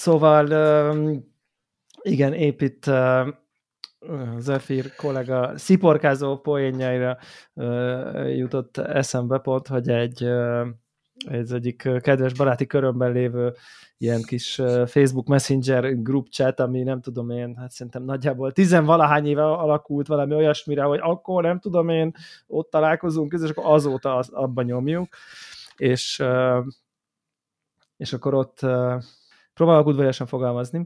Szóval igen, épp itt Zephyr kollega sziporkázó poénjaira jutott eszembe pont, hogy ez egyik kedves baráti körömben lévő ilyen kis Facebook Messenger group chat, ami nem tudom én, hát szerintem nagyjából 10-valahány éve alakult valami olyasmire, hogy akkor nem tudom én, ott találkozunk, és akkor azóta abban nyomjuk, és akkor ott próbálok udvariasan fogalmazni,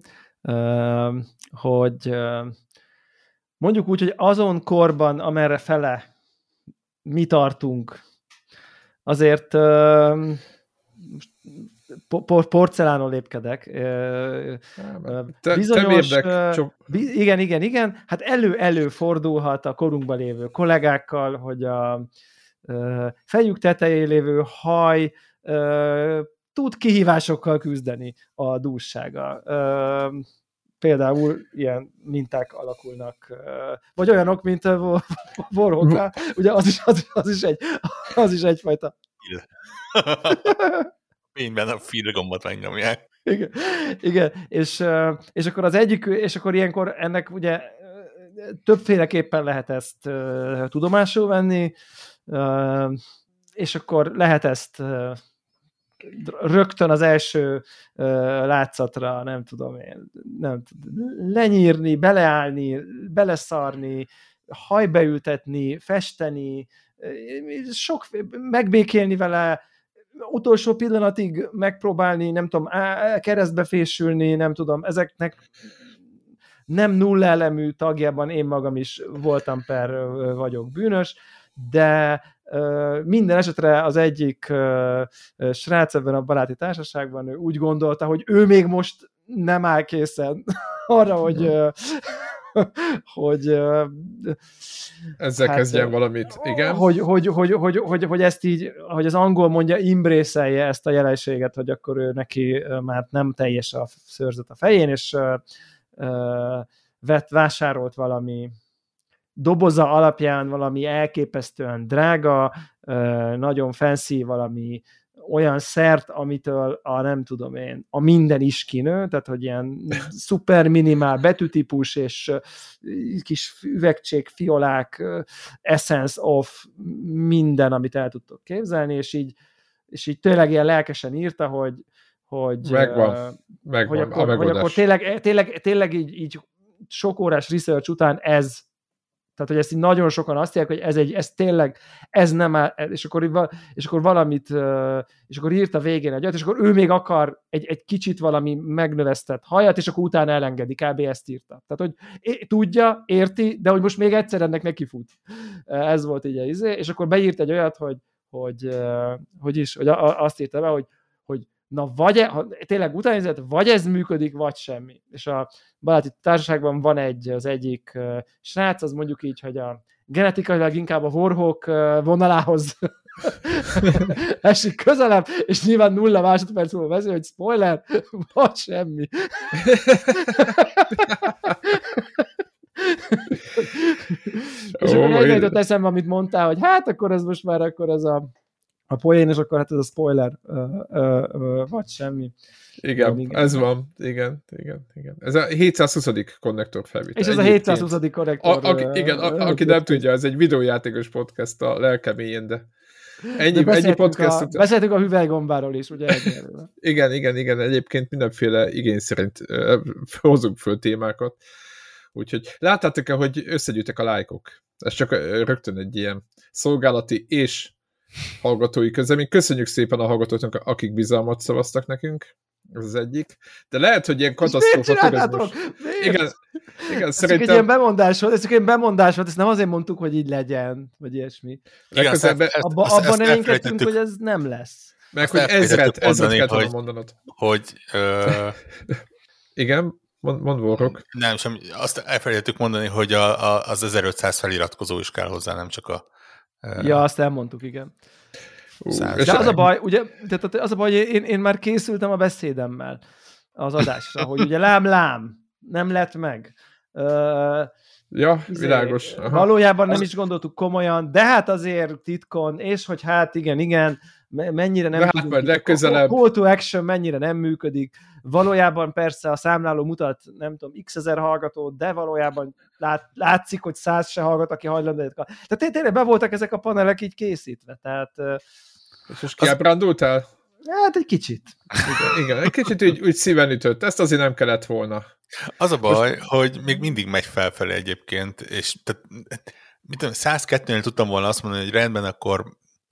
hogy mondjuk úgy, hogy azon korban, amerre fele mi tartunk, azért porcelánon lépkedek. Bizonyos, igen, hát előfordulhat a korunkban lévő kollégákkal, hogy a fejük tetején lévő haj tud kihívásokkal küzdeni a dússága. Például ilyen minták alakulnak, vagy olyanok, mint Warhawk, ugye az is egyfajta. Mindenben a feed gombot megnyomják. Igen. És akkor az egyik, és akkor ilyenkor ennek ugye többféleképpen lehet ezt tudomásul venni, és akkor lehet ezt rögtön az első látszatra, nem tudom én, lenyírni, beleállni, beleszarni, hajbeültetni, festeni, megbékélni vele, utolsó pillanatig megpróbálni, nem tudom, keresztbe fésülni, nem tudom, ezeknek nem nulla elemű tagjában én magam is voltam vagyok bűnös, de minden esetre az egyik srác ebben a baráti társaságban ő úgy gondolta, hogy ő még most nem áll készen arra, hogy ezzel kezdjen valamit, igen. Hogy ezt így, hogy az angol mondja, embrace-elje ezt a jelenséget, hogy akkor ő neki már nem teljes a szőrzet a fején, és vásárolt valami doboza alapján valami elképesztően drága, nagyon fancy valami olyan szert, amitől nem tudom én, a minden is kinő, tehát hogy ilyen szuper minimál betűtípus és kis üvegcsék, fiolák, essence of minden, amit el tudtok képzelni, és így tényleg ilyen lelkesen írta, hogy akkor tényleg így sok órás research után tehát, hogy ezt így nagyon sokan azt mondják, hogy ez tényleg, ez nem áll, és akkor valamit, és akkor írt a végén egy olyat, és akkor ő még akar egy kicsit valami megnövesztett hajat, és akkor utána elengedi, kb. Ezt írta. Tehát, hogy tudja, érti, de hogy most még egyszer ennek neki fut. Ez volt így és akkor beírt egy olyat, hogy azt írta be, hogy na, tényleg utánézett, vagy ez működik, vagy semmi. És a baráti társaságban van az egyik srác, az mondjuk így, hogy a genetikailag inkább a Warhawk vonalához esik közelebb, és nyilván 0 másodperc múlva veszi, hogy spoiler, vagy semmi. És akkor egy jutott eszembe, amit mondtál, hogy hát akkor ez most már akkor ez a poén, és akkor hát ez a spoiler, vagy semmi. Igen, ez van. Igen. Ez a 720. konnektor felvétel. És ez a 720. konnektor. Aki nem tudja, ez egy videójátékos podcast a lelkeméjén, de ennyi podcast. Beszéltünk a hüvelygombáról is, ugye? Igen. Egyébként mindenféle igény szerint hozunk föl témákat. Úgyhogy láttátok-e, hogy összegyűjtek a lájkok? Ez csak rögtön egy ilyen szolgálati és hallgatói közlemény. Köszönjük szépen a hallgatóknak, akik bizalmat szavaztak nekünk. Ez az egyik. De lehet, hogy ilyen katasztrófa turizmus. Igen, szerintem... Csak egy ilyen bemondás volt, ezt nem azért mondtuk, hogy így legyen, vagy ilyesmi. Abban reménykedtünk, hogy ez nem lesz. Meg hogy ezret kellett volna mondanod. Igen, mond Warhawk. Nem, sem, azt elfelejtettük mondani, hogy az 1500 feliratkozó is kell hozzá, nem csak a... Ja, azt elmondtuk, igen. De az a baj, ugye, én már készültem a beszédemmel az adásra, hogy ugye lám, nem lett meg. Ja, világos. Aha. Valójában nem is gondoltuk komolyan, de hát azért titkon, és hogy hát igen, mennyire nem tudunk. Majd legközelebb. Call to action mennyire nem működik. Valójában persze a számláló mutat, nem tudom, x ezer hallgatót, de valójában látszik, hogy 100 se hallgat, aki hajlandó. Tehát tényleg be voltak ezek a panelek így készítve. Tehát, és most kiábrándultál? Hát egy kicsit. Igen, egy kicsit úgy szíven ütött. Ezt azért nem kellett volna. Az a baj, hogy még mindig megy felfelé egyébként, és tehát, mit tudom, 102-nél tudtam volna azt mondani, hogy rendben, akkor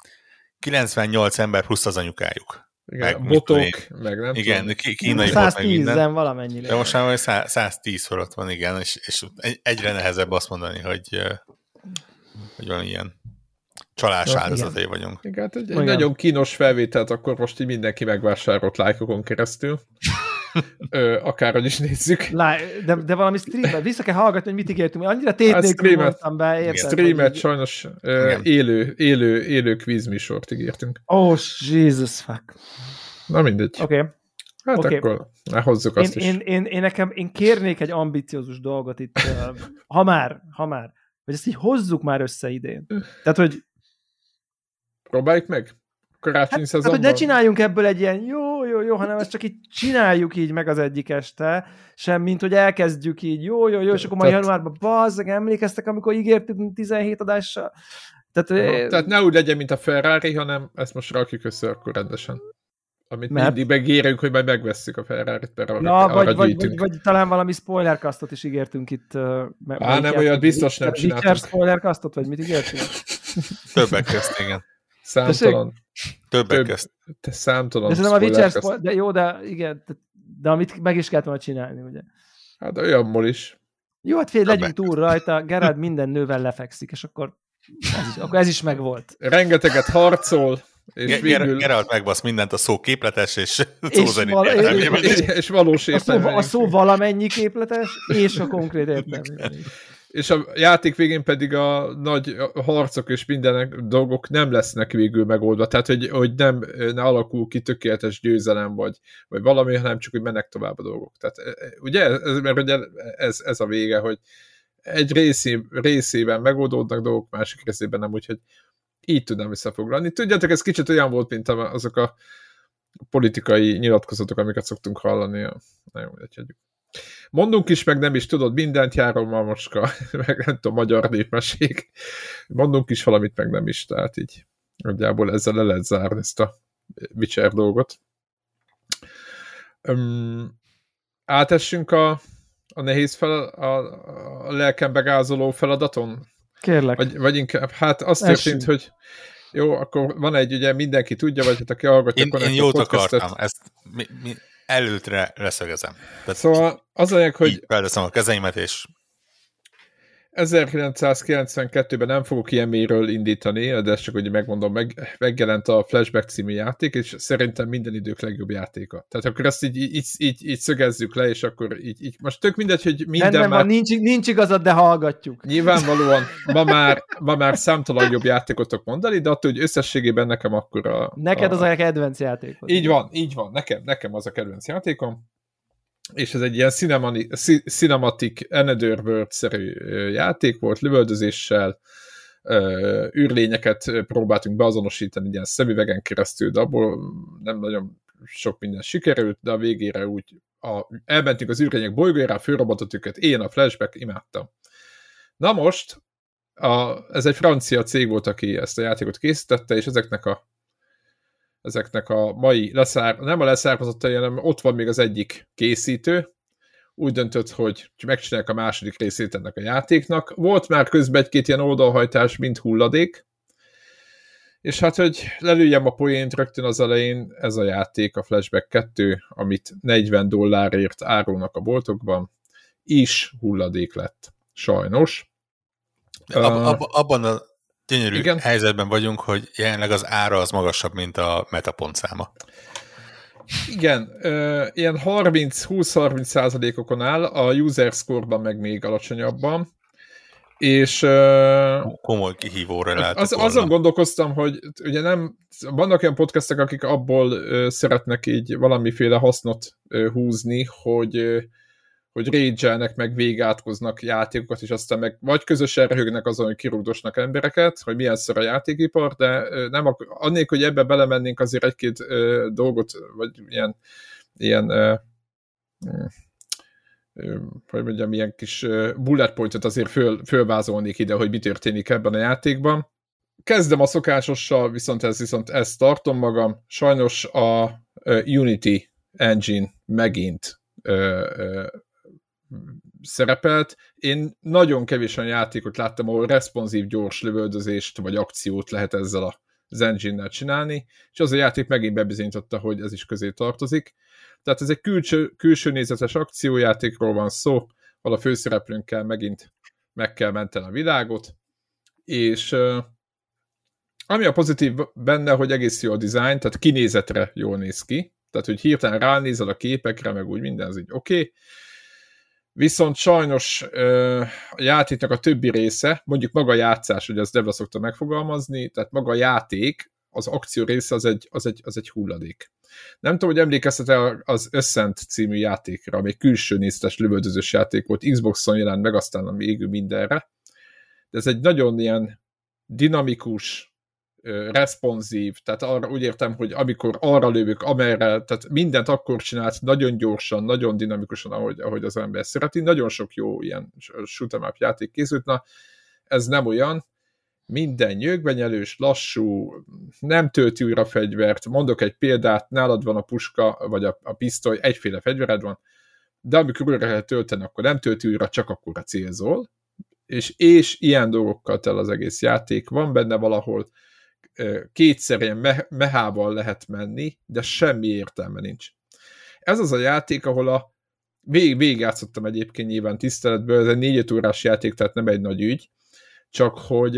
98 ember plusz az anyukájuk. Igen, meg, botok, meg nem igen, tudom. Kínai bot meg minden. Valamennyire. De most már 110 fölött van, igen, és egyre nehezebb azt mondani, hogy valami ilyen csalás áldozatai vagyunk. Igen, hát egy nagyon kínos felvételt akkor most így mindenki megvásárolt lájkokon keresztül. Akárhogy is nézzük. De valami streamet, vissza kell hallgatni, hogy mit ígértünk. Annyira tét nélkül voltam be, érted? Streamet sajnos élő kvízműsort ígértünk. Oh, Jesus fuck. Na mindegy. Oké. Hát akkor hozzuk azt is. Én kérnék egy ambiciózus dolgot itt, ha már, hogy ezt így hozzuk már össze idén. Tehát, hogy próbáljuk meg? Karácsony szezonban? Hát, hogy ne csináljunk ebből egy ilyen jó, hanem ezt csak így csináljuk így meg az egyik este, sem mint, hogy elkezdjük így jó, és akkor majd januárban bazzeg, emlékeztek, amikor ígértünk 17 adással? Tehát ne úgy legyen, mint a Ferrari, hanem ezt most rakjuk össze akkor rendesen. Amit mindig megérünk, hogy majd megvesszük a Ferrarit, mert arra gyűjtünk. Vagy talán valami spoilercastot is ígértünk itt. Nem, olyat biztos nem csináltunk. Witcher spoilercastot, vagy mit ígértünk? Többek közt, igen. Számtalan. Többek közt. Számtalan. De szerintem a Witcher de jó, de igen, de amit meg is kellett volna csinálni, ugye? Hát olyanból is. Jó, hát fél, legyünk túl rajta, Gerard minden nővel lefekszik, és akkor ez is megvolt. Rengeteget harcol, és végül... Gerard megbasz mindent, a szó képletes, és és valós értelme. A szó valamennyi képletes, és a konkrét értelme. És a játék végén pedig a nagy harcok és mindenek dolgok nem lesznek végül megoldva. Tehát, hogy ne alakul ki tökéletes győzelem, vagy valami, hanem csak, hogy mennek tovább a dolgok. Tehát, ugye, ez a vége, hogy egy részében megoldódnak dolgok, másik részében nem, úgyhogy így tudnám visszafoglalni. Tudjátok, ez kicsit olyan volt, mint azok a politikai nyilatkozatok, amiket szoktunk hallani. Nagyon mindegy. Mondunk is, meg nem is tudod, mindent járom a mocska, meg nem tudom, magyar népmesék. Mondunk is valamit, meg nem is, tehát így nagyjából ezzel le lehet zárni ezt a Witcher dolgot. Átessünk a nehéz a lelkembe gázoló feladaton? Kérlek. Vagy inkább, hát azt történt, hogy jó, akkor van egy, ugye mindenki tudja, vagy hát aki hallgatja én jót akartam, ezt előtre leszögezem. Tehát szóval az anyag, hogy felveszem a kezeimet, és 1992-ben nem fogok ilyen mélyről indítani, de ezt csak úgy megmondom, megjelent a Flashback című játék, és szerintem minden idők legjobb játéka. Tehát akkor ezt így szögezzük le, és akkor így most tök mindegy, hogy minden már... nincs igazad, de hallgatjuk. Nyilvánvalóan ma már számtalan jobb játékotok mondani, de attól, hogy összességében nekem akkor neked az a kedvenc játékod. Így van. Nekem az a kedvenc játékom. És ez egy ilyen cinematic Another World-szerű játék volt, lövöldözéssel, űrlényeket próbáltunk beazonosítani ilyen szemüvegen keresztül, de abból nem nagyon sok minden sikerült, de a végére úgy elmentünk az űrlények bolygójára, fölrobbantott őket, én a Flashback imádtam. Na most, ez egy francia cég volt, aki ezt a játékot készítette, és ezeknek a mai nem a leszármazottai, hanem ott van még az egyik készítő, úgy döntött, hogy megcsinálják a második részét ennek a játéknak. Volt már közben egy-két ilyen oldalhajtás, mint hulladék, és hát, hogy lelőjem a poént rögtön az elején, ez a játék, a Flashback 2, amit $40 árulnak a boltokban, is hulladék lett. Sajnos. Abban a gyönyörű helyzetben vagyunk, hogy jelenleg az ára az magasabb, mint a metapontszáma. Igen, ilyen 20-30%-okon áll, a user score-ban meg még alacsonyabban, és komoly kihívóra lehet. Azon gondolkoztam, hogy ugye vannak olyan podcastek, akik abból szeretnek így valamiféle hasznot húzni, rage-elnek, meg végigátkoznak játékokat, és aztán meg vagy közösen röhögnek azon, hogy kirúgdosnak embereket, hogy milyen szar a játékipar, de nem annélkül, hogy ebbe belemennénk, azért egy-két dolgot, vagy ilyen hogy mondjam, ilyen kis bullet pointot azért fölvázolnék ide, hogy mi történik ebben a játékban. Kezdem a szokásossal, viszont ezt tartom magam. Sajnos a Unity engine megint szerepelt. Én nagyon kevés olyan játékot láttam, ahol responsív, gyors lövöldözést vagy akciót lehet ezzel az engine-nel csinálni, és az a játék megint bebizonyította, hogy ez is közé tartozik. Tehát ez egy külső nézetes akciójátékról van szó, ahol a főszereplőnkkel megint meg kell menteni a világot, és ami a pozitív benne, hogy egész jó a design, tehát kinézetre jól néz ki, tehát hogy hirtelen ránézel a képekre, meg úgy minden, az így oké. Viszont sajnos a játéknak a többi része, mondjuk maga a játszás, hogy ezt Debla szokta megfogalmazni, tehát maga a játék, az akció része az egy hulladék. Nem tudom, hogy emlékeztet az Ascent című játékra, ami egy külső nézetes lövöldözős játék volt, Xboxon jelent meg, aztán a égő mindenre. De ez egy nagyon ilyen dinamikus, responsív, tehát arra úgy értem, hogy amikor arra lövök, amerre, tehát mindent akkor csinált nagyon gyorsan, nagyon dinamikusan, ahogy az ember szereti. Nagyon sok jó ilyen shoot-em up játék készült, na ez nem olyan, minden nyögvenyelős, lassú, nem tölti újra fegyvert, mondok egy példát, nálad van a puska, vagy a pisztoly, egyféle fegyvered van, de amikor újra lehet tölteni, akkor nem tölti újra, csak akkor a célzol, és ilyen dolgokkal tel az egész játék. Van benne valahol kétszer ilyen mehával lehet menni, de semmi értelme nincs. Ez az a játék, ahol végigjátszottam egyébként nyilván tiszteletből, ez egy 4 órás játék, tehát nem egy nagy ügy, csak hogy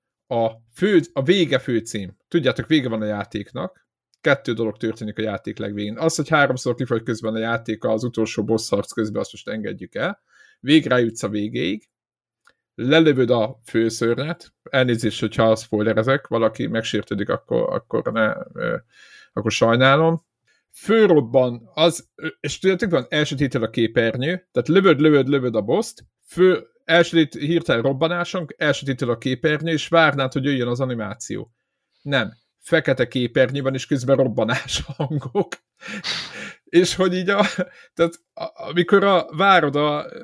a vége főcím. Tudjátok, vége van a játéknak, 2 dolog történik a játék legvégén. Az, hogy 3-szor kifogy közben a játék az utolsó boss harc közben, azt most engedjük el. Végre jutsz a végéig, lelövöd a főszörnyet, elnézést, hogyha spoilerezek, valaki megsértődik, akkor sajnálom. Fölrobban az, és tudjátok, van elsötétel a képernyő, tehát lövöd a boszt, hirtelen robbanáson, elsötétel a képernyő, és várnád, hogy jöjjön az animáció. Nem. Fekete képernyőben, és közben robbanás hangok. És hogy így tehát amikor várod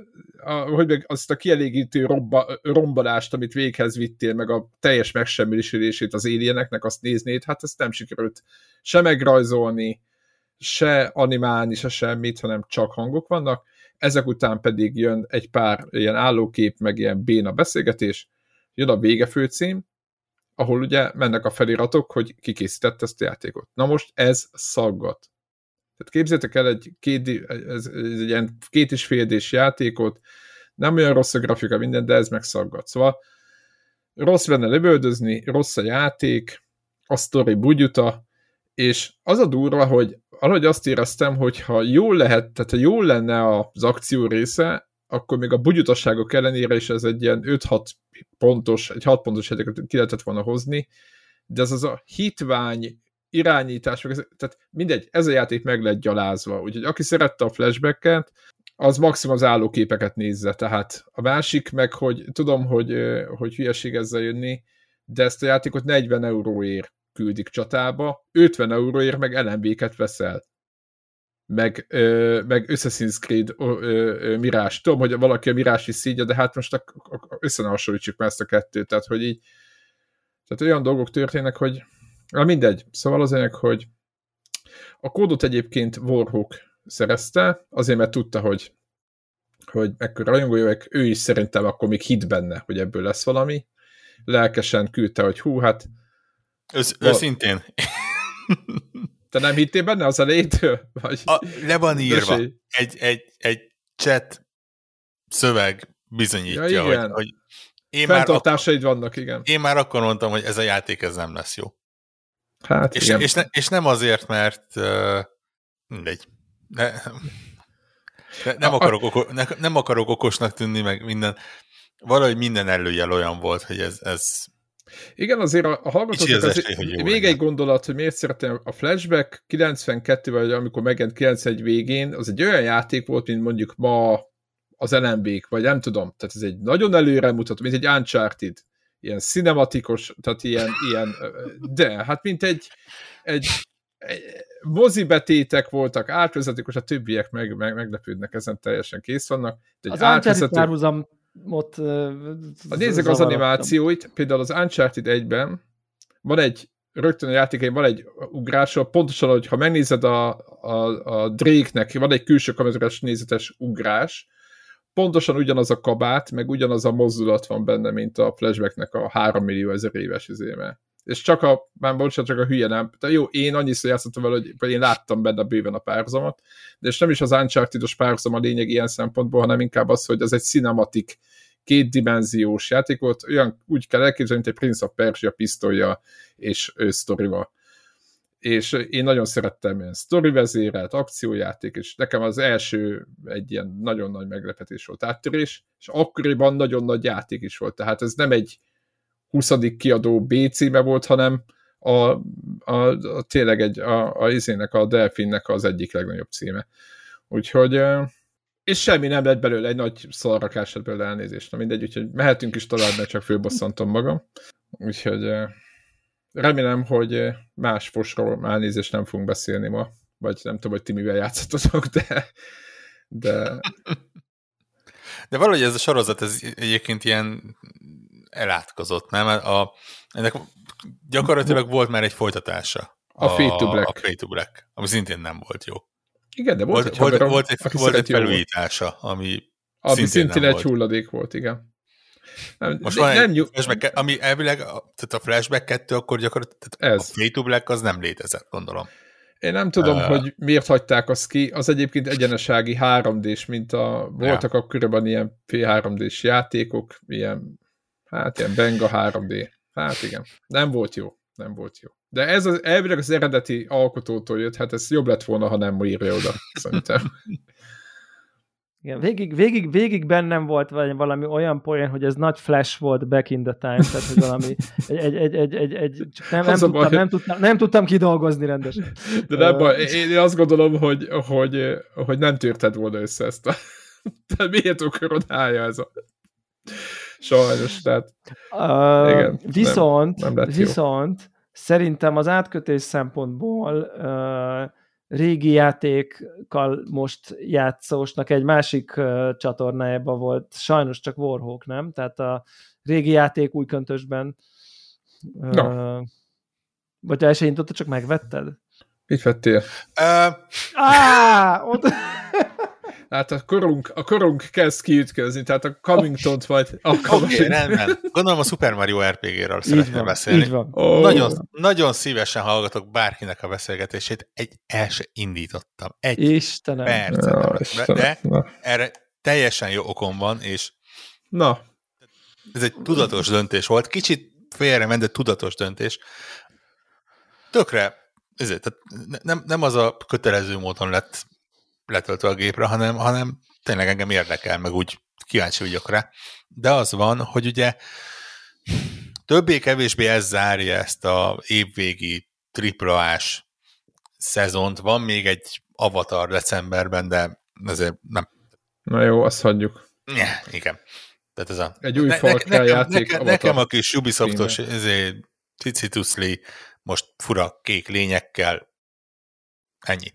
hogy azt a kielégítő rombanást, amit véghez vittél, meg a teljes megsemmisülését az alieneknek, azt néznéd, hát ezt nem sikerült se megrajzolni, se animálni, se semmit, hanem csak hangok vannak. Ezek után pedig jön egy pár ilyen állókép, meg ilyen béna beszélgetés, jön a vége főcím, ahol ugye mennek a feliratok, hogy ki készített ezt a játékot. Na most ez szaggat. Tehát képzeljétek el egy ilyen 2,5D-s játékot, nem olyan rossz a grafika minden, de ez megszaggat. Szóval rossz benne lövöldözni, rossz a játék, a sztori bugyuta, és az a durva, hogy valahogy azt éreztem, hogy ha jól lenne az akció része, akkor még a bugyutasságok ellenére is ez egy ilyen 5-6 pontos, egy 6 pontos játékot ki lehetett volna hozni, de ez az a hitvány irányítás, tehát mindegy, ez a játék meg lett gyalázva, úgyhogy aki szerette a flashbacket, az maximum az állóképeket nézze, tehát a másik meg, hogy tudom, hogy hülyeség ezzel jönni, de ezt a játékot 40 euróért küldik csatába, 50 euróért meg LMV-ket veszel. Meg Assassin's Creed Mirage. Tudom, hogy valaki a Mirage is szígya, de hát most összehasonlítsuk már ezt a kettőt, tehát hogy így tehát olyan dolgok történnek, hogy mindegy. Szóval az anyag, hogy a kódot egyébként Warhawk szerezte, azért mert tudta, hogy ekkora rajongója vagyok, ő is szerintem akkor még hit benne, hogy ebből lesz valami. Lelkesen küldte, hogy hú, hát őszintén. Te nem hittél benne az elejétől? Le van írva. Egy chat szöveg bizonyítja, hogy fenntartásaid vannak, igen. Én már akkor mondtam, hogy ez a játék ez nem lesz jó. Hát és nem azért, mert mindegy. Nem akarok okosnak tűnni, meg minden. Valahogy minden előjel olyan volt, hogy ez igen, azért a hallgatóknak még egy gondolat, hogy miért szeretem a Flashback 92-ben, vagy amikor megjelent 91 végén, az egy olyan játék volt, mint mondjuk ma az LMB-k, vagy nem tudom, tehát ez egy nagyon előremutató, mint egy Uncharted, ilyen cinematikus, tehát ilyen de hát mint egy mozibetétek voltak, átvezetik, a többiek meglepődnek, ezen teljesen kész vannak. De az Uncharted párhuzamot nézzük az animációit, például az Uncharted 1-ben van egy rögtön a játékain van egy ugrásra, pontosan, hogy ha megnézed a Drake-nek, van egy külső kamerás nézetes ugrás, pontosan ugyanaz a kabát, meg ugyanaz a mozdulat van benne, mint a Flashbacknek a 3 millió ezer éves izéme. És csak csak a hülye nem. De jó, én annyiszor játszottam vele, hogy én láttam benne bőven a párhuzamot, de és nem is az Uncharted-os párhuzam a lényeg ilyen szempontból, hanem inkább az, hogy az egy cinematik, kétdimenziós játék volt, olyan úgy kell elképzelni, mint egy Prince of Persia pisztolya és sztorival. És én nagyon szerettem ilyen sztorivezérelt akciójáték, és nekem az első egy ilyen nagyon nagy meglepetés volt áttörés, és akkoriban nagyon nagy játék is volt, tehát ez nem egy 20. kiadó B címe volt, hanem tényleg a Delfinnek az egyik legnagyobb címe. Úgyhogy és semmi nem lett belőle, egy nagy szarrakás lett belőle, elnézést. Na mindegy, úgyhogy mehetünk is tovább, mert csak fölbosszantom magam. Úgyhogy remélem, hogy más fosról elnézést nem fogunk beszélni ma, vagy nem tudom, hogy ti mivel játszottatok, de... De valahogy ez a sorozat, ez egyébként ilyen elátkozott, nem? Ennek gyakorlatilag volt már egy folytatása. A Fade to Black. A Fade to Black, ami szintén nem volt jó. Igen, de volt egy felújítása, ami szintén egy hulladék volt, igen. Most van egy flashback, ami elvileg, tehát a Flashback 2, akkor gyakorlatilag a Fade to Black az nem létezett, gondolom. Én nem tudom, hogy miért hagyták azt ki, az egyébként egyenesági 3D-s, mint voltak akkoriban ilyen P3D-s játékok, ilyen Benga 3D. Hát igen, nem volt jó. De ez elvileg az eredeti alkotótól jött, hát ez jobb lett volna, ha nem írja oda, szerintem. Igen, végig bennem volt valami olyan poén, hogy ez nagy Flash volt back in the time, tehát hogy valami nem tudtam kidolgozni rendesen. De nem baj, én azt gondolom, hogy nem törted volna össze ezt a... De miért koronája ez a... Sajnos, tehát... Igen, viszont szerintem az átkötés szempontból régi játékkal most játszósnak egy másik csatornájában volt, sajnos csak Warhawk, nem? Tehát a régi játék új köntösben vagy el se nyitottad, csak megvetted? Mit vettél? Ott... Hát a korunk kezd kiütközni, tehát a Cummington-t majd Oké, rendben. Gondolom a Super Mario RPG-ről szeretnél beszélni. Így van. Nagyon szívesen hallgatok bárkinek a beszélgetését. El se indítottam. Istenem. Percet. De erre teljesen jó okom van, és ez egy tudatos döntés volt. Kicsit félrement, de tudatos döntés. Tökre, tehát nem az a kötelező módon lett letöltve a gépre, hanem tényleg engem érdekel, meg úgy kíváncsi vagyok rá. De az van, hogy ugye többé-kevésbé ez zárja ezt a évvégi AAA-s szezont. Van még egy Avatar decemberben, de azért nem. Na jó, azt hagyjuk. Igen. Tehát ez egy új Far Cry játék. Nekem a kis Ubisoftos cicitusli most fura kék lényekkel ennyi.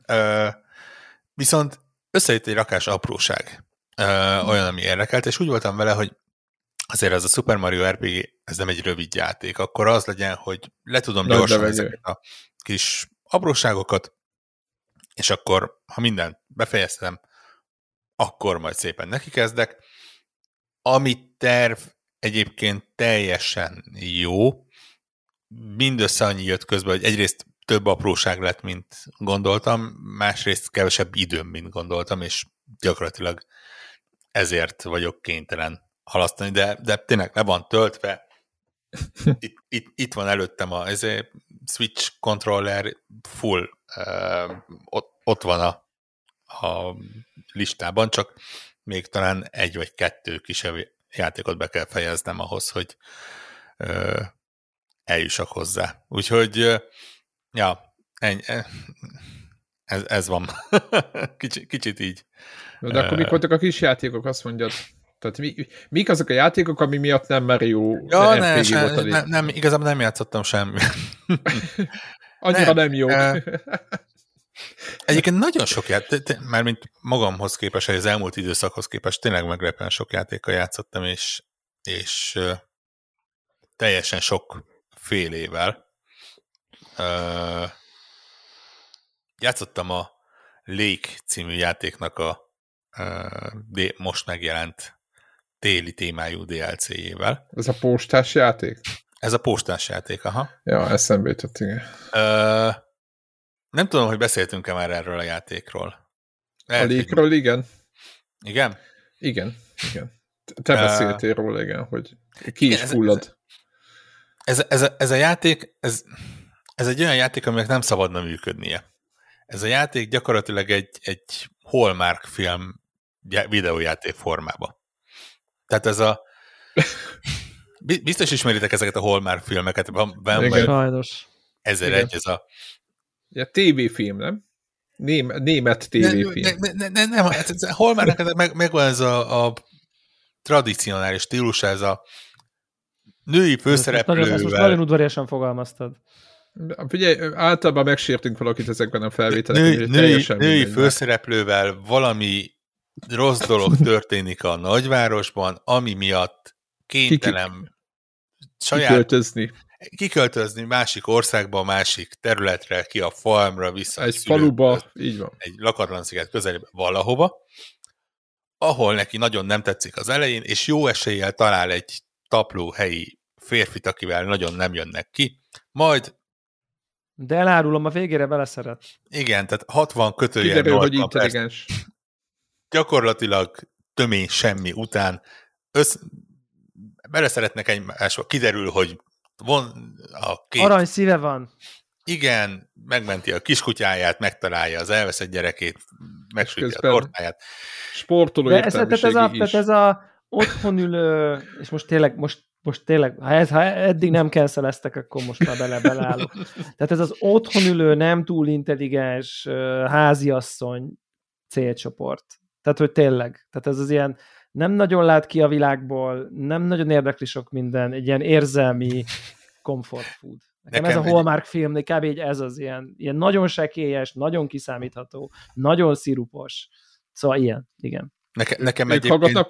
Viszont összejött egy rakás apróság, olyan, ami érdekelt, és úgy voltam vele, hogy azért ez a Super Mario RPG, ez nem egy rövid játék, akkor az legyen, hogy le tudom gyorsan ezeket a kis apróságokat, és akkor, ha mindent befejeztem, akkor majd szépen nekikezdek. Ami terv egyébként teljesen jó, mindössze annyi jött közben, hogy egyrészt több apróság lett, mint gondoltam, másrészt kevesebb időm, mint gondoltam, és gyakorlatilag ezért vagyok kénytelen halasztani, de tényleg le van töltve. Itt van előttem a Switch controller full, ott van a listában, csak még talán 1 vagy 2 kisebb játékot be kell fejeznem ahhoz, hogy eljussak hozzá. Úgyhogy ja, Ez van. Kicsit így. De akkor mik voltak a kis játékok, azt mondjad? Tehát mik azok a játékok, ami miatt nem Mario RPG volt a lég? Nem, igazából nem játszottam semmi. Annyira nem jók. Egyébként nagyon sok játék, mármint magamhoz képest, vagy az elmúlt időszakhoz képest tényleg meglepően sok játékkal játszottam, és teljesen sok félével. Játszottam a Lake című játéknak a most megjelent téli témájú DLC-jével. Ez a postás játék? Ez a postás játék, aha. Ja, eszembe jutott, igen. Nem tudom, hogy beszéltünk-e már erről a játékról. Lehet, a Lake-ről, igen. Igen? Igen. Te beszéltél róla, igen, hogy ki is fullad. Ez a játék, ez egy olyan játék, aminek nem szabadna működnie. Ez a játék gyakorlatilag egy Hallmark film videójáték formába. Tehát ez a... Biztos ismeritek ezeket a Hallmark filmeket. Sajnos. 1001 ez a... Ja, tévéfilm, nem? Német tévéfilm. Nem, Hallmarknak megvan ez a tradicionális stílus, ez a női főszereplővel... Ezt most nagyon udvariasan fogalmaztad. Figyelj, általában megsértünk valakit ezekben a felvételeken. Női főszereplővel valami rossz dolog történik a nagyvárosban, ami miatt kénytelen kiköltözni másik országba, másik területre, ki a farmra, vissza egy faluba, így van. Egy lakatlan sziget közelében valahova, ahol neki nagyon nem tetszik az elején, és jó eséllyel talál egy tapló helyi férfit, akivel nagyon nem jönnek ki, majd de elárulom, a végére beleszeret. Igen, tehát 60 kötőjel. Kiderül, hogy intelligens. Gyakorlatilag tömény semmi után beleszeretnek egymásba. Kiderül, hogy van a két... Arany szíve van. Igen, megmenti a kiskutyáját, megtalálja az elveszett gyerekét, megsüti a tortáját. Sportoló értelmiségi is. Ez a otthon ülő, és most tényleg, ha eddig nem canceleztek, akkor most már beleállok. Tehát ez az otthon ülő, nem túl intelligens háziasszony célcsoport. Tehát, hogy tényleg. Tehát ez az ilyen nem nagyon lát ki a világból, nem nagyon érdekli sok minden, egy ilyen érzelmi comfort food. Nekem ez a Hallmark film, kb. Ez az ilyen nagyon sekélyes, nagyon kiszámítható, nagyon szirupos. Szóval ilyen, igen. Nekem egyébként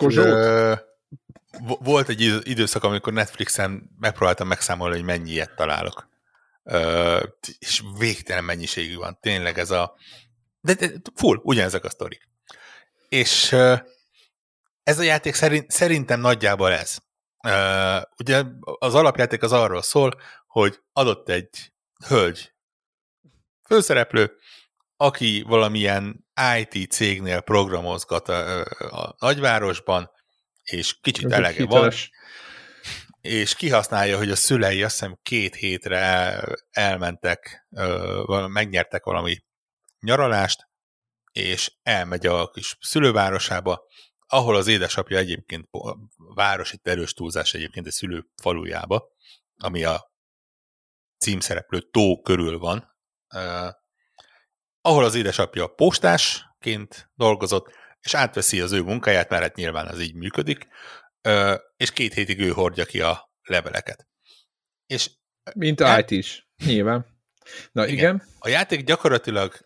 volt egy időszak, amikor Netflixen megpróbáltam megszámolni, hogy mennyi ilyet találok. És végtelen mennyiségű van. Tényleg ez a... De full, ugyanezek a sztorik. És ez a játék szerintem nagyjából ez. Ugye az alapjáték az arról szól, hogy adott egy hölgy főszereplő, aki valamilyen IT cégnél programozgat a nagyvárosban, és kicsit elege van, és kihasználja, hogy a szülei azt hiszem 2 hétre elmentek, megnyertek valami nyaralást, és elmegy a kis szülővárosába, ahol az édesapja egyébként városi erős túlzás egyébként a szülő falujába, ami a címszereplő tó körül van, ahol az édesapja postásként dolgozott, és átveszi az ő munkáját, mert hát nyilván az így működik, és 2 hétig ő hordja ki a leveleket. És mint IT is, nyilván. Na igen. A játék gyakorlatilag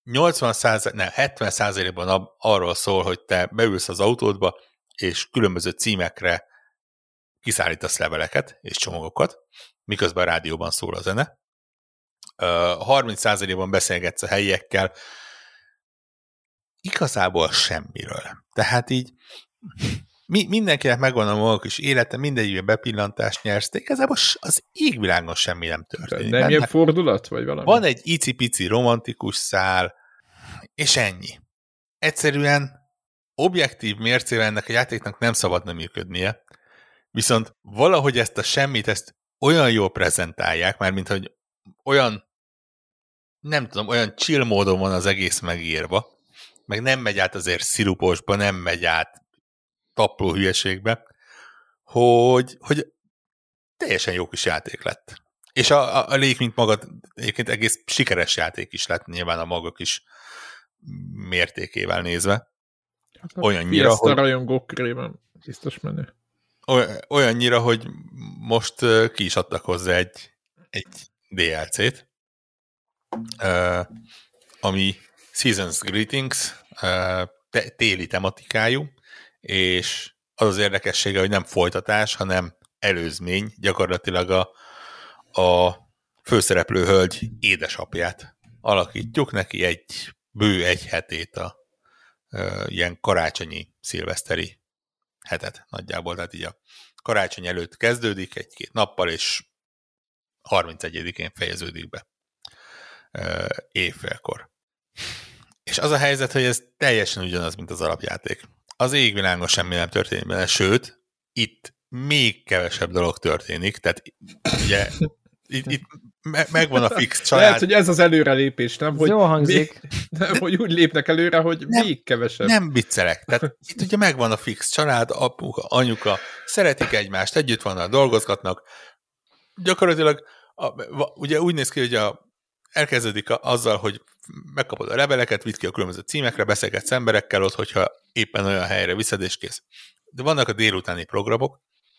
70%-ban arról szól, hogy te beülsz az autódba, és különböző címekre kiszállítasz leveleket és csomagokat, miközben a rádióban szól a zene. 30%-ban beszélgetsz a helyiekkel, igazából semmiről. Tehát így mindenkinek megvan a maga kis élete, mindegyikben bepillantást nyersz, de igazából az égvilágon semmi nem történik. Nem ilyen fordulat, vagy valami? Van egy icipici romantikus szál, és ennyi. Egyszerűen objektív mércével ennek a játéknak nem szabadna működnie, viszont valahogy ezt a semmit, ezt olyan jól prezentálják, mármint, hogy olyan, nem tudom, olyan chill módon van az egész megírva, meg nem megy át azért sziruposba, nem megy át tapló hülyeségbe, hogy teljesen jó kis játék lett. És a Lake, mint maga egyébként egész sikeres játék is lett nyilván a maga kis mértékével nézve. Olyannyira, hogy... rajongók körében biztos menő. Olyannyira, hogy most ki is adtak hozzá egy DLC-t, ami Seasons Greetings, téli tematikájú, és az érdekessége, hogy nem folytatás, hanem előzmény, gyakorlatilag a főszereplő hölgy édesapját alakítjuk, neki bő egy hetét ilyen karácsonyi, szilveszteri hetet nagyjából, tehát így a karácsony előtt kezdődik egy-két nappal, és 31-én fejeződik be évfélkor. És az a helyzet, hogy ez teljesen ugyanaz, mint az alapjáték. Az égvilágon semmi nem történik benne, sőt, itt még kevesebb dolog történik, tehát ugye itt megvan a fix család. Lehet, hogy ez az előrelépés, nem? Hogy jó hangzik. Nem, hogy úgy lépnek előre, hogy még kevesebb. Nem viccelek. Tehát itt ugye megvan a fix család, apuka, anyuka, szeretik egymást, együtt vannak, dolgozgatnak. Gyakorlatilag ugye úgy néz ki, hogy elkezdődik azzal, hogy megkapod a leveleket, vidd ki a különböző címekre, beszélgetsz emberekkel ott, hogyha éppen olyan helyre viszed, és kész. De vannak a délutáni programok,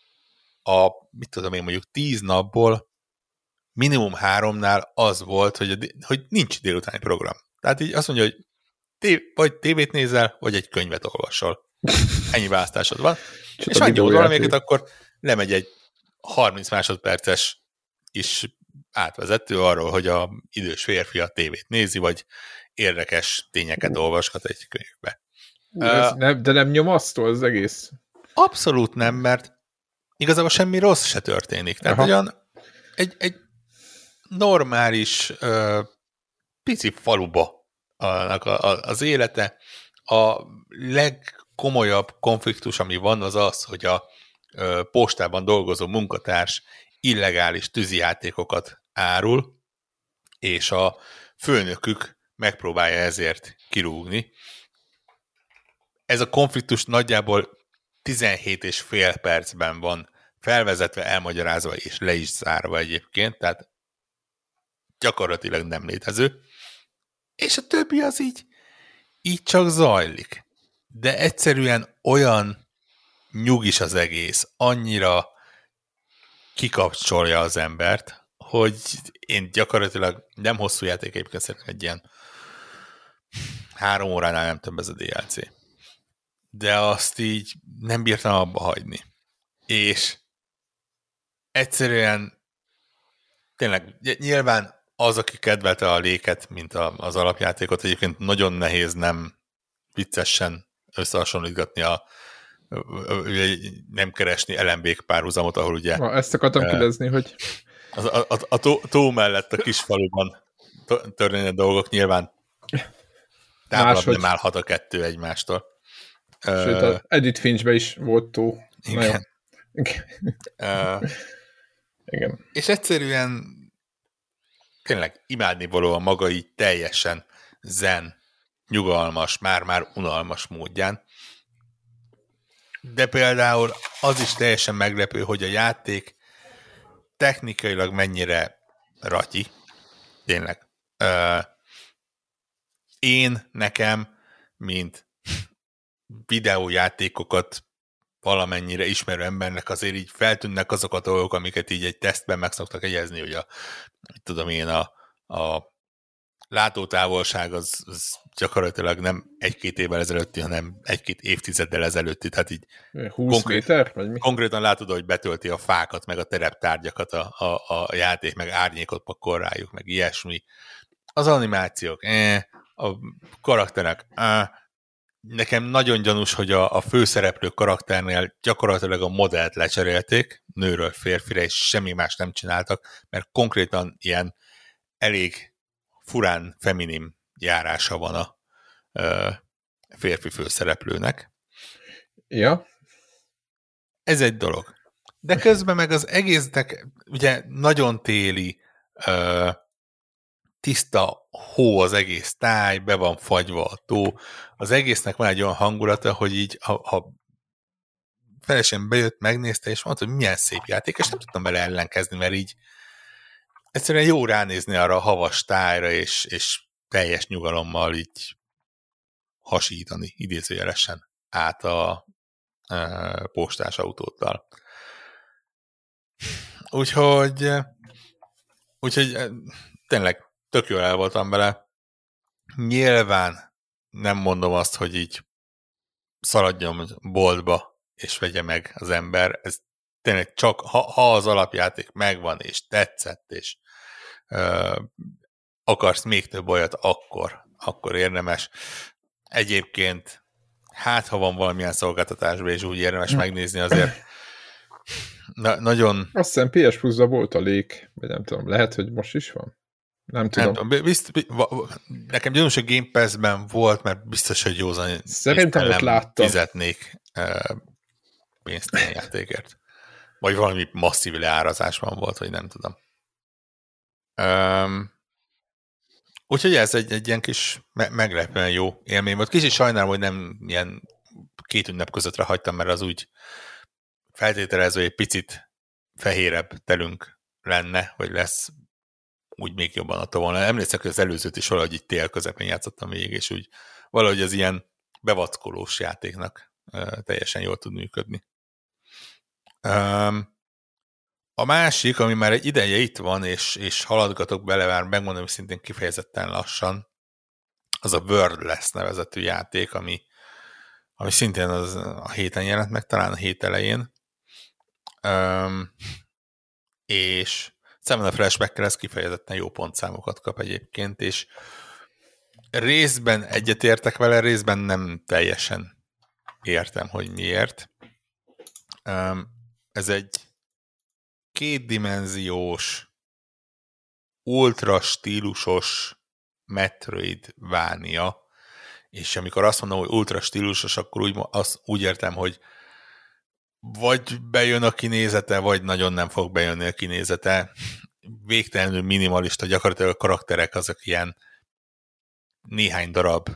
mit tudom én, mondjuk 10 napból minimum 3-nál az volt, hogy nincs délutáni program. Tehát így azt mondja, hogy vagy tévét nézel, vagy egy könyvet olvasol. Ennyi választásod van. És annyi valamiket akkor lemegy egy 30 másodperces kis átvezető arról, hogy a idős férfi a tévét nézi, vagy érdekes tényeket olvashat egy könyvbe. De nem nyomasztó az egész? Abszolút nem, mert igazából semmi rossz se történik. Tehát olyan egy normális pici faluba az élete. A legkomolyabb konfliktus, ami van, az az, hogy a postában dolgozó munkatárs illegális tűzijátékokat árul, és a főnökük megpróbálja ezért kirúgni. Ez a konfliktus nagyjából 17,5 percben van felvezetve, elmagyarázva és le is zárva egyébként, tehát gyakorlatilag nem létező. És a többi az így csak zajlik. De egyszerűen olyan nyugis az egész, annyira kikapcsolja az embert, hogy én gyakorlatilag nem hosszú játék, egyébként szerintem egy ilyen 3 óránál nem több ez a DLC. De azt így nem bírtam abba hagyni. És egyszerűen tényleg nyilván az, aki kedvelte a Léket, mint az alapjátékot, egyébként nagyon nehéz nem viccesen összehasonlítgatni nem keresni LMB-k párhuzamot, ahol ugye... Ezt akartam kérdezni, hogy... A tó mellett a kis faluban történő dolgok nyilván távolabb nem állhat a kettő egymástól. Sőt, az Edith Finchben is volt tó. Igen. Igen. És egyszerűen tényleg imádnivaló a maga így teljesen zen, nyugalmas, már-már unalmas módján. De például az is teljesen meglepő, hogy a játék technikailag mennyire ratyi. Tényleg. Nekem, mint videójátékokat valamennyire ismerő embernek azért így feltűnnek azok a dolgok, amiket így egy tesztben meg szoktak jegyezni, hogy a látótávolság az gyakorlatilag nem 1-2 évvel ezelőtti, hanem 1-2 évtizeddel ezelőtti. Tehát így 20 méter? Vagy mi? Konkrétan látod, hogy betölti a fákat, meg a tereptárgyakat a játék, meg árnyékot pakol rájuk, meg ilyesmi. Az animációk, a karakterek, nekem nagyon gyanús, hogy a főszereplő karakternél gyakorlatilag a modellt lecserélték, nőről férfire, és semmi más nem csináltak, mert konkrétan ilyen elég furán feminin járása van a férfi főszereplőnek. Ja. Ez egy dolog. De közben meg az egésznek ugye nagyon téli, tiszta hó az egész táj, be van fagyva a tó. Az egésznek van egy olyan hangulata, hogy így, ha felesen bejött, megnézte, és mondta, hogy milyen szép játék, és nem tudtam vele ellenkezni, mert így egyszerűen jó ránézni arra a havas tájra, és teljes nyugalommal így hasítani, idézőjelesen át a postás autóddal. Úgyhogy tényleg tök jól el voltam vele. Nyilván nem mondom azt, hogy így szaladjon boltba, és vegye meg az ember. Ez tényleg csak, ha az alapjáték megvan, és tetszett, és akarsz még több olyat, akkor érdemes. Egyébként, hát ha van valamilyen szolgáltatásban, és úgy érdemes megnézni, azért nagyon... Azt hiszem PS Plus-ban volt a Lake, vagy nem tudom, lehet, hogy most is van? Nem tudom. Nekem gyanús, hogy Game Pass-ben volt, mert biztos, hogy józan szerintem ott láttam. Fizetnék pénzt a játékért. Vagy valami masszív leárazásban volt, hogy nem tudom. Úgyhogy ez egy ilyen kis meglepően jó élmény volt. Kicsit sajnálom, hogy nem ilyen 2 ünnep közöttre hagytam, mert az úgy feltételező, egy picit fehérebb telünk lenne, vagy lesz, úgy még jobban adta volna. Emlékszem, hogy az előzőt is valahogy így tél közepén játszottam végig, és úgy valahogy az ilyen bevackolós játéknak teljesen jól tud működni. A másik, ami már egy ideje itt van, és haladgatok bele, már megmondom szintén kifejezetten lassan, az a Wordless nevezetű játék, ami szintén az a héten jelent meg, talán a hét elején. És szemben a Flashback-kel ez kifejezetten jó pontszámokat kap egyébként, és részben egyetértek vele, részben nem teljesen értem, hogy miért. Ez egy 2-dimenziós, ultra stílusos Metroidvania, és amikor azt mondom, hogy ultra stílusos, akkor úgy értem, hogy vagy bejön a kinézete, vagy nagyon nem fog bejönni a kinézete. Végtelenül minimalista, gyakorlatilag a karakterek azok ilyen néhány darab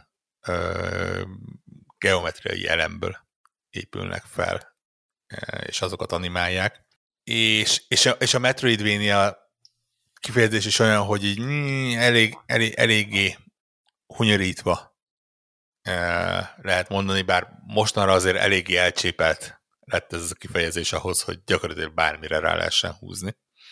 geometriai elemből épülnek fel, és azokat animálják. És a Metroidvania kifejezés is olyan, hogy így eléggé hunyorítva lehet mondani, bár mostanra azért eléggé elcsépelt lett ez a kifejezés ahhoz, hogy gyakorlatilag bármire rá lehessen húzni.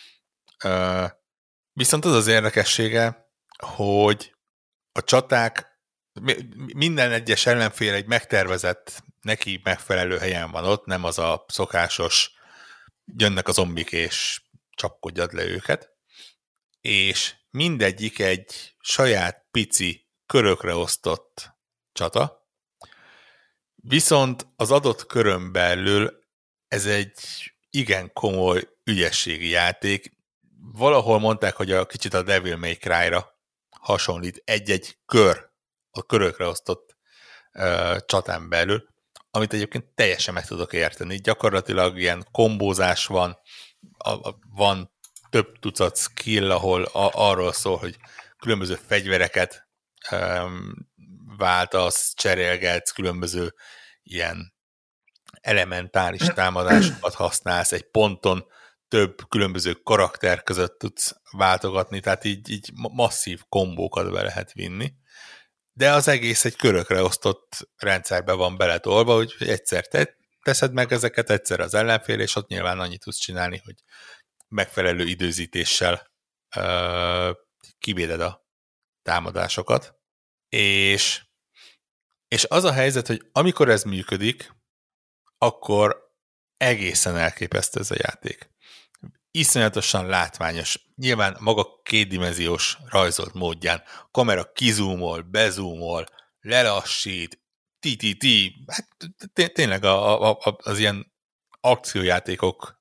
Viszont az az érdekessége, hogy a csaták, minden egyes ellenfél egy megtervezett, neki megfelelő helyen van ott, nem az a szokásos, jönnek a zombik és csapkodjad le őket, és mindegyik egy saját pici körökre osztott csata, viszont az adott körön belül ez egy igen komoly ügyességi játék. Valahol mondták, hogy kicsit a Devil May Cry-ra hasonlít egy-egy kör, a körökre osztott csatán belül, amit egyébként teljesen meg tudok érteni. Gyakorlatilag ilyen kombózás van, van több tucat skill, ahol arról szól, hogy különböző fegyvereket váltasz, cserélgetsz, különböző ilyen elementáris támadásokat használsz, egy ponton több különböző karakter között tudsz váltogatni, tehát így masszív kombókat be lehet vinni. De az egész egy körökre osztott rendszerbe van beletolva, hogy egyszer te teszed meg ezeket, egyszer az ellenfél, és ott nyilván annyit tudsz csinálni, hogy megfelelő időzítéssel kivéded a támadásokat. És az a helyzet, hogy amikor ez működik, akkor egészen elképesztő ez a játék. Iszonyatosan látványos. Nyilván maga 2-dimenziós rajzolt módján. A kamera kizúmol, bezúmol, lelassít, hát tényleg az ilyen akciójátékokba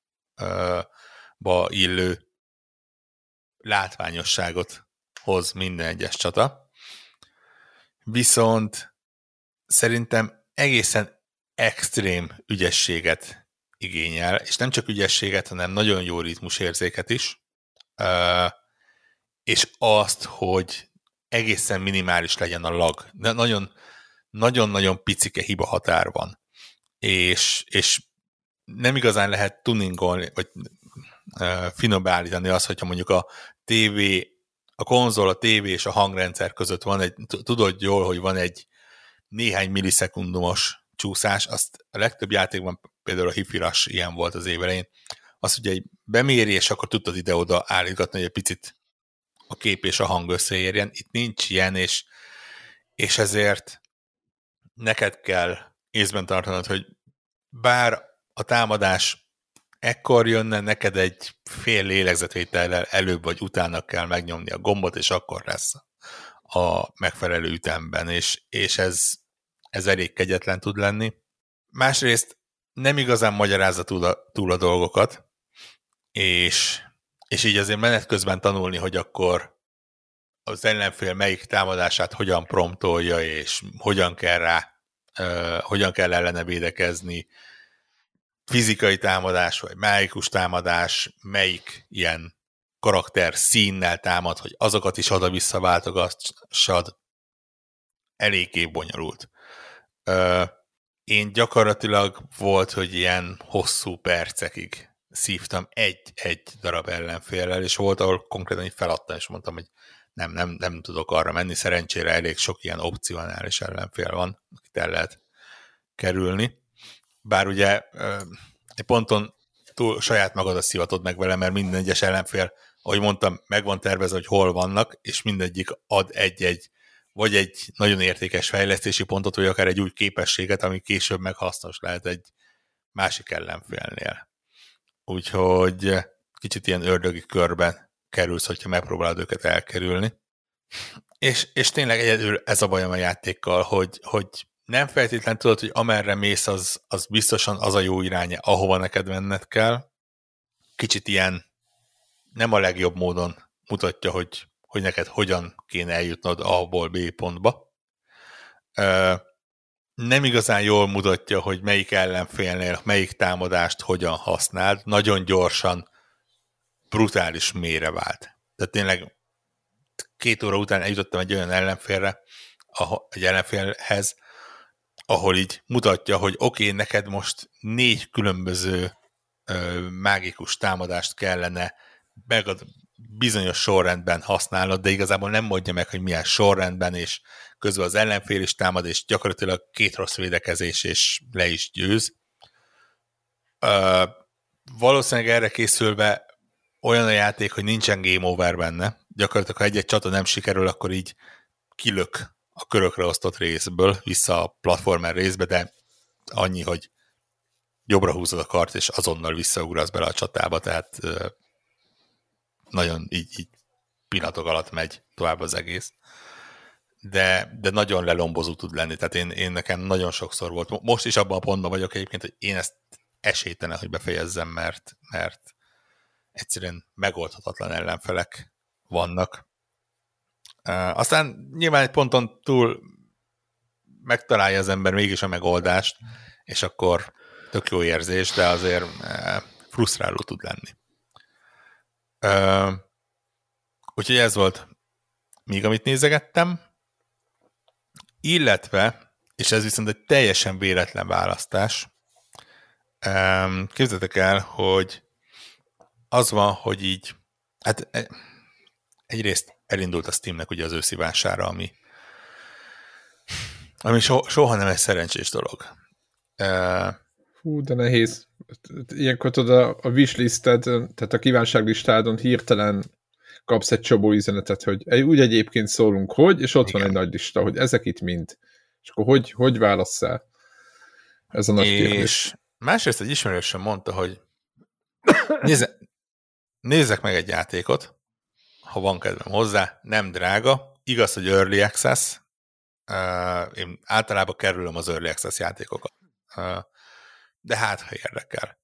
illő látványosságot hoz minden egyes csata. Viszont szerintem egészen extrém ügyességet igényel, és nem csak ügyességet, hanem nagyon jó ritmusérzéket is, és azt, hogy egészen minimális legyen a lag. De nagyon-nagyon picike hiba határ van. És nem igazán lehet tuningolni, vagy finombe állítani azt, hogyha mondjuk a a konzol, a tévé és a hangrendszer között van egy, tudod jól, hogy van egy néhány millisekundumos csúszás, azt a legtöbb játékban, például a Hi-Fi Rush ilyen volt az év elején, azt ugye beméri, és akkor tudod ide-oda állítgatni, hogy egy picit a kép és a hang összeérjen. Itt nincs ilyen, és ezért neked kell észben tartanod, hogy bár a támadás ekkor jönne, neked egy fél lélegzetvétellel előbb vagy utána kell megnyomni a gombot, és akkor lesz a megfelelő ütemben, és ez elég kegyetlen tud lenni. Másrészt nem igazán magyarázza túl a dolgokat, és így azért menet közben tanulni, hogy akkor az ellenfél melyik támadását hogyan promptolja, és hogyan kell ellene védekezni, fizikai támadás, vagy mágikus támadás, melyik ilyen karakter színnel támad, hogy azokat is oda-vissza váltogassad, eléggé bonyolult. Én gyakorlatilag volt, hogy ilyen hosszú percekig szívtam egy darab ellenféllel, és volt, ahol konkrétan így feladtam, és mondtam, hogy nem tudok arra menni, szerencsére elég sok ilyen opcionális ellenfél van, akit el lehet kerülni. Bár ugye egy ponton túl saját magadat szivatod meg vele, mert minden egyes ellenfél, ahogy mondtam, meg van tervezve, hogy hol vannak, és mindegyik ad vagy egy nagyon értékes fejlesztési pontot, vagy akár egy új képességet, ami később meg hasznos lehet egy másik ellenfélnél. Úgyhogy kicsit ilyen ördögi körben kerülsz, hogyha megpróbálod őket elkerülni. És tényleg egyedül ez a bajom a játékkal, hogy nem feltétlenül tudod, hogy amerre mész, az biztosan az a jó irány, ahova neked menned kell. Kicsit ilyen nem a legjobb módon mutatja, hogy neked hogyan kéne eljutnod A-ból B pontba. Nem igazán jól mutatja, hogy melyik ellenfélnél, melyik támadást hogyan használd. Nagyon gyorsan, brutális mélyre vált. Tehát tényleg 2 óra után eljutottam egy olyan ellenfélhez, ahol így mutatja, hogy oké, neked most 4 különböző mágikus támadást kellene bizonyos sorrendben használod, de igazából nem mondja meg, hogy milyen sorrendben, és közben az ellenfél is támad, és gyakorlatilag 2 rossz védekezés, és le is győz. Valószínűleg erre készülve olyan a játék, hogy nincsen game over benne. Gyakorlatilag, ha egy-egy csata nem sikerül, akkor így kilök a körökre osztott részből vissza a platformer részbe, de annyi, hogy jobbra húzod a kart, és azonnal visszaugrasz bele a csatába, tehát nagyon így pillanatok alatt megy tovább az egész. De nagyon lelombozó tud lenni, tehát én nekem nagyon sokszor volt. Most is abban a pontban vagyok egyébként, hogy én ezt esélytelen, hogy befejezzem, mert egyszerűen megoldhatatlan ellenfelek vannak. Aztán nyilván egy ponton túl megtalálja az ember mégis a megoldást, és akkor tök jó érzés, de azért frusztráló tud lenni. Úgyhogy ez volt még, amit nézegettem. Illetve, és ez viszont egy teljesen véletlen választás, képzeljétek el, hogy az van, hogy így, hát egyrészt elindult a Steamnek ugye az őszi vására, ami soha nem egy szerencsés dolog. Hú, de nehéz. Ilyenkor tudod a wishlisted, tehát a kívánságlistádon hirtelen kapsz egy csomó üzenetet, hogy úgy egyébként szólunk, hogy, és ott igen, van egy nagy lista, hogy ezek itt mind. És akkor hogy válasszál? Ez a nagy kérdés. És másrészt egy ismerősöm mondta, hogy nézzek meg egy játékot, ha van kedvem hozzá, nem drága, igaz, hogy Early Access, én általában kerülöm az Early Access játékokat, de hát, ha érdekel.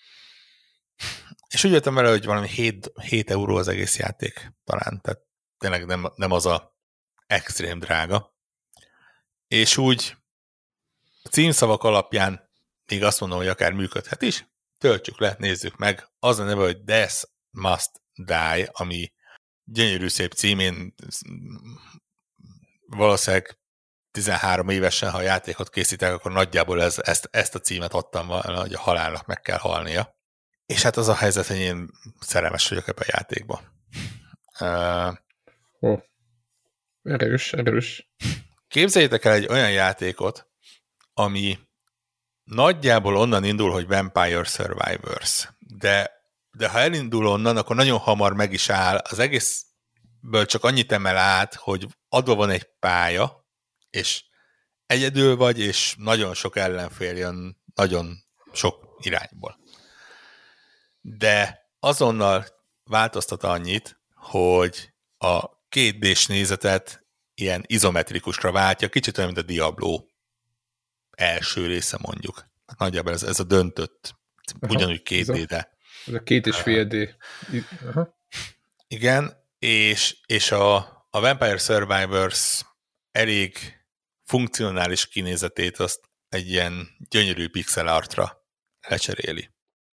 És úgy jöttem vele, hogy valami 7 euró az egész játék talán, tehát tényleg nem az a extrém drága. És úgy a címszavak alapján még azt mondom, hogy akár működhet is, töltsük le, nézzük meg. Az a neve, hogy Death Must Die, ami gyönyörű szép cím, én valószínűleg 13 évesen, ha a játékot készítek, akkor nagyjából ezt a címet adtam volna, hogy a halálnak meg kell halnia. És hát az a helyzet, hogy én szerelmes vagyok ebben a játékban. Erős. Képzeljétek el egy olyan játékot, ami nagyjából onnan indul, hogy Vampire Survivors, de ha elindul onnan, akkor nagyon hamar meg is áll. Az egészből csak annyit emel át, hogy adva van egy pálya, és egyedül vagy, és nagyon sok ellenfél jön nagyon sok irányból. De azonnal változtat annyit, hogy a 2D-s nézetet ilyen izometrikusra váltja, kicsit olyan, mint a Diablo első része mondjuk. Nagyjából ez a döntött, ugyanúgy 2D, de... Ez a 2,5D. Igen, és a Vampire Survivors elég funkcionális kinézetét azt egy ilyen gyönyörű pixel artra lecseréli.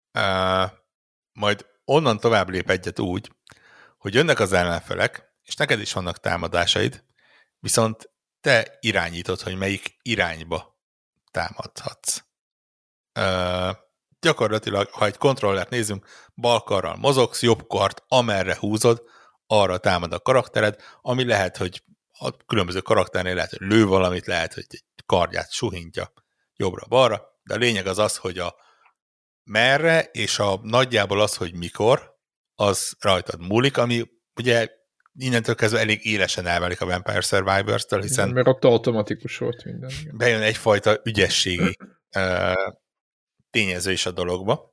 Majd onnan tovább lép egyet úgy, hogy jönnek az ellenfelek, és neked is vannak támadásaid, viszont te irányítod, hogy melyik irányba támadhatsz. Gyakorlatilag, ha egy kontrollert nézzünk, bal karral mozogsz, jobb kart, amerre húzod, arra támad a karaktered, ami lehet, hogy a különböző karakternél lehet, hogy lő valamit, lehet, hogy egy kardját suhintja jobbra-balra, de a lényeg az, hogy a merre, és a nagyjából az, hogy mikor, az rajtad múlik, ami ugye innentől kezdve elég élesen elválik a Vampire Survivors-től, hiszen igen, mert ott automatikus volt minden. Bejön egyfajta ügyességi tényező is a dologba.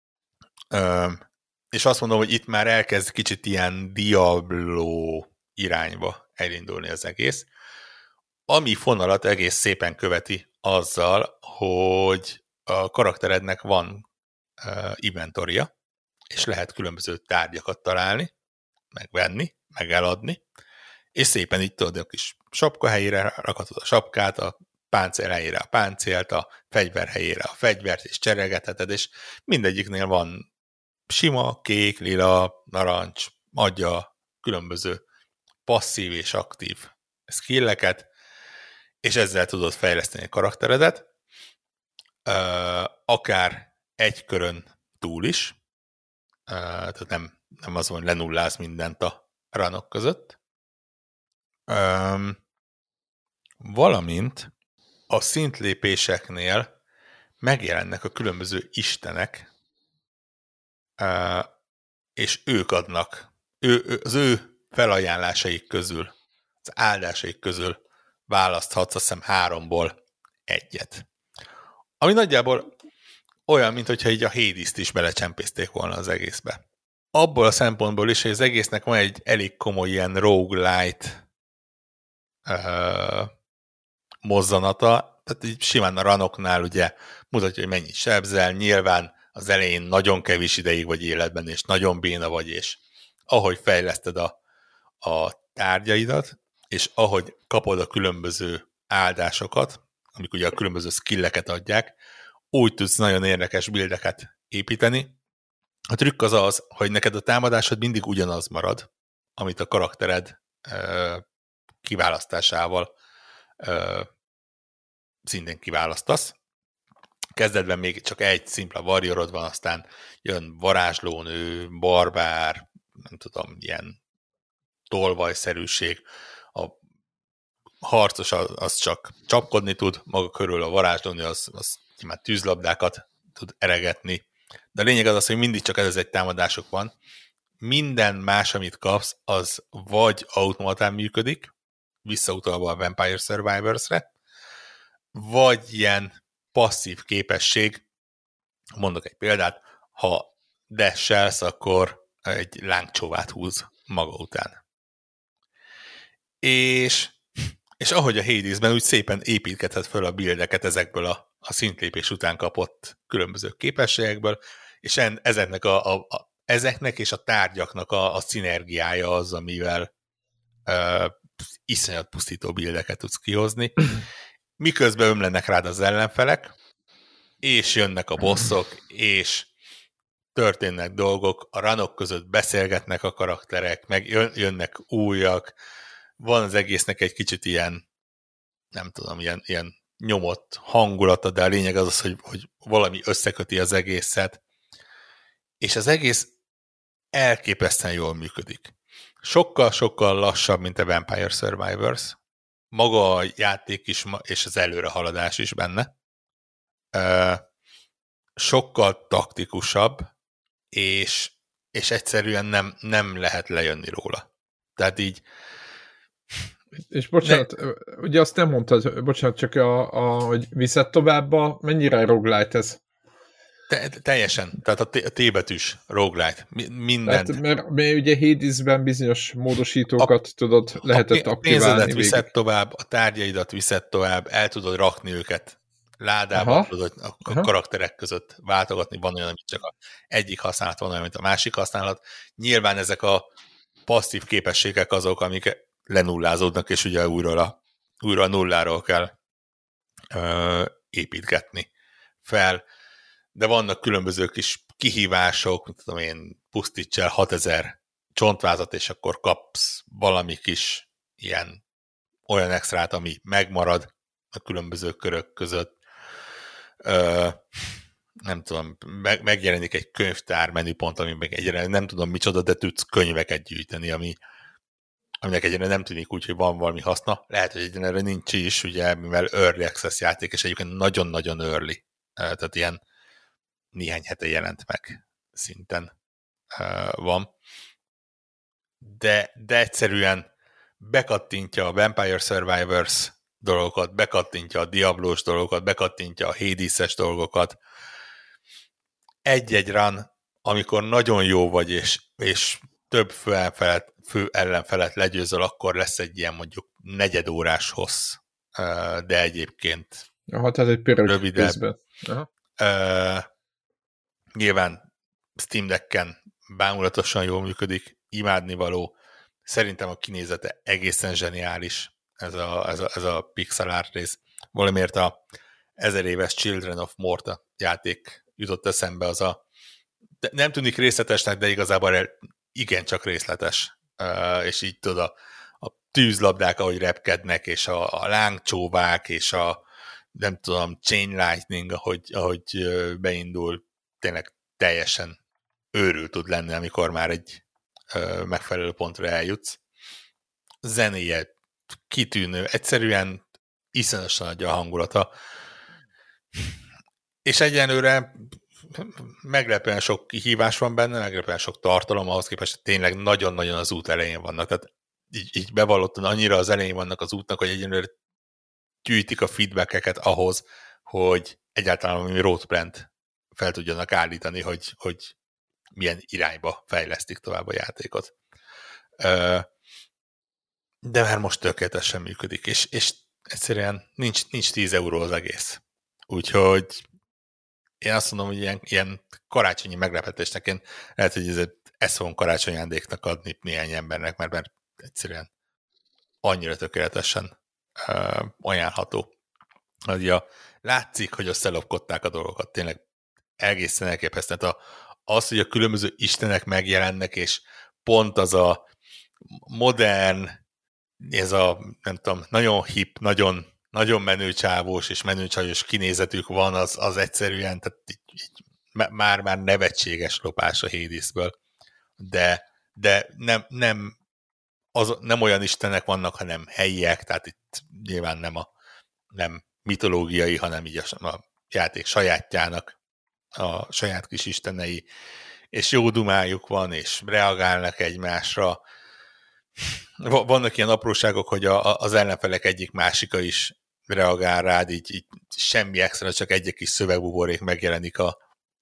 És azt mondom, hogy itt már elkezd kicsit ilyen Diablo irányba elindulni az egész, ami fonalat egész szépen követi azzal, hogy a karakterednek van inventoria, és lehet különböző tárgyakat találni, megvenni, meg eladni, és szépen így tudod, a kis sapka helyére rakhatod a sapkát, a páncél helyére a páncélt, a fegyver helyére a fegyvert, és cseregetheted, és mindegyiknél van sima, kék, lila, narancs, adja különböző passzív és aktív skilleket, és ezzel tudod fejleszteni a karakteredet, akár egy körön túl is, tehát nem az, hogy lenulláz mindent a runok között, valamint a szintlépéseknél megjelennek a különböző istenek, és ők adnak, az ő felajánlásaik közül, az áldásaik közül választhatsz, azt hiszem 3-ból 1-et. Ami nagyjából olyan, mintha így a Hades-t is belecsempészték volna az egészbe. Abból a szempontból is, hogy az egésznek van egy elég komoly ilyen roguelite mozzanata, tehát így simán a ranoknál ugye mutatja, hogy mennyit sebzel, nyilván az elején nagyon kevés ideig vagy életben, és nagyon béna vagy, és ahogy fejleszted a tárgyaidat, és ahogy kapod a különböző áldásokat, amik ugye a különböző skilleket adják, úgy tudsz nagyon érdekes buildeket építeni. A trükk az, hogy neked a támadásod mindig ugyanaz marad, amit a karaktered kiválasztásával szintén kiválasztasz. Kezdetben még csak egy szimpla warriorod van, aztán jön varázslónő, barbár, nem tudom, ilyen tolvajszerűség. A harcos az csak csapkodni tud, maga körül a varázslónő az már tűzlabdákat tud eregetni. De a lényeg az, hogy mindig csak ez egy támadások van. Minden más, amit kapsz, az vagy automatán működik, visszautalva a Vampire Survivors-re, vagy ilyen passzív képesség. Mondok egy példát, ha dashelsz, akkor egy lángcsóvát húz maga után. És ahogy a Hadesben úgy szépen építkedhet föl a buildeket ezekből a szintlépés után kapott különböző képességekből, és ezeknek és a tárgyaknak a szinergiája az, amivel iszonyat pusztító buildeket tudsz kihozni. Miközben ömlenek rád az ellenfelek, és jönnek a bosszok, és történnek dolgok, a runok között beszélgetnek a karakterek, meg jönnek újak, van az egésznek egy kicsit ilyen, nem tudom, ilyen nyomott hangulata, de a lényeg az, hogy valami összeköti az egészet, és az egész elképesztően jól működik. sokkal-sokkal lassabb, mint a Vampire Survivors. Maga a játék is, és az előrehaladás is benne. Sokkal taktikusabb, és egyszerűen nem lehet lejönni róla. Tehát így... És bocsánat, ugye azt nem mondtad, bocsánat, csak hogy viszed tovább, mennyire roguelite ez? Teljesen. Tehát a T-betűs roguelite. Mindent. Tehát, mert ugye Hadesben bizonyos módosítókat lehetett aktiválni. A pénzedet viszed tovább, a tárgyaidat viszed tovább, el tudod rakni őket ládába, tudod a karakterek között váltogatni, van olyan, amit csak egyik használat, van olyan, mint a másik használat. Nyilván ezek a passzív képességek azok, amik lenullázódnak, és ugye újra a nulláról kell építgetni fel. De vannak különböző kis kihívások, mint tudom én, pusztíts el 6000 csontvázat, és akkor kapsz valami kis ilyen olyan extrát, ami megmarad a különböző körök között. Nem tudom, megjelenik egy könyvtár menüpont, ami meg egyre nem tudom micsoda, de tudsz könyveket gyűjteni, aminek egyre nem tűnik úgy, hogy van valami haszna. Lehet, hogy egyenlőre nincs is, ugye, mivel early access játék, és egyébként nagyon-nagyon early. Tehát ilyen néhány hete jelent meg szinten van. De egyszerűen bekattintja a Vampire Survivors dolgokat, bekattintja a Diablos dolgokat, bekattintja a Hades-es dolgokat. Egy-egy run, amikor nagyon jó vagy, és több fő ellenfelet legyőzöl, akkor lesz egy ilyen mondjuk negyedórás hossz, de egyébként tehát egy rövidebb. Nyilván Steam Decken bámulatosan jól működik, imádnivaló. Szerintem a kinézete egészen zseniális, ez a pixel art rész. Valamiért a 1000 éves Children of Morta játék jutott eszembe, nem tűnik részletesnek, de igazából igencsak részletes. És így tudod, a tűzlabdák, ahogy repkednek, és a lángcsóvák, és a nem tudom, chain lightning, ahogy beindul, tényleg teljesen őrült tud lenni, amikor már egy megfelelő pontra eljutsz. Zenéje kitűnő, egyszerűen iszonyatosan adja a hangulata. És egyenlőre meglepően sok kihívás van benne, meglepően sok tartalom, ahhoz képest, hogy tényleg nagyon-nagyon az út elején vannak. Tehát így bevallottan annyira az elején vannak az útnak, hogy egyenlőre gyűjtik a feedbackeket ahhoz, hogy egyáltalán valami roadplant fel tudjanak állítani, hogy milyen irányba fejlesztik tovább a játékot. De már most tökéletesen működik, és egyszerűen nincs 10 euró az egész. Úgyhogy én azt mondom, hogy ilyen karácsonyi meglepetésnek én lehet, hogy ezt fogom karácsonyi ajándéknak adni néhány embernek, mert egyszerűen annyira tökéletesen ajánlható. Látszik, hogy összelopkodták a dolgokat, tényleg egészen elképesztő. Az, hogy a különböző istenek megjelennek, és pont az a modern, ez a, nem tudom, nagyon hip, nagyon menőcsávós és menőcsajos kinézetük van, az egyszerűen, tehát így már nevetséges lopás a Hadesből. De nem olyan istenek vannak, hanem helyiek, tehát itt nyilván nem mitológiai, hanem így a játék sajátjának a saját kis istenei, és jó dumájuk van, és reagálnak egymásra. Vannak ilyen apróságok, hogy az ellenfelek egyik másika is reagál rád, így semmi extra, csak egy kis szövegbuborék megjelenik a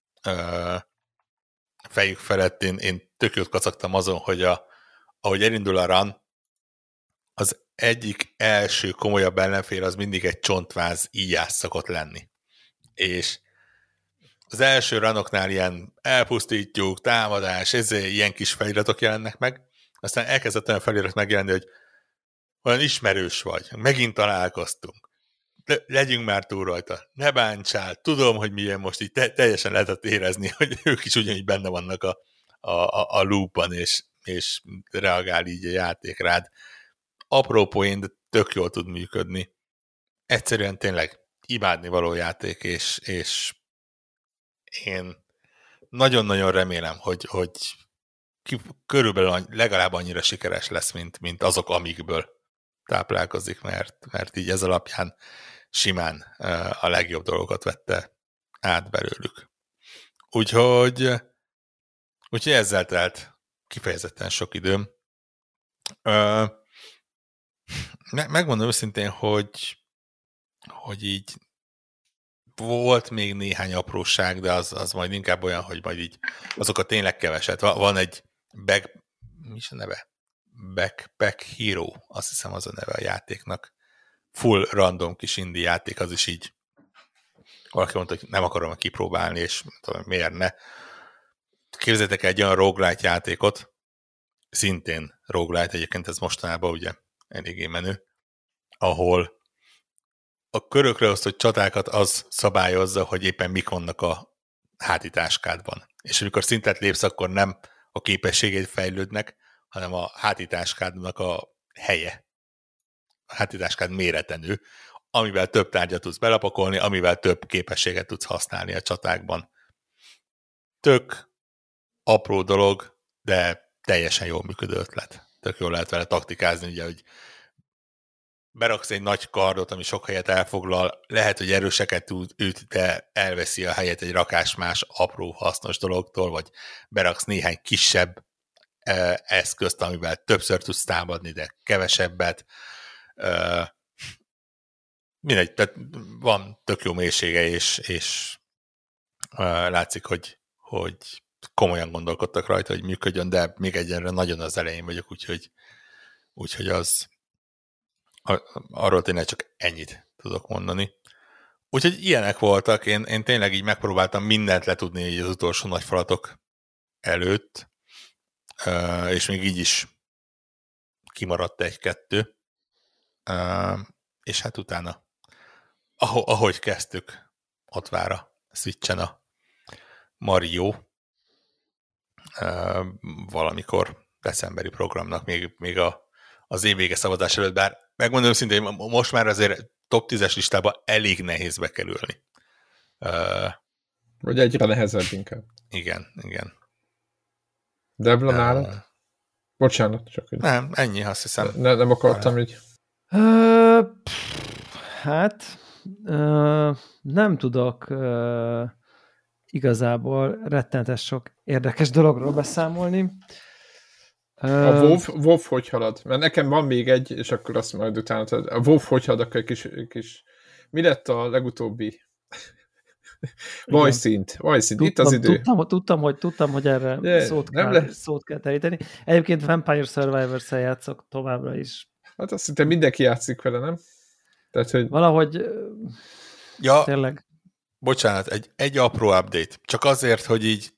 fejük felett. Én tök jót kacagtam azon, hogy ahogy elindul a run, az egyik első komolyabb ellenfél az mindig egy csontváz íjász szokott lenni. És az első runoknál ilyen elpusztítjuk, támadás, ilyen kis feliratok jelennek meg, aztán elkezdett olyan felirat megjelenni, hogy olyan ismerős vagy, megint találkoztunk, legyünk már túl rajta, ne bántsál, tudom, hogy milyen most, így teljesen lehetett érezni, hogy ők is ugyanígy benne vannak a loopban, és reagál így a játék rád. Apró poén, de tök jól tud működni. Egyszerűen tényleg imádnivaló játék, és én nagyon-nagyon remélem, hogy körülbelül legalább annyira sikeres lesz, mint azok, amikből táplálkozik, mert így ez alapján simán a legjobb dolgokat vette át belőlük. Úgyhogy ezzel telt kifejezetten sok időm. Megmondom őszintén, hogy így volt még néhány apróság, de az majd inkább olyan, hogy majd így azokat tényleg keveset. Van egy mi is a neve? Backpack Hero, azt hiszem az a neve a játéknak. Full random kis indie játék, az is így valaki mondta, hogy nem akarom kipróbálni, és tudom, miért ne. Képzeljétek egy olyan roguelite játékot, szintén roguelite, egyébként ez mostanában ugye eléggé menő, ahol a körökre osztott csatákat az szabályozza, hogy éppen mik vannak a hátitáskádban. És amikor szintet lépsz, akkor nem a képességét fejlődnek, hanem a hátitáskádnak a helye. A hátitáskád mérete nő, amivel több tárgyat tudsz belapakolni, amivel több képességet tudsz használni a csatákban. Tök apró dolog, de teljesen jól működő ötlet. Tök jól lehet vele taktikázni, ugye, hogy beraksz egy nagy kardot, ami sok helyet elfoglal, lehet, hogy erőseket tud üt, de elveszi a helyet egy rakás más apró hasznos dologtól, vagy beraksz néhány kisebb eszközt, amivel többször tudsz támadni, de kevesebbet. Mindegy, tehát van tök jó mélysége, és látszik, hogy komolyan gondolkodtak rajta, hogy működjön, de még egyenre nagyon az elején vagyok, úgyhogy arról tényleg csak ennyit tudok mondani. Úgyhogy ilyenek voltak, én tényleg így megpróbáltam mindent letudni így az utolsó nagy falatok előtt, és még így is kimaradt egy-kettő, és hát utána, ahogy kezdtük, ott vár a Switchen a Mario, valamikor decemberi programnak, még az évvége szavazás előtt, bár megmondom szintén, most már azért top 10-es listába elég nehéz bekerülni. Vagy egyre nehezebb inkább. Igen. Debla nálad? Bocsánat, csak hogy... Nem, ennyi, azt hiszem. Nem akartam így. Nem tudok igazából rettenetes sok érdekes dologról beszámolni. A WoW hogy halad? Mert nekem van még egy, és akkor azt majd utána... A WoW hogy halad, akkor kis... Mi lett a legutóbbi... Vajszint. Itt az idő. Tudtam, hogy erre szót kell teríteni. Egyébként Vampire Survivors-szel játszok továbbra is. Hát azt hiszem mindenki játszik vele, nem? Tehát, hogy... Valahogy tényleg... Bocsánat, egy apró update. Csak azért, hogy így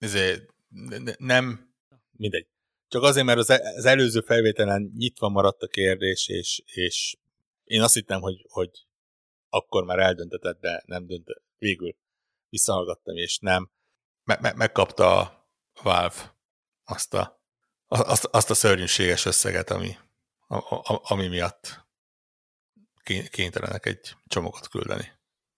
nem... Mindegy. Csak azért, mert az előző felvételen nyitva maradt a kérdés, és én azt hittem, hogy akkor már eldöntetett, de nem döntött. Végül visszahallgattam, és nem. Megkapta a Valve azt a szörnyűséges összeget, ami miatt kénytelenek egy csomagot küldeni.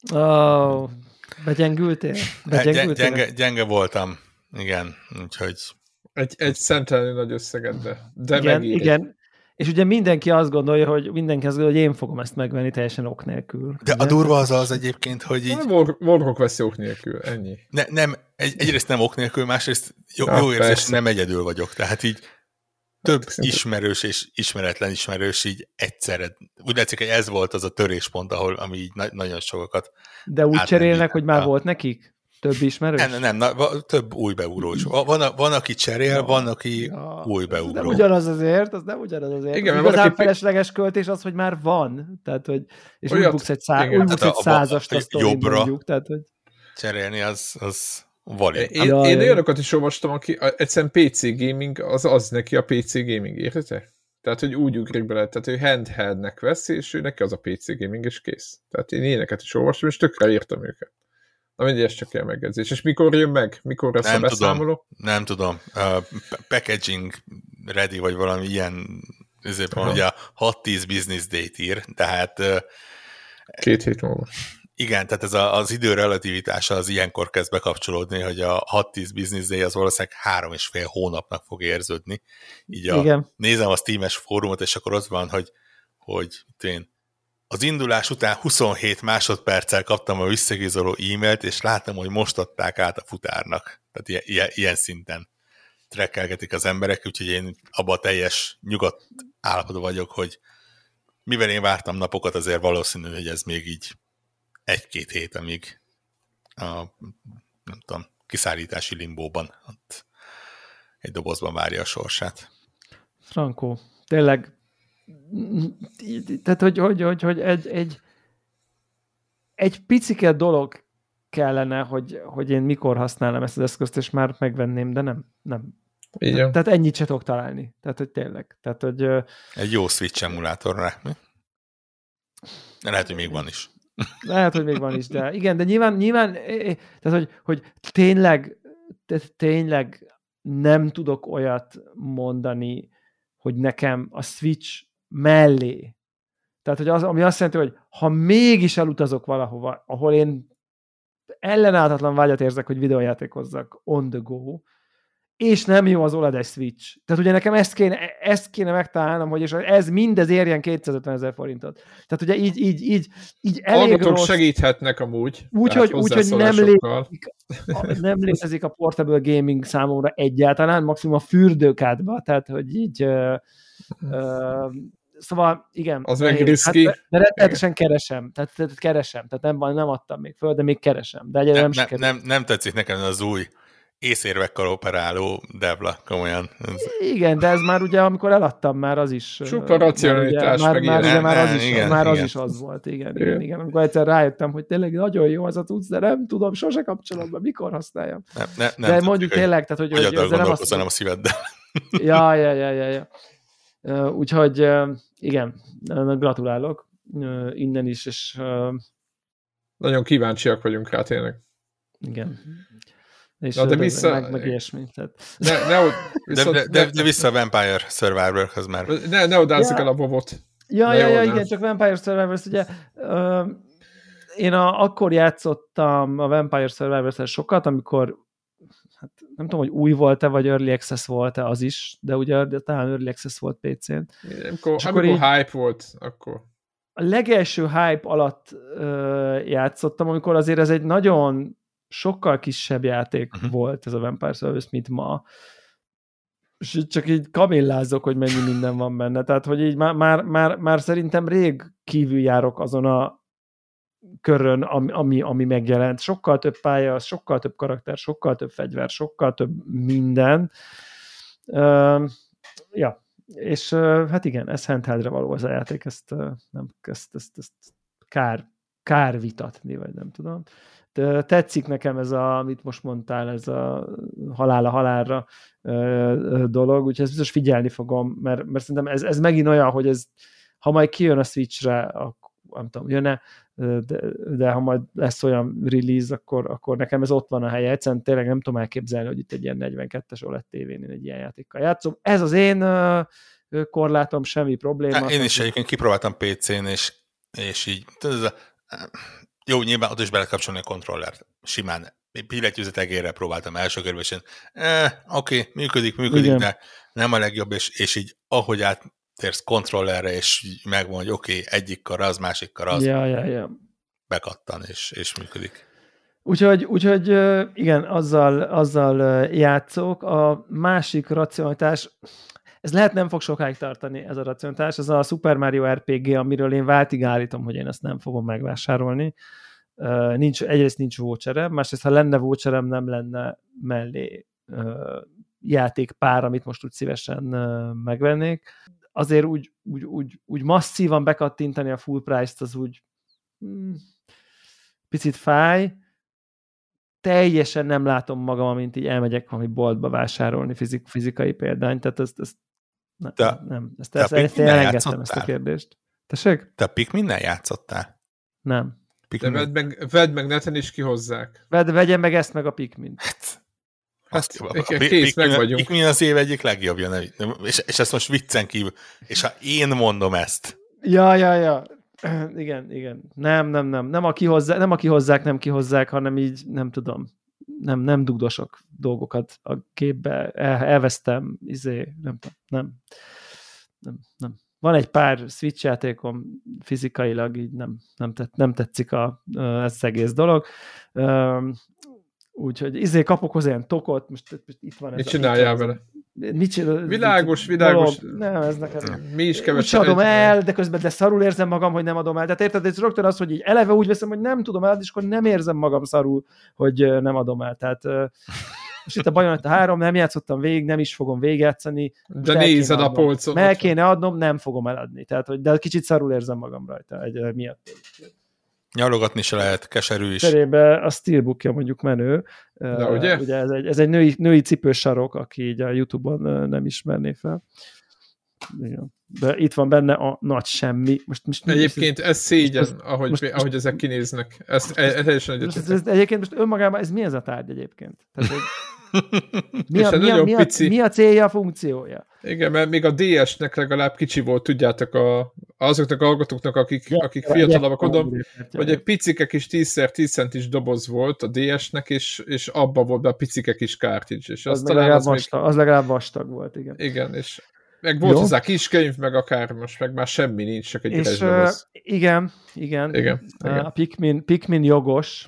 Begyengültél? Gyenge voltam, igen, úgyhogy... Egy szemtelenül nagy összeget, de megír. Igen. És ugye mindenki azt gondolja, hogy én fogom ezt megvenni teljesen ok nélkül. De ugye? A durva az egyébként, hogy így... Warhawk veszi ok nélkül, ennyi. Nem, egyrészt nem ok nélkül, másrészt jó érzés, nem egyedül vagyok. Tehát így több ismerős és ismeretlen ismerős így egyszerre. Úgy látszik, hogy ez volt az a töréspont, ami így nagyon sokakat... De úgy cserélnek, hogy már volt nekik? Több ismerős? Nem, több új beugró is. Van, aki cserél, van, aki új beugró. Az nem ugyanaz azért. Igen, az igazán felesleges költés az, hogy már van. Tehát, hogy, és úgy buksz egy százast a sztori mondjuk. Tehát, hogy... Cserélni az valid. Én olyanokat is olvastam, aki egyszerűen PC gaming, az neki a PC gaming, érted? Tehát, hogy úgy ugrik bele, tehát ő handheldnek veszi, és ő neki az a PC gaming, és kész. Tehát én ilyeneket is olvastam, és tökre írtam őket. Na mindig ez csak ilyen megjegyzés. És mikor jön meg? Mikor lesz a beszámoló? Nem tudom. Packaging ready, vagy valami ilyen, ezért van, ugye 6-10 business date ír, tehát... 2 hét múlva. Igen, tehát ez az idő relativitása az ilyenkor kezd bekapcsolódni, hogy a 6-10 business day az valószínűleg 3,5 hónapnak fog érződni. Így nézem a Steam-es fórumot, és akkor ott van, hogy én az indulás után 27 másodperccel kaptam a visszagizoló e-mailt, és látom, hogy most adták át a futárnak. Tehát ilyen szinten trekkelgetik az emberek, úgyhogy én abban a teljes nyugodt állapotban vagyok, hogy mivel én vártam napokat, azért valószínű, hogy ez még így 1-2 hét, amíg a nem tudom, kiszállítási limbóban ott egy dobozban várja a sorsát. Frankó, tényleg tehát, hogy egy picike dolog kellene, hogy én mikor használom ezt az eszközt, és már megvenném, de nem. Tehát ennyit se tudok találni. Tehát, hogy tényleg. Tehát, hogy, egy jó Switch emulátorra. Lehet, hogy még van is. Lehet, hogy még van is, de igen, de nyilván tehát, hogy tényleg nem tudok olyat mondani, hogy nekem a Switch mellé. Tehát, hogy ami azt jelenti, hogy ha mégis elutazok valahova, ahol én ellenállhatatlan vágyat érzek, hogy videójátékozzak on the go, és nem jó az OLED-es Switch. Tehát ugye nekem ezt kéne megtalálnom, hogy és ez mindez érjen 250 000 forintot. Tehát ugye így elég rossz. Segíthetnek amúgy. Úgyhogy nem létezik a portable gaming számomra egyáltalán, maximum a fürdőkádba, tehát hogy így szóval igen. Az meg riszki. Hát, de rettenetesen keresem. Tehát keresem. Tehát nem adtam még föl, de még keresem. De egyébként nem tetszik nekem az új észérvekkel operáló Devla, komolyan. Igen, de ez már ugye, amikor eladtam, már az is... Csupa racionalitás, már az is az volt, igen. Amikor egyszer rájöttem, hogy tényleg nagyon jó az a tudsz, de nem tudom, sose kapcsolatban, mikor használjam. Nem de mondjuk tényleg, tehát hogy gondolkozom a szíveddel. Ja. Úgyhogy igen, gratulálok innen is, és... Nagyon kíváncsiak vagyunk rá, tényleg. Igen. És de vissza... meg ilyesmi. Tehát... De vissza a Vampire Survivor-hoz már. Ne odázzuk el a bobot. Ja, igen, csak Vampire Survivors, ugye én akkor játszottam a Vampire Survivors-el sokat, amikor hát nem tudom, hogy új volt-e, vagy Early Access volt-e az is, de ugye talán Early Access volt PC-n. Amikor hype volt, akkor. A legelső hype alatt játszottam, amikor azért ez egy nagyon sokkal kisebb játék volt ez a Vampire Survivors, mint ma. És csak így kamillázok, hogy mennyi minden van benne. Tehát, hogy így már szerintem rég kívül járok azon a körön, ami megjelent. Sokkal több pálya, sokkal több karakter, sokkal több fegyver, sokkal több minden. Ja, és hát igen, ez handheldre való az a játék, ezt kár vitatni, vagy nem tudom. De tetszik nekem ez amit most mondtál, ez a halálra dolog, úgyhogy ezt biztos figyelni fogom, mert szerintem ez megint olyan, hogy ez, ha majd kijön a Switchre, nem tudom, jön-e, de ha majd lesz olyan release, akkor nekem ez ott van a helye. Egyszerűen tényleg nem tudom elképzelni, hogy itt egy ilyen 42-es OLED tévén én egy ilyen játékkal játszom. Ez az én korlátom, semmi probléma. Én is egyébként kipróbáltam PC-n, és így jó, nyilván ott is be lehet kapcsolni a kontrollert. Simán. Billentyűzet egérre próbáltam első körben, és oké, működik, igen. De nem a legjobb, és így ahogy áttérsz kontrollerre, és megvan, hogy oké, egyik kar az, másik kar az, bekattan, és működik. Úgyhogy igen, azzal játszok. A másik racionalitás, ez lehet nem fog sokáig tartani, ez a racionalitás, ez a Super Mario RPG, amiről én váltig állítom, hogy én ezt nem fogom megvásárolni. Egyrészt nincs voucherem, másrészt ha lenne voucherem, nem lenne mellé játékpár, amit most úgy szívesen megvennék. Azért úgy masszívan bekattintani a full price-t, az úgy picit fáj. Teljesen nem látom magam, amint így elmegyek valami boltba vásárolni fizikai példányt, tehát ezt elengedtem, ezt a kérdést. Tessék? Te a Pikminnel játszottál? Nem. De vedd meg neten is kihozzák. Vegyen meg ezt meg a Pikmin. Kész, meg vagyunk. Pikmin az év egyik legjobbja, és ezt most viccen kívül. És ha én mondom ezt. Ja. Igen. Nem a kihozzák, hanem így nem tudom. Nem dugdosok dolgokat a képbe. Elvesztem, nem. Van egy pár Switch játékom, fizikailag így nem tetszik ez az egész dolog. Úgyhogy kapok hozzá ilyen tokot, most itt van ez. Mit csináljál vele? Világos. Nem, ez nekem. Mi is kevesen. Úgy adom el, de közben szarul érzem magam, hogy nem adom el. Tehát érted, ez rögtön az, hogy így eleve úgy veszem, hogy nem tudom el, és akkor nem érzem magam szarul, hogy nem adom el. Tehát és itt a Bayonetta 3, nem játszottam végig, nem is fogom végigjátszani. De nézed a polcon. Meg kéne adnom, nem fogom eladni. Tehát, de kicsit szarul érzem magam rajta miatt. Nyalogatni se lehet, keserű is. Cserébe a Steelbookja mondjuk menő. Ugye ez egy női cipős sarok, aki így a YouTube-on nem ismerné fel. Igen. De itt van benne a nagy semmi. Most egyébként ez szégyen, ahogy ezek kinéznek. Egyébként most önmagában ez mi ez a tárgy egyébként? Tehát, mi a célja, a funkciója? Igen, mert még a DS-nek legalább kicsi volt, tudjátok, azoknak a hallgatóknak, akik fiatalabbak, mondom, hogy egy picike kis 10x10 centis doboz volt a DS-nek, és abban volt be a picike kis cartridge. És az legalább vastag volt, igen. Igen, és meg volt hozzá kiskönyv, meg akár most meg már semmi nincs, csak egy üres doboz. Igen. A Pikmin jogos,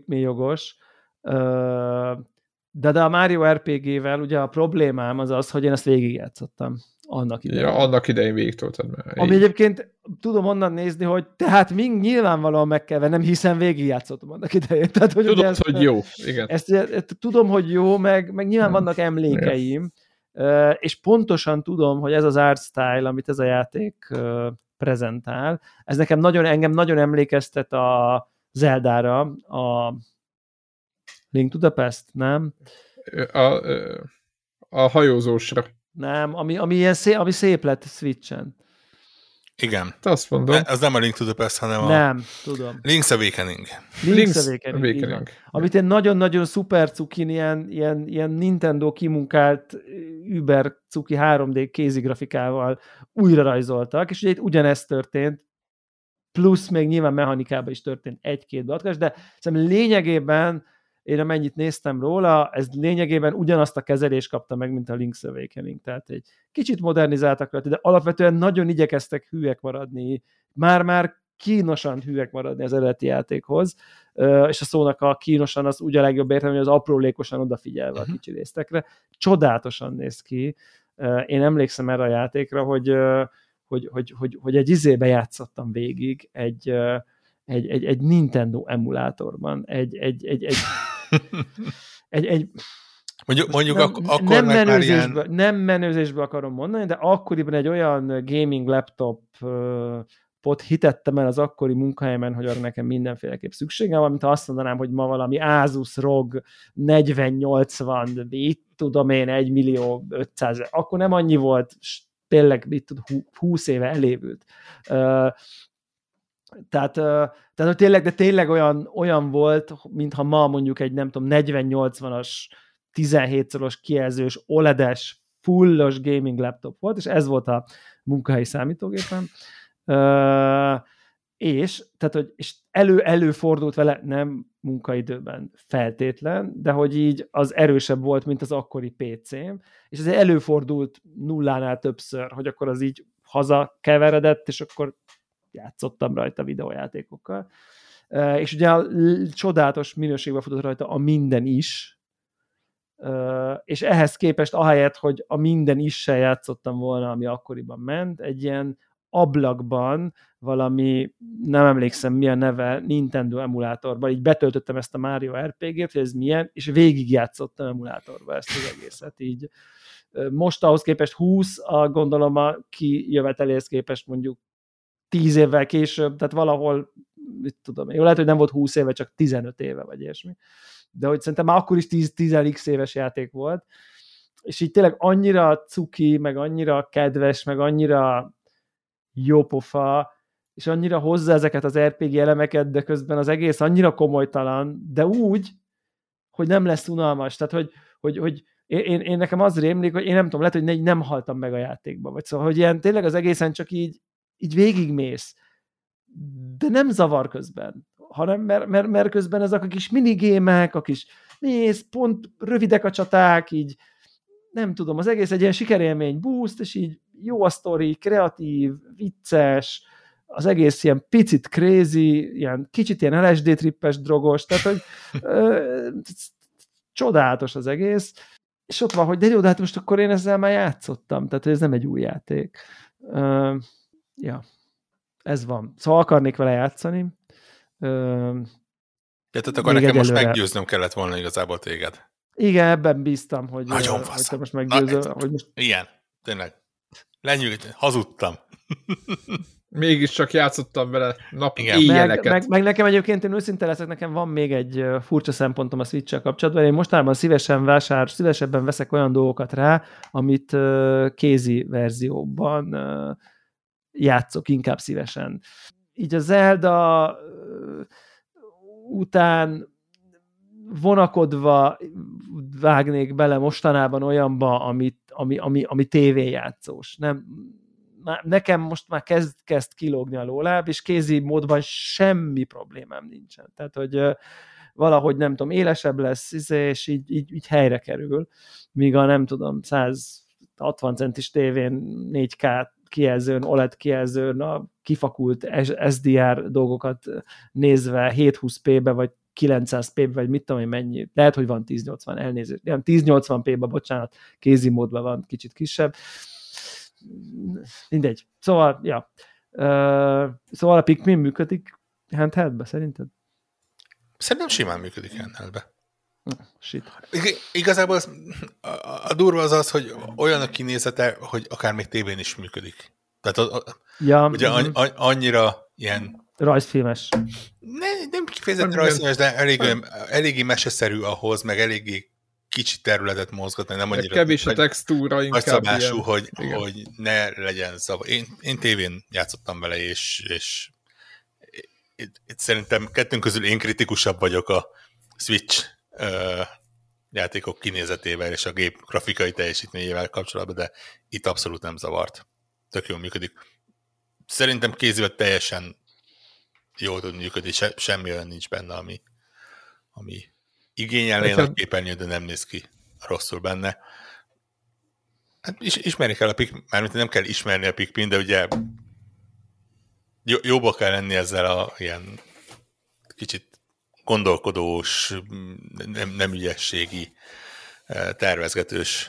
de a Mario RPG-vel ugye a problémám az, hogy én ezt végigjátszottam annak idején. Ja, annak idején végigtoltad már. Ami egyébként tudom onnan nézni, hogy tehát nyilvánvalóan meg kell vennem, hiszen végigjátszottam annak idején. Tehát, hogy tudod, hogy jó. Igen. Ezt tudom, hogy jó, meg nyilván vannak emlékeim, és pontosan tudom, hogy ez az art style, amit ez a játék prezentál, ez engem nagyon emlékeztet a Zeldára, a Link to the Past, nem? A hajózósra. Nem, ami szép lett Switchen. Igen. Azt mondom. Az nem a Link to the Past, hanem nem, tudom. Link's Awakening. Link's Awakening. Amit én nagyon-nagyon szuper cukin, ilyen Nintendo kimunkált über cuki 3D kézigrafikával újra rajzoltak, és ugye itt ugyanezt történt, plusz még nyilván mechanikában is történt egy-két beavatkozás, de szerintem lényegében én amennyit néztem róla, ez lényegében ugyanazt a kezelést kapta meg, mint a Link's Awakening. Tehát egy kicsit modernizáltak rajta, de alapvetően nagyon igyekeztek hűek maradni, már kínosan hűek maradni az eredeti játékhoz, és a szónak a kínosan az úgy a legjobb értelme, hogy az aprólékosan odafigyelve a kicsi résztekre. Csodálatosan néz ki. Én emlékszem erre a játékra, hogy egy izébe játszottam végig, egy Nintendo emulátorban, mondjuk akkor nem menőzésbe akarom mondani, de akkoriban egy olyan gaming laptopot hitettem el az akkori munkahelyemen, hogy arra nekem mindenféleképp szükségem van, mint ha azt mondanám, hogy ma valami Asus ROG 4080, mit tudom én, 1.500.000, akkor nem annyi volt, tényleg 20 éve elévült. Tehát hogy tényleg olyan volt, mintha ma mondjuk egy, nem tudom, 4080-as 17-szoros kijelzős, OLED-es, fullos gaming laptop volt, és ez volt a munkahelyi számítógépen. És előfordult vele, nem munkaidőben feltétlen, de hogy így az erősebb volt, mint az akkori PC-m, és ez előfordult nullánál többször, hogy akkor az így hazakeveredett, és akkor játszottam rajta videójátékokkal. És ugye csodálatos minőségben futott rajta a minden is, és ehhez képest ahelyett, hogy a minden issel játszottam volna, ami akkoriban ment, egy ilyen ablakban valami, nem emlékszem mi a neve, Nintendo emulátorban, így betöltöttem ezt a Mario RPG-t, hogy ez milyen, és végigjátszottam emulátorba ezt az egészet, így most ahhoz képest 20, gondolom a kijöveteléhez képest mondjuk 10 évvel később, tehát valahol, mit tudom, jó, lehet, hogy nem volt 20 éve, csak 15 éve, vagy ilyesmi. De hogy szerintem már akkor is 10x éves játék volt, és így tényleg annyira cuki, meg annyira kedves, meg annyira jópofa, és annyira hozza ezeket az RPG elemeket, de közben az egész annyira komolytalan, de úgy, hogy nem lesz unalmas. Tehát, hogy én nekem az rémlik, hogy én nem tudom, lehet, hogy nem haltam meg a játékba, vagy szóval, hogy ilyen tényleg az egészen csak így végigmész. de nem zavar közben, hanem mert közben ezek a kis minigémek, a kis nézd, pont rövidek a csaták, így nem tudom, az egész egy ilyen sikerélmény boost, és így jó a sztori, kreatív, vicces, az egész ilyen picit crazy, ilyen kicsit ilyen LSD trippes drogos, tehát hogy csodálatos az egész, és ott van, hogy de jó, de hát most akkor én ezzel már játszottam, tehát ez nem egy új játék. Ja, ez van. Szóval akarnék vele játszani. Tehát akkor nekem most meggyőznöm kellett volna igazából téged. Igen, ebben bíztam, hogy te most meggyőzöl. Hogy most... Igen, tényleg. Hazudtam. Mégiscsak játszottam vele éjjeleket. Meg nekem egyébként, én őszinte leszek, nekem van még egy furcsa szempontom a Switch-sel kapcsolatban. Én mostanában szívesebben veszek olyan dolgokat rá, amit kézi verzióban játszok inkább szívesen. Így a Zelda után vonakodva vágnék bele mostanában olyanba, ami tévéjátszós. Nekem most már kezd kilógni a lóláb, és kézi módban semmi problémám nincsen. Tehát, hogy valahogy nem tudom, élesebb lesz, és így helyre kerül, míg a nem tudom, 160 centis tévén 4K kijelzőn, OLED kijelzőn, a kifakult SDR dolgokat nézve 720p-be, vagy 900p-be, vagy mit tudom én mennyi. Lehet, hogy van 1080, elnézést. 1080p-be, bocsánat, kézi módban van, kicsit kisebb. Mindegy. Szóval, ja. Szóval a Pikmin működik handheldbe, szerinted? Szerintem simán működik handheldbe. Shit. Igazából a durva az, hogy olyan a kinézete, hogy akár még tévén is működik. Tehát ugye annyira ilyen... Rajzfilmes. Nem kifejezetten rajzfilmes, de eléggé meseszerű ahhoz, meg eléggé kicsi területet mozgatni, nem annyira... Kevés a textúra, inkább szabású, hogy ne legyen szabad. Én tévén játszottam vele, és itt szerintem kettőnk közül én kritikusabb vagyok a Switch játékok kinézetével és a gép grafikai teljesítményével kapcsolatban, de itt abszolút nem zavart. Tök jól működik. Szerintem kézivel teljesen jól tud működni, semmi olyan nincs benne, ami igényelné nagy képernyő, de nem néz ki rosszul benne. Hát ismerni kell a Pikmin, mármint nem kell ismerni a Pikmin, de ugye jóba kell lenni ezzel a ilyen kicsit gondolkodós, nem ügyességi, tervezgetős,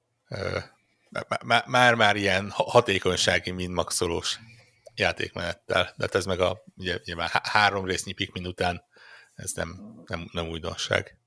már ilyen hatékonysági, mint maxolós játékmenettel. De ez meg ugye már 3 résznyi Pikmin után ez nem újdonság.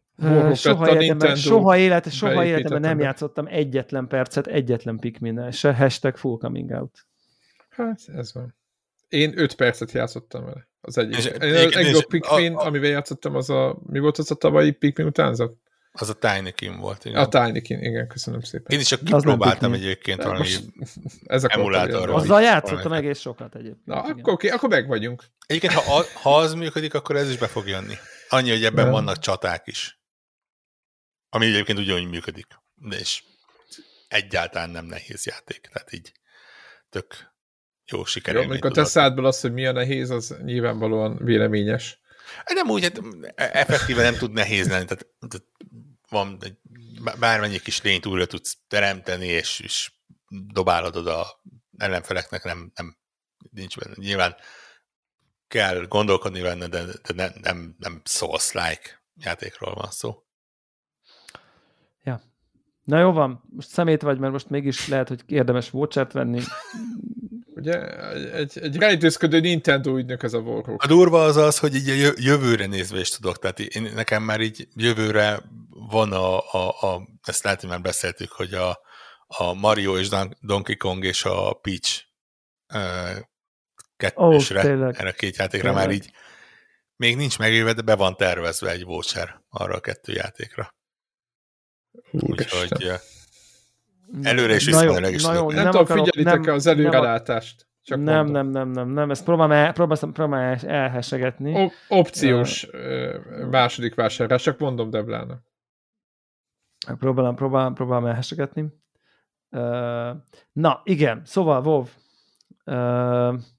Soha életemben nem játszottam egyetlen percet egyetlen Pikminnel, se hashtag full coming out. Hát ez van. Én 5 percet játszottam vele. Az egyik Pikmin, amivel játszottam, mi volt az a tavalyi Pikmin utánzat? Az a Tinykin volt, igen. A Tinykin, igen, köszönöm szépen. Én is csak kipróbáltam egyébként valami emulátorra. Azzal játszottam egész sokat egyébként. Na, akkor meg vagyunk. Egyébként, ha az működik, akkor ez is be fog jönni. Annyi, hogy ebben vannak csaták is. Ami egyébként ugyanúgy működik. De és egyáltalán nem nehéz játék. Tehát így tök jó sikerülmény. Amikor te szádból az, hogy mi a nehéz, az nyilvánvalóan véleményes. Nem úgy, hát effektíve nem tud nehéz lenni. Tehát van bármennyi kis lényt újra tudsz teremteni, és dobálod oda ellenfeleknek, nem nincs benne. Nyilván kell gondolkodni benne, de nem Souls-like játékról van szó. Ja. Na jó van, most szemét vagy, mert most mégis lehet, hogy érdemes vouchert venni. Ugye egy rejtőzködő Nintendo ügynök ez a Warhawk. A durva az, hogy így a jövőre nézve is tudok. Tehát nekem már így jövőre van ezt lehet, hogy már beszéltük, hogy a Mario és Donkey Kong és a Peach kettősre, erre 2 játékra már így még nincs megéve, de be van tervezve egy voucher arra a 2 játékra. Úgyhogy előre is viszonylag is tudok. Nem tudom, figyelitek-e az előrelátást? Nem, ezt próbálom elhessegetni. Opciós második vásárlás, csak mondom Deblának. Próbálom elhessegetni. Na, igen, szóval WoW.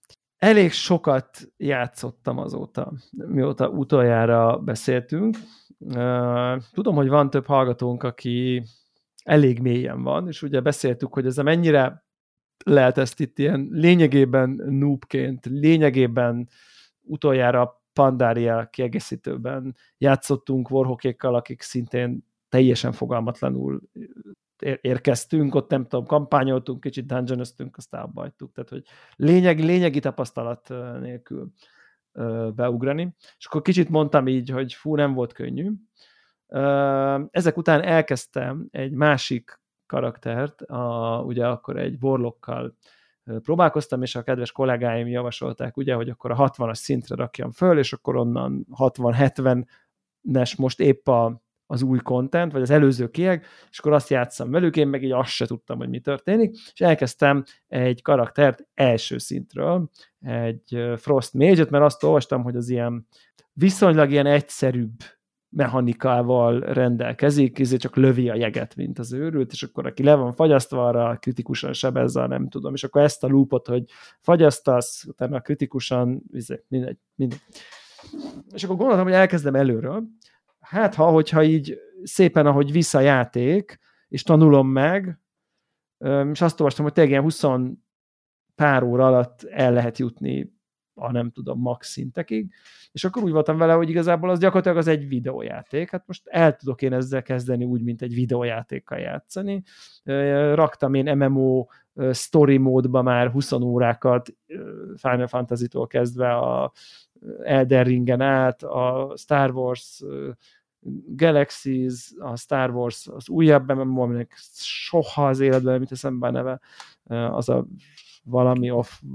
elég sokat játszottam azóta, mióta utoljára beszéltünk. Tudom, hogy van több hallgatónk, aki elég mélyen van, és ugye beszéltük, hogy ez mennyire lehet ezt itt ilyen lényegében noobként, lényegében utoljára Pandaria kiegészítőben játszottunk Warhawkékkal, akik szintén teljesen fogalmatlanul érkeztünk, ott nem tudom, kampányoltunk, kicsit dungeonöztünk, aztán abba hagytuk. Tehát, hogy lényegi tapasztalat nélkül beugrani. És akkor kicsit mondtam így, hogy fú, nem volt könnyű. Ezek után elkezdtem egy másik karaktert, ugye akkor egy warlockkal próbálkoztam, és a kedves kollégáim javasolták, ugye, hogy akkor a 60-as szintre rakjam föl, és akkor onnan 60-70-es most épp az új content, vagy az előző kieg, és akkor azt játsszam velük, én meg így azt se tudtam, hogy mi történik, és elkezdtem egy karaktert első szintről, egy Frost Mage-et, mert azt olvastam, hogy az ilyen viszonylag ilyen egyszerűbb mechanikával rendelkezik, ezért csak lövi a jeget, mint az őrült, és akkor aki le van fagyasztva, arra kritikusan sebezze, nem tudom, és akkor ezt a loopot, hogy fagyasztasz, utána kritikusan, mindegy. És akkor gondoltam, hogy elkezdem előről, hát hogyha így szépen, ahogy visz a játék, és tanulom meg, és azt olvastam, hogy tényleg ilyen 20 pár óra alatt el lehet jutni a nem tudom, max szintekig, és akkor úgy voltam vele, hogy igazából az gyakorlatilag az egy videójáték, hát most el tudok én ezzel kezdeni úgy, mint egy videójátékkal játszani. Raktam én MMO story módba már 20 órákat, Final Fantasy-tól kezdve a Elden Ringen át, a Star Wars Galaxies, a Star Wars az újabb MMO, aminek soha az életben nem jut eszembe a neve, az a valami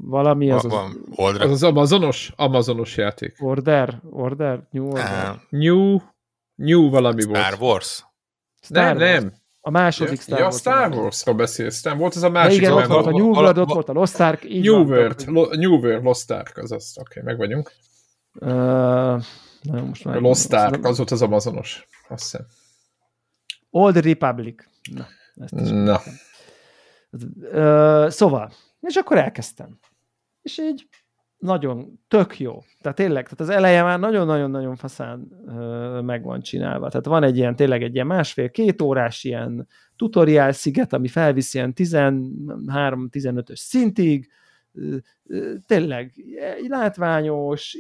az Amazonos játék. Order? New valami Star volt. Wars? Nem. A második Star Wars. Star Wars-ról beszélsz. Nem volt az a másik. Igen, ott volt a New World, ott volt a Lost Ark. New World, Lost Ark, azaz. Oké, meg vagyunk. Lost Ark, az volt az Amazonos. Azt hiszem. Old Republic. Na. Szóval, és akkor elkezdtem. És így nagyon tök jó. Tehát tényleg, tehát az eleje már nagyon-nagyon-nagyon faszán meg van csinálva. Tehát van egy ilyen, tényleg egy ilyen 1,5-2 órás ilyen tutoriál sziget, ami felviszi ilyen 13-15-ös szintig, tényleg látványos,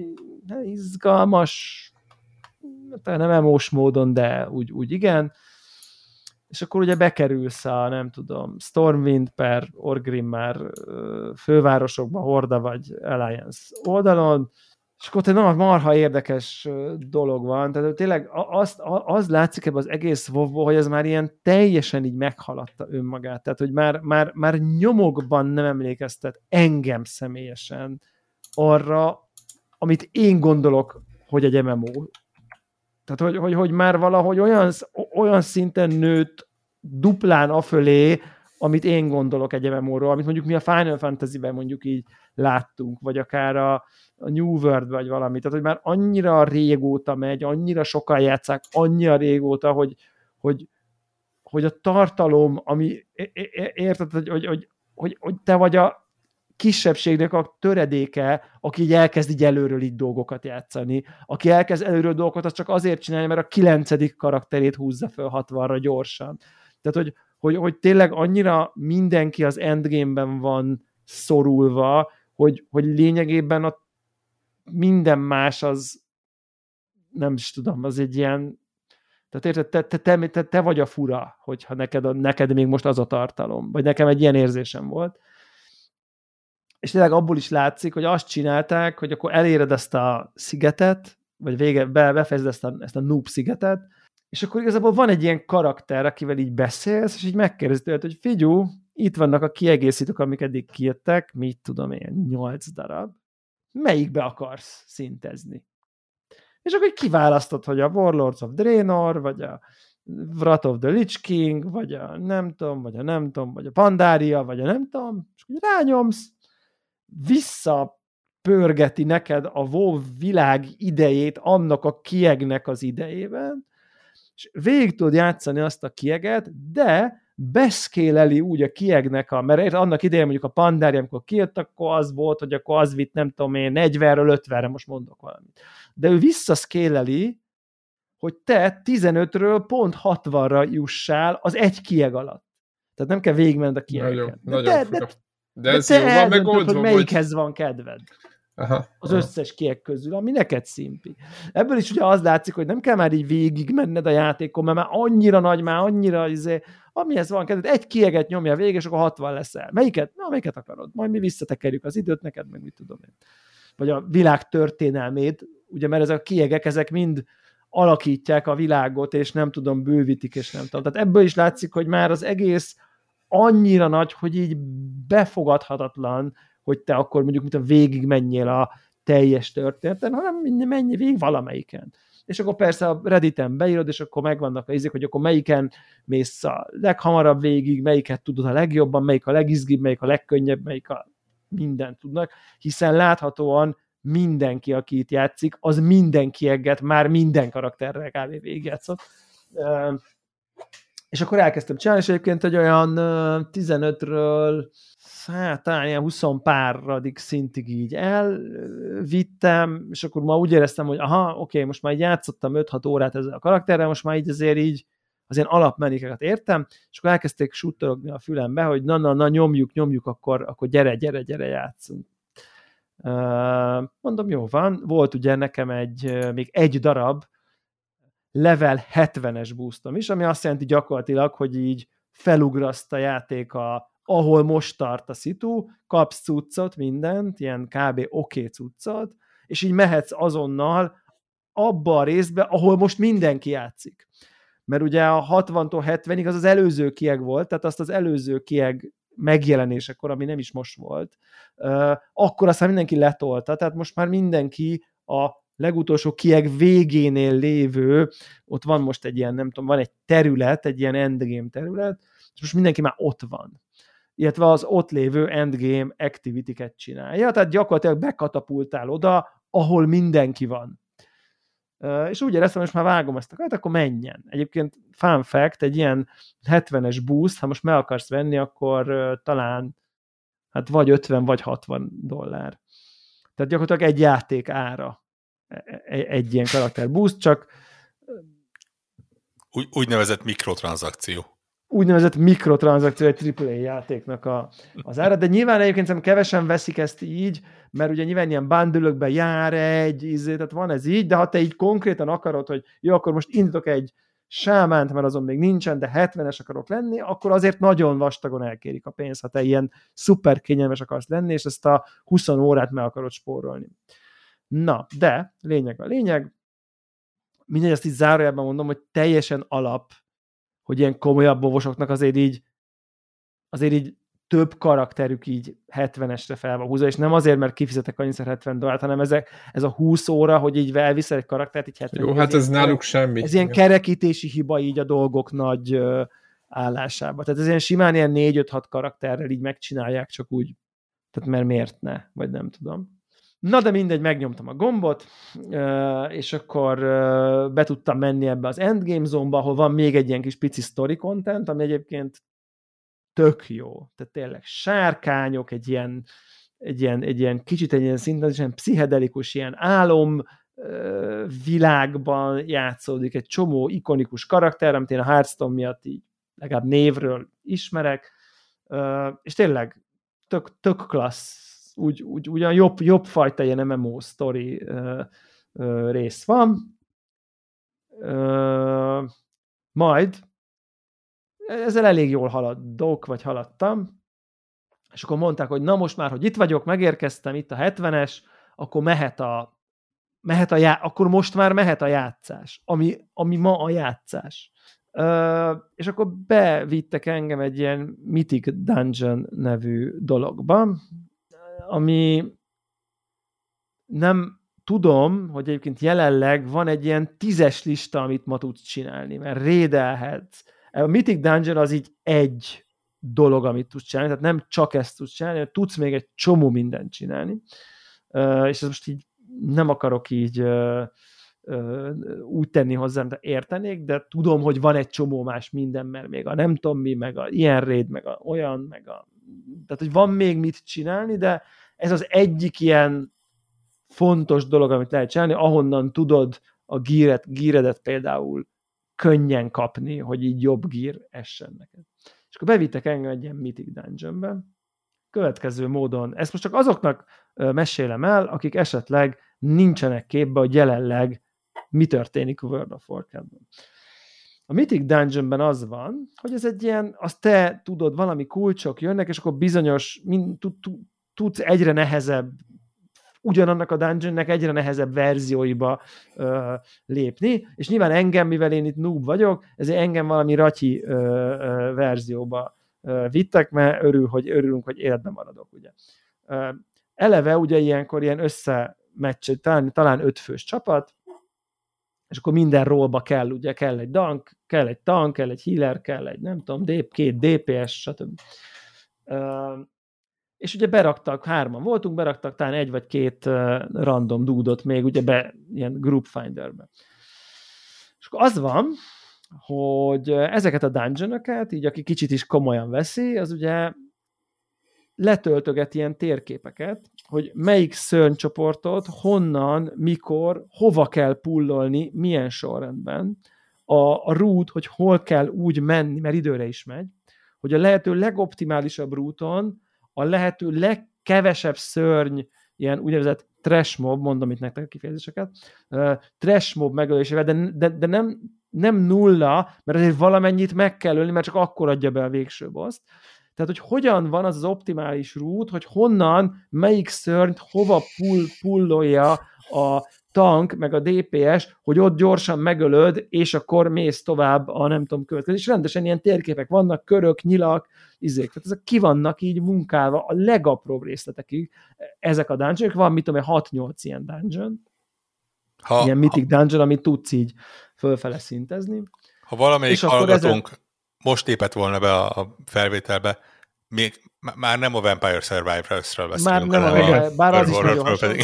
izgalmas, nem emós módon, de úgy igen. És akkor ugye bekerülsz a, nem tudom, Stormwind per Orgrimmar fővárosokba, Horda vagy Alliance oldalon, és akkor egy marha érdekes dolog van, tehát tényleg az látszik ebben az egész WoW-ból, hogy ez már ilyen teljesen így meghaladta önmagát, tehát hogy már nyomokban nem emlékeztet engem személyesen arra, amit én gondolok, hogy egy MMO. Tehát, hogy már valahogy olyan szinten nőtt duplán afölé, amit én gondolok egy MMO-ról, amit mondjuk mi a Final Fantasy-ben mondjuk így láttunk, vagy akár a New World, vagy valami. Tehát, hogy már annyira régóta megy, annyira sokan játsszák, annyira régóta, hogy a tartalom, ami érted, hogy te vagy a kisebbségnek a töredéke, aki így elkezd így előről így dolgokat játszani. Aki elkezd előről dolgokat, az csak azért csinálja, mert a 9. karakterét húzza föl 60-ra gyorsan. Tehát, hogy tényleg annyira mindenki az endgame-ben van szorulva, hogy lényegében a minden más az nem is tudom, az egy ilyen tehát érted, te vagy a fura, hogyha neked még most az a tartalom. Vagy nekem egy ilyen érzésem volt. És tényleg abból is látszik, hogy azt csinálták, hogy akkor eléred ezt a szigetet, vagy befejezed ezt a noob szigetet, és akkor igazából van egy ilyen karakter, akivel így beszélsz, és így megkérdezed tőled, hogy figyú, itt vannak a kiegészítők, amik eddig kijöttek, mit tudom én, 8 darab. Melyikbe akarsz szintezni? És akkor kiválasztod, hogy a Warlords of Draenor, vagy a Wrath of the Lich King, vagy a nem tudom, vagy a Pandaria, vagy a nem tudom, és akkor rányomsz, visszapörgeti neked a WoW világ idejét annak a kiegnek az idejében, és végig tudod játszani azt a kieget, de beszkéleli úgy a kiegnek, mert annak idején mondjuk a Pandaria, amikor kijött, akkor az volt, hogy akkor az vitt, nem tudom én, 40-ről 50-re, most mondok valamit. De ő visszaszkéleli, hogy te 15-ről pont 60-ra jussál az egy kieg alatt. Tehát nem kell végigmenned a kiegeket. De ez jó van megoldva, hogy melyikhez van kedved. Aha. Összes kieg közül, ami neked szimpi. Ebből is ugye az látszik, hogy nem kell már így végig menned a játékon, mert már annyira nagy, már annyira amihez van kedved, egy kieget nyomja végig, és akkor 60 leszel. Melyiket akarod? Majd mi visszatekerjük az időt neked, meg mit tudom én. Vagy a világ történelmét, ugye, mert ezek a kiegek, ezek mind alakítják a világot, és nem tudom, bővítik, és nem tudom. Tehát ebből is látszik, hogy már az egész annyira nagy, hogy így befogadhatatlan, hogy te akkor mondjuk, mint a végig menjél a teljes történeten, hanem menj végig valamelyiken. És akkor persze a Redditen beírod, és akkor megvannak a izék, hogy akkor melyiken mész a leghamarabb végig, melyiket tudod a legjobban, melyik a legizgibb, melyik a legkönnyebb, melyik a mindent tudnak, hiszen láthatóan mindenki, aki itt játszik, az minden kieget már minden karakterrel kb. Végigjátszott. És akkor elkezdtem csinálni, és egyébként egy olyan 15-ről talán ilyen 20 párradik szintig így elvittem, és akkor ma úgy éreztem, hogy oké, most már így játszottam 5-6 órát ezzel a karakterrel, most már így azért így az ilyen alapmenikeket értem, és akkor elkezdték suttorogni a fülembe, hogy na, nyomjuk, akkor gyere, játszunk. Mondom, jó van, volt ugye nekem még egy darab level 70-es boostom is, ami azt jelenti gyakorlatilag, hogy így felugraszt a játék ahol most tart a szitu, kapsz cuccot, mindent, ilyen kb. Oké cuccot, és így mehetsz azonnal abba a részbe, ahol most mindenki játszik. Mert ugye a 60-tól 70-ig az előző kieg volt, tehát azt az előző kieg megjelenésekor, ami nem is most volt, akkor aztán mindenki letolta, tehát most már mindenki a legutolsó kieg végénél lévő, ott van most egy ilyen, nem tudom, van egy terület, egy ilyen endgame terület, és most mindenki már ott van. Illetve az ott lévő endgame activity-ket csinálja, tehát gyakorlatilag bekatapultál oda, ahol mindenki van. És úgy éreztem, hogy most már vágom ezt a kart, akkor menjen. Egyébként fun fact, egy ilyen 70-es boost, ha most meg akarsz venni, akkor talán hát vagy 50, vagy $60. Tehát gyakorlatilag egy játék ára egy ilyen karakter boost, csak úgynevezett mikrotranszakció. Úgynevezett mikrotranszakció egy AAA játéknak az ára, de nyilván egyébként szerintem kevesen veszik ezt így, mert ugye nyilván ilyen bundle-ökben jár tehát van ez így, de ha te így konkrétan akarod, hogy jó, akkor most indítok egy sámánt, mert azon még nincsen, de 70-es akarok lenni, akkor azért nagyon vastagon elkérik a pénzt, ha te ilyen szuper kényelmes akarsz lenni, és ezt a 20 órát meg akarod spórolni. Na, de lényeg, mindegy, ezt így zárójában mondom, hogy teljesen alap, hogy ilyen komolyabb bovosoknak azért így több karakterük így 70-esre fel van húzva, és nem azért, mert kifizetek annyiszor $70, hanem ez a 20 óra, hogy így elviszel egy karaktert, így 70. Jó, hát ez náluk semmi. Ez ilyen kerekítési hiba így a dolgok nagy állásában. Tehát ez ilyen simán ilyen 4-5-6 karakterrel így megcsinálják, csak úgy, tehát mert miért ne, vagy nem tudom. Na de mindegy, megnyomtam a gombot, és akkor be tudtam menni ebbe az endgame zone-ba, ahol van még egy ilyen kis pici story content, ami egyébként tök jó. Tehát tényleg sárkányok, egy ilyen kicsit egy ilyen szinten, egy ilyen pszichedelikus, ilyen álom világban játszódik egy csomó ikonikus karakter, amit én a Hearthstone miatt így legalább névről ismerek, és tényleg tök klassz. Ugyan jobb fajta ilyen MMO sztori rész van. Majd ezzel elég jól haladtam, és akkor mondták, hogy na most már, hogy itt vagyok, megérkeztem, itt a 70-es, akkor akkor most már mehet a játszás, ami ma a játszás. És akkor bevittek engem egy ilyen Mythic Dungeon nevű dologba, ami nem tudom, hogy egyébként jelenleg van egy ilyen 10-es lista, amit ma tudsz csinálni, mert raidelhetsz. A Mythic Dungeon az így egy dolog, amit tudsz csinálni, tehát nem csak ezt tudsz csinálni, hanem tudsz még egy csomó mindent csinálni. És ez most így nem akarok így úgy tenni hozzám, de értenék, de tudom, hogy van egy csomó más minden, mert még a nem tudom mi, meg a ilyen raid, meg a olyan, meg a... Tehát, hogy van még mit csinálni, de ez az egyik ilyen fontos dolog, amit lehet csinálni, ahonnan tudod a gearedet például könnyen kapni, hogy így jobb gear essen neked. És akkor bevittek engem egy ilyen Mythic Dungeonbe, következő módon, ezt most csak azoknak mesélem el, akik esetleg nincsenek képbe, hogy jelenleg mi történik a World of Warcraft-ban. A Mythic Dungeonben az van, hogy ez egy ilyen, azt te tudod, valami kulcsok jönnek, és akkor bizonyos, tudsz egyre nehezebb, ugyanannak a dungeonnek egyre nehezebb verzióiba lépni, és nyilván engem, mivel én itt noob vagyok, ezért engem valami ratyi verzióba vittek, mert örülünk, hogy életben maradok, ugye. Eleve ugye ilyenkor ilyen összemeccs, talán 5 fős csapat, és akkor minden rollba kell, ugye kell egy tank, kell egy healer, kell egy nem tudom, 2 DPS, stb. És ugye beraktak, 3-an voltunk, beraktak talán 1 vagy 2 random dúdot még ugye ilyen group finderbe. És akkor az van, hogy ezeket a dungeonokat, így aki kicsit is komolyan veszi, az ugye letöltöget ilyen térképeket, hogy melyik szörnycsoportot, honnan, mikor, hova kell pullolni, milyen sorrendben, a route, hogy hol kell úgy menni, mert időre is megy, hogy a lehető legoptimálisabb rúton a lehető legkevesebb szörny, ilyen úgynevezett trash mob, mondom itt nektek a kifejezéseket, trash mob megölésével, de nem nulla, mert azért valamennyit meg kell ölni, mert csak akkor adja be a végső boszt. Tehát, hogy hogyan van az optimális rút, hogy honnan, melyik szörnyt, hova pullolja a tank, meg a DPS, hogy ott gyorsan megölöd, és akkor mész tovább a nem tudom következő. És rendesen ilyen térképek vannak, körök, nyilak, izék. Tehát ezek ki vannak így munkálva a legapróbb részletekig. Ezek a dungeonok, van mit tudom, 6-8 ilyen dungeon. Ilyen mythic dungeon, amit tudsz így fölfele szintezni. Ha valamelyik hallgatónk most lépett volna be a felvételbe, még már nem a Vampire Survivors-ről beszélünk. Már nem bár az is nagyon hasonló.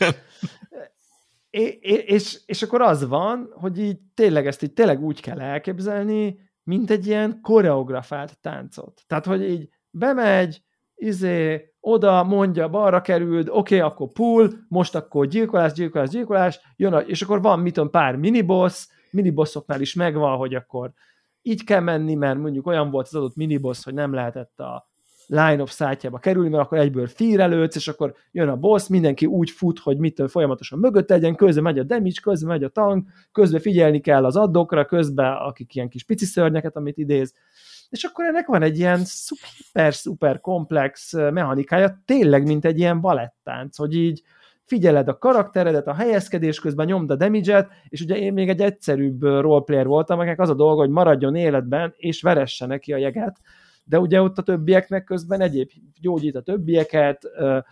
És akkor az van, hogy így tényleg ezt így tényleg úgy kell elképzelni, mint egy ilyen koreografált táncot. Tehát, hogy így bemegy, oda mondja, balra került, oké, akkor pull, most akkor gyilkolás, jön és akkor van mit tudom, pár minibossoknál is megvan, hogy akkor így kell menni, mert mondjuk olyan volt az adott miniboss, hogy nem lehetett a line of sight-jába kerülni, mert akkor egyből fírelődsz, és akkor jön a boss, mindenki úgy fut, hogy mitől folyamatosan mögött legyen, közben megy a damage, közben megy a tank, közben figyelni kell az addokra, közben akik ilyen kis pici szörnyeket, amit idéz. És akkor ennek van egy ilyen szuper komplex mechanikája, tényleg, mint egy ilyen balettánc, hogy így figyeled a karakteredet, a helyezkedés közben nyomd a damage-et, és ugye én még egy egyszerűbb roleplayer voltam, akinek az a dolga, hogy maradjon életben, és veresse neki a jeget, de ugye ott a többieknek közben egyéb gyógyít a többieket,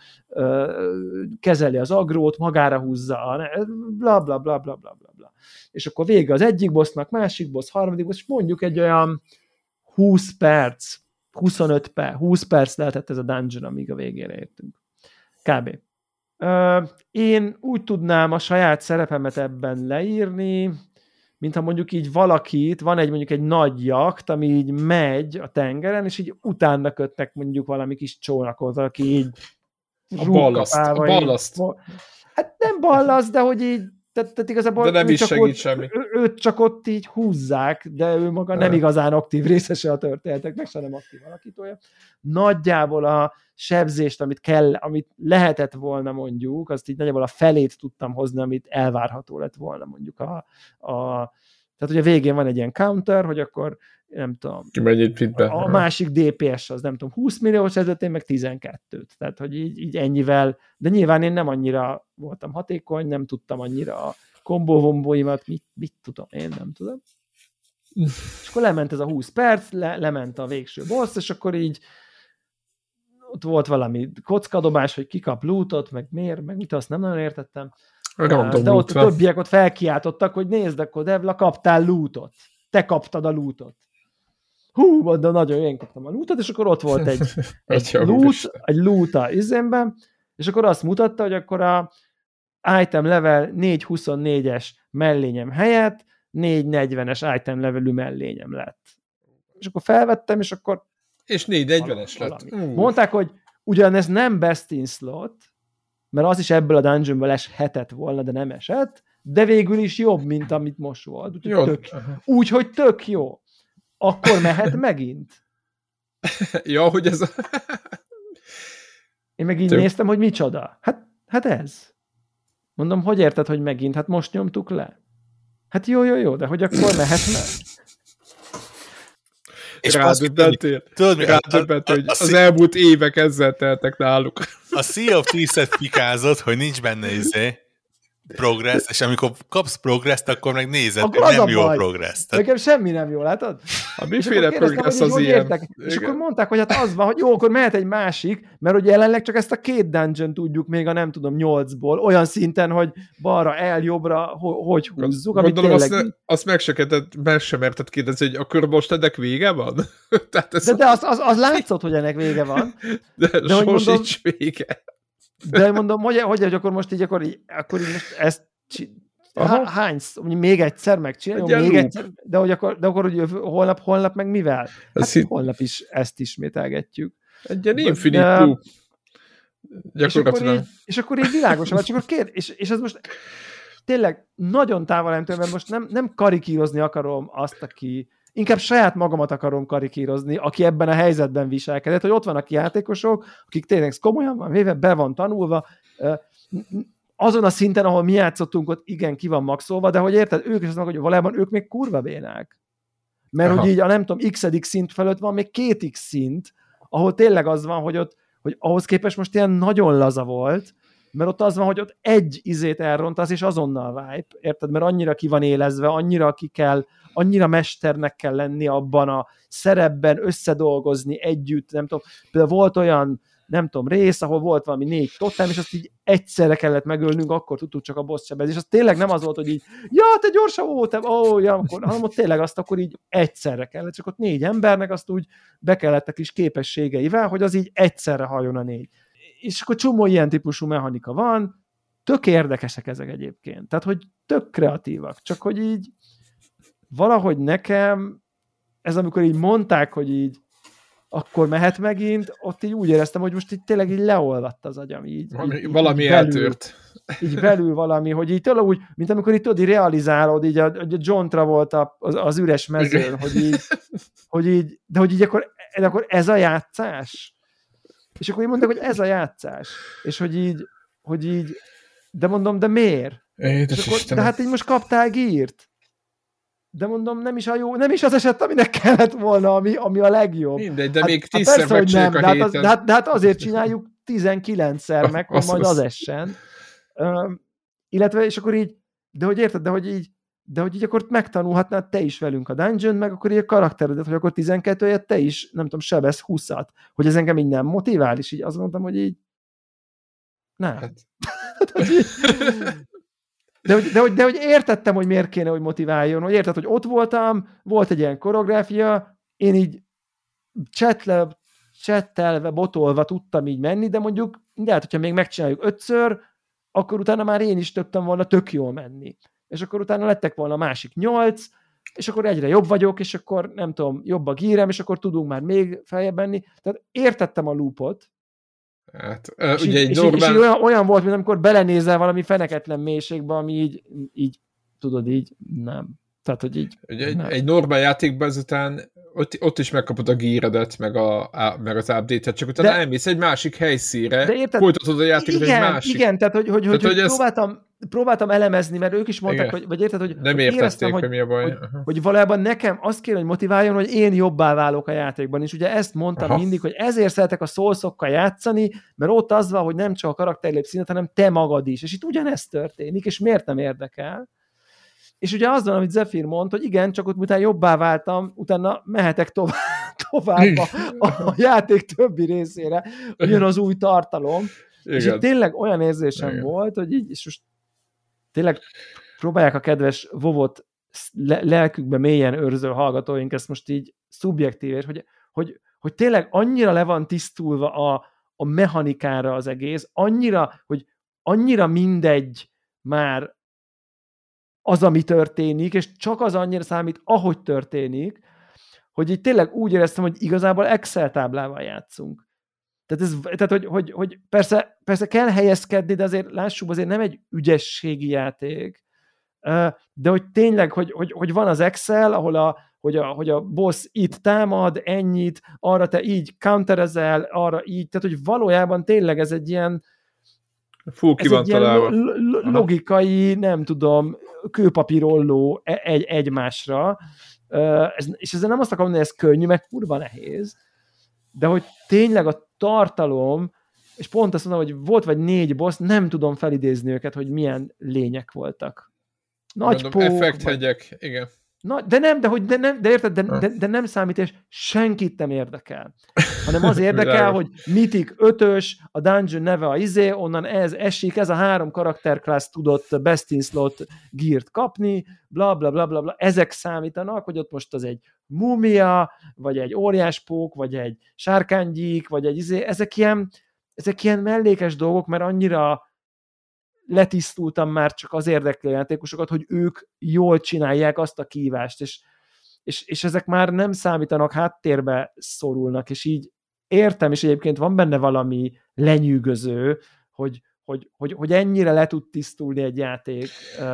kezeli az agrót, magára húzza, bla bla bla bla bla bla. És akkor vége az egyik bossnak, másik boss, harmadik boss, és mondjuk egy olyan 20 perc, 25 perc, 20 perc lehetett ez a dungeon, amíg a végére értünk. Kb. Én úgy tudnám a saját szerepemet ebben leírni, mintha mondjuk így valakit, van mondjuk egy nagy jakt, ami így megy a tengeren, és így utána kötnek mondjuk valami kis csónakot, aki így a ballaszt. Hát nem ballaszt, de hogy így tehát igazából de nem is segít semmi. Őt csak ott így húzzák, de ő maga nem igazán aktív részese a történeteknek, se nem aktív alakítója. Nagyjából a sebzést, amit lehetett volna mondjuk, azt így nagyjából a felét tudtam hozni, amit elvárható lett volna mondjuk tehát ugye végén van egy ilyen counter, hogy akkor nem tudom, a másik DPS az nem tudom, 20 millió sebzett, meg 12-t. Tehát, hogy így ennyivel, de nyilván én nem annyira voltam hatékony, nem tudtam annyira a kombó-vombóimat, mit tudom, én nem tudom. És akkor lement ez a 20 perc, lement a végső boss, és akkor így ott volt valami kockadobás, hogy kikap lootot, meg miért, meg mit, azt nem nagyon értettem. De ott a többiek ott felkiáltottak, hogy nézd, akkor Devla, kaptál lootot. Te kaptad a lootot. De nagyon én kaptam a lootot, és akkor ott volt egy loot a izénben, és akkor azt mutatta, hogy akkor item level 424-es mellényem helyett 440-es item levelű mellényem lett. És akkor felvettem, és akkor és 440-es lett. Mondták, hogy ugyan ez nem best in slot, mert az is ebből a dungeonből eshetett volna, de nem esett, de végül is jobb, mint amit most volt. Úgyhogy tök jó. Akkor mehet megint. Ja, hogy ez... Én meg így néztem, hogy micsoda. Hát ez. Mondom, hogy érted, hogy megint? Hát most nyomtuk le. Hát jó, de hogy akkor mehet meg? És rádöbbentél, hogy az elmúlt évek ezzel teltek náluk. A Sea of Thieves-et pikázott, hogy nincs benne progress, és amikor kapsz progress-t, akkor meg nézed, akkor hogy nem jó progress. Nekem semmi nem jó, látod? A miféle progress az ilyen? És akkor mondták, hogy hát az van, hogy jó, akkor mehet egy másik, mert hogy jelenleg csak ezt a 2 dungeon tudjuk még a nem tudom 8-ból, olyan szinten, hogy balra, jobbra, hogy húzzuk. Gondolom azt meg sem merted kérdezni, hogy akkor most ennek vége van? Tehát de az látszott, hogy ennek vége van. De most nincs vége. De mondom, hogy akkor most így most ezt még egyszer megcsinálom, még egyszer, de akkor hogy holnap meg mivel? Hát holnap is ezt ismételgetjük. Egy ilyen infinite loop. És akkor így világosabb, csak akkor és ez most tényleg nagyon távol nem tőle, mert most nem karikírozni akarom azt, aki inkább saját magamat akarom karikírozni, aki ebben a helyzetben viselkedett, hogy ott vannak játékosok, akik tényleg komolyan van véve, be van tanulva, azon a szinten, ahol mi játszottunk, ott igen, ki van maxolva, de hogy érted, ők is azok, hogy valójában ők még kurva bénák. Mert hogy így a nem tudom, x-edik szint felett van még 2x szint, ahol tényleg az van, hogy ahhoz képest most ilyen nagyon laza volt, mert ott az van, hogy ott egy izét elrontasz, és azonnal wipe, érted? Mert annyira ki van élezve, annyira ki kell, annyira mesternek kell lenni abban a szerepben, összedolgozni együtt, nem tudom. Például volt olyan, nem tudom, rész, ahol volt valami 4 totem, és azt így egyszerre kellett megölnünk, akkor tudtuk csak a boss sebezni, és az tényleg nem az volt, hogy így, ja, te gyorsan voltam, hanem ott tényleg azt akkor így egyszerre kellett, csak ott 4 embernek azt úgy be kellett a kis képességeivel, hogy az így egyszerre halljon a 4. És akkor csomó ilyen típusú mechanika van, tök érdekesek ezek egyébként, tehát hogy tök kreatívak, csak hogy így valahogy nekem ez amikor így mondták, hogy így akkor mehet megint, ott így úgy éreztem, hogy most így tényleg így leolvadt az agyam. Valami így eltört. Így belül valami, hogy így tőle úgy, mint amikor így tudod, így realizálod, így a John Travolta az üres mezőn, hogy így, de hogy így akkor ez a játszás? És akkor így mondták, hogy ez a játszás. És hogy így de mondom, de miért? De hát így most kaptál gírt. De mondom, nem is az eset, aminek kellett volna, ami a legjobb. Mindegy, de még 10-szer megcsináljuk a héten. De hát azért csináljuk 19-szer meg, hogy majd az essen. Illetve, és akkor így, de hogy érted, de hogy így akkor megtanulhatnád te is velünk a dungeon, meg akkor így a karakteredet, hogy akkor 12-et te is, nem tudom, sebez 20-at. Hogy ez engem így nem motivál, és így azt mondtam, hogy így nem. Hát. De hogy értettem, hogy miért kéne, hogy motiváljon, hogy érted, hogy ott voltam, volt egy ilyen koreográfia, én így csettelve, botolva tudtam így menni, de mondjuk, de hát, hogyha még megcsináljuk 5-ször, akkor utána már én is tudtam volna tök jól menni. És akkor utána lettek volna a másik 8, és akkor egyre jobb vagyok, és akkor nem tudom, jobb a gírem, és akkor tudunk már még feljebb menni. Tehát értettem a loopot. Hát, ugye egy normál... és olyan volt, mint amikor belenézel valami feneketlen mélységbe, ami így tudod, így nem. Tehát, hogy így... Ugye egy normál játékban ezután ott is megkapod a gíredet, meg az update-et, csak utána elmész egy másik helyszínre, folytatod a játékot egy másik. Igen, tehát hogy próbáltam elemezni, mert ők is mondták, vagy érted, hogy nem értették, hogy mi a baj. Hogy valójában nekem azt kéne, hogy motiváljon, hogy én jobbá válok a játékban, és ugye ezt mondtam mindig, hogy ezért szeretek a Soulsokkal játszani, mert ott az van, hogy nem csak a karakter lép színet, hanem te magad is, és itt ugyanezt történik, és miért nem érdekel? És ugye az van, amit Zephyr mond, hogy igen, csak ott utána jobbá váltam, utána mehetek tovább a játék többi részére, jön az új tartalom. Igen. És itt tényleg olyan érzésem volt, hogy így, és most tényleg próbálják a kedves Vovot lelkükbe mélyen őrző hallgatóink ezt most így szubjektív, hogy tényleg annyira le van tisztulva a mechanikára az egész, annyira mindegy, már az, ami történik, és csak az annyira számít, ahogy történik, hogy így tényleg úgy éreztem, hogy igazából Excel táblával játszunk. Tehát hogy persze kell helyezkedni, de azért lássuk, azért nem egy ügyességi játék, de hogy tényleg, hogy van az Excel, ahol hogy a boss itt támad, ennyit, arra te így counterezel, arra így, tehát hogy valójában tényleg ez egy ilyen logikai, nem tudom, kőpapírolló egymásra, és ezzel nem azt akarom, hogy ez könnyű, meg kurva nehéz, de hogy tényleg a tartalom, és pont azt mondom, hogy volt vagy 4 boss, nem tudom felidézni őket, hogy milyen lények voltak. Nagy pók, effekthegyek, igen. De érted, de nem számít, és senkit nem érdekel. Hanem az érdekel, hogy Mythic 5-ös, a dungeon neve a onnan ez esik, ez a 3 karakterklassz tudott Best in Slot geart kapni, bla bla bla bla bla. Ezek számítanak, hogy ott most az egy múmia, vagy egy óriáspók, vagy egy sárkánygyík, vagy egy ezek ilyen mellékes dolgok, mert annyira letisztultam már csak az érdeklő játékosokat, hogy ők jól csinálják azt a kívást, és ezek már nem számítanak, háttérbe szorulnak, és így értem, és egyébként van benne valami lenyűgöző, hogy ennyire le tud tisztulni egy játék,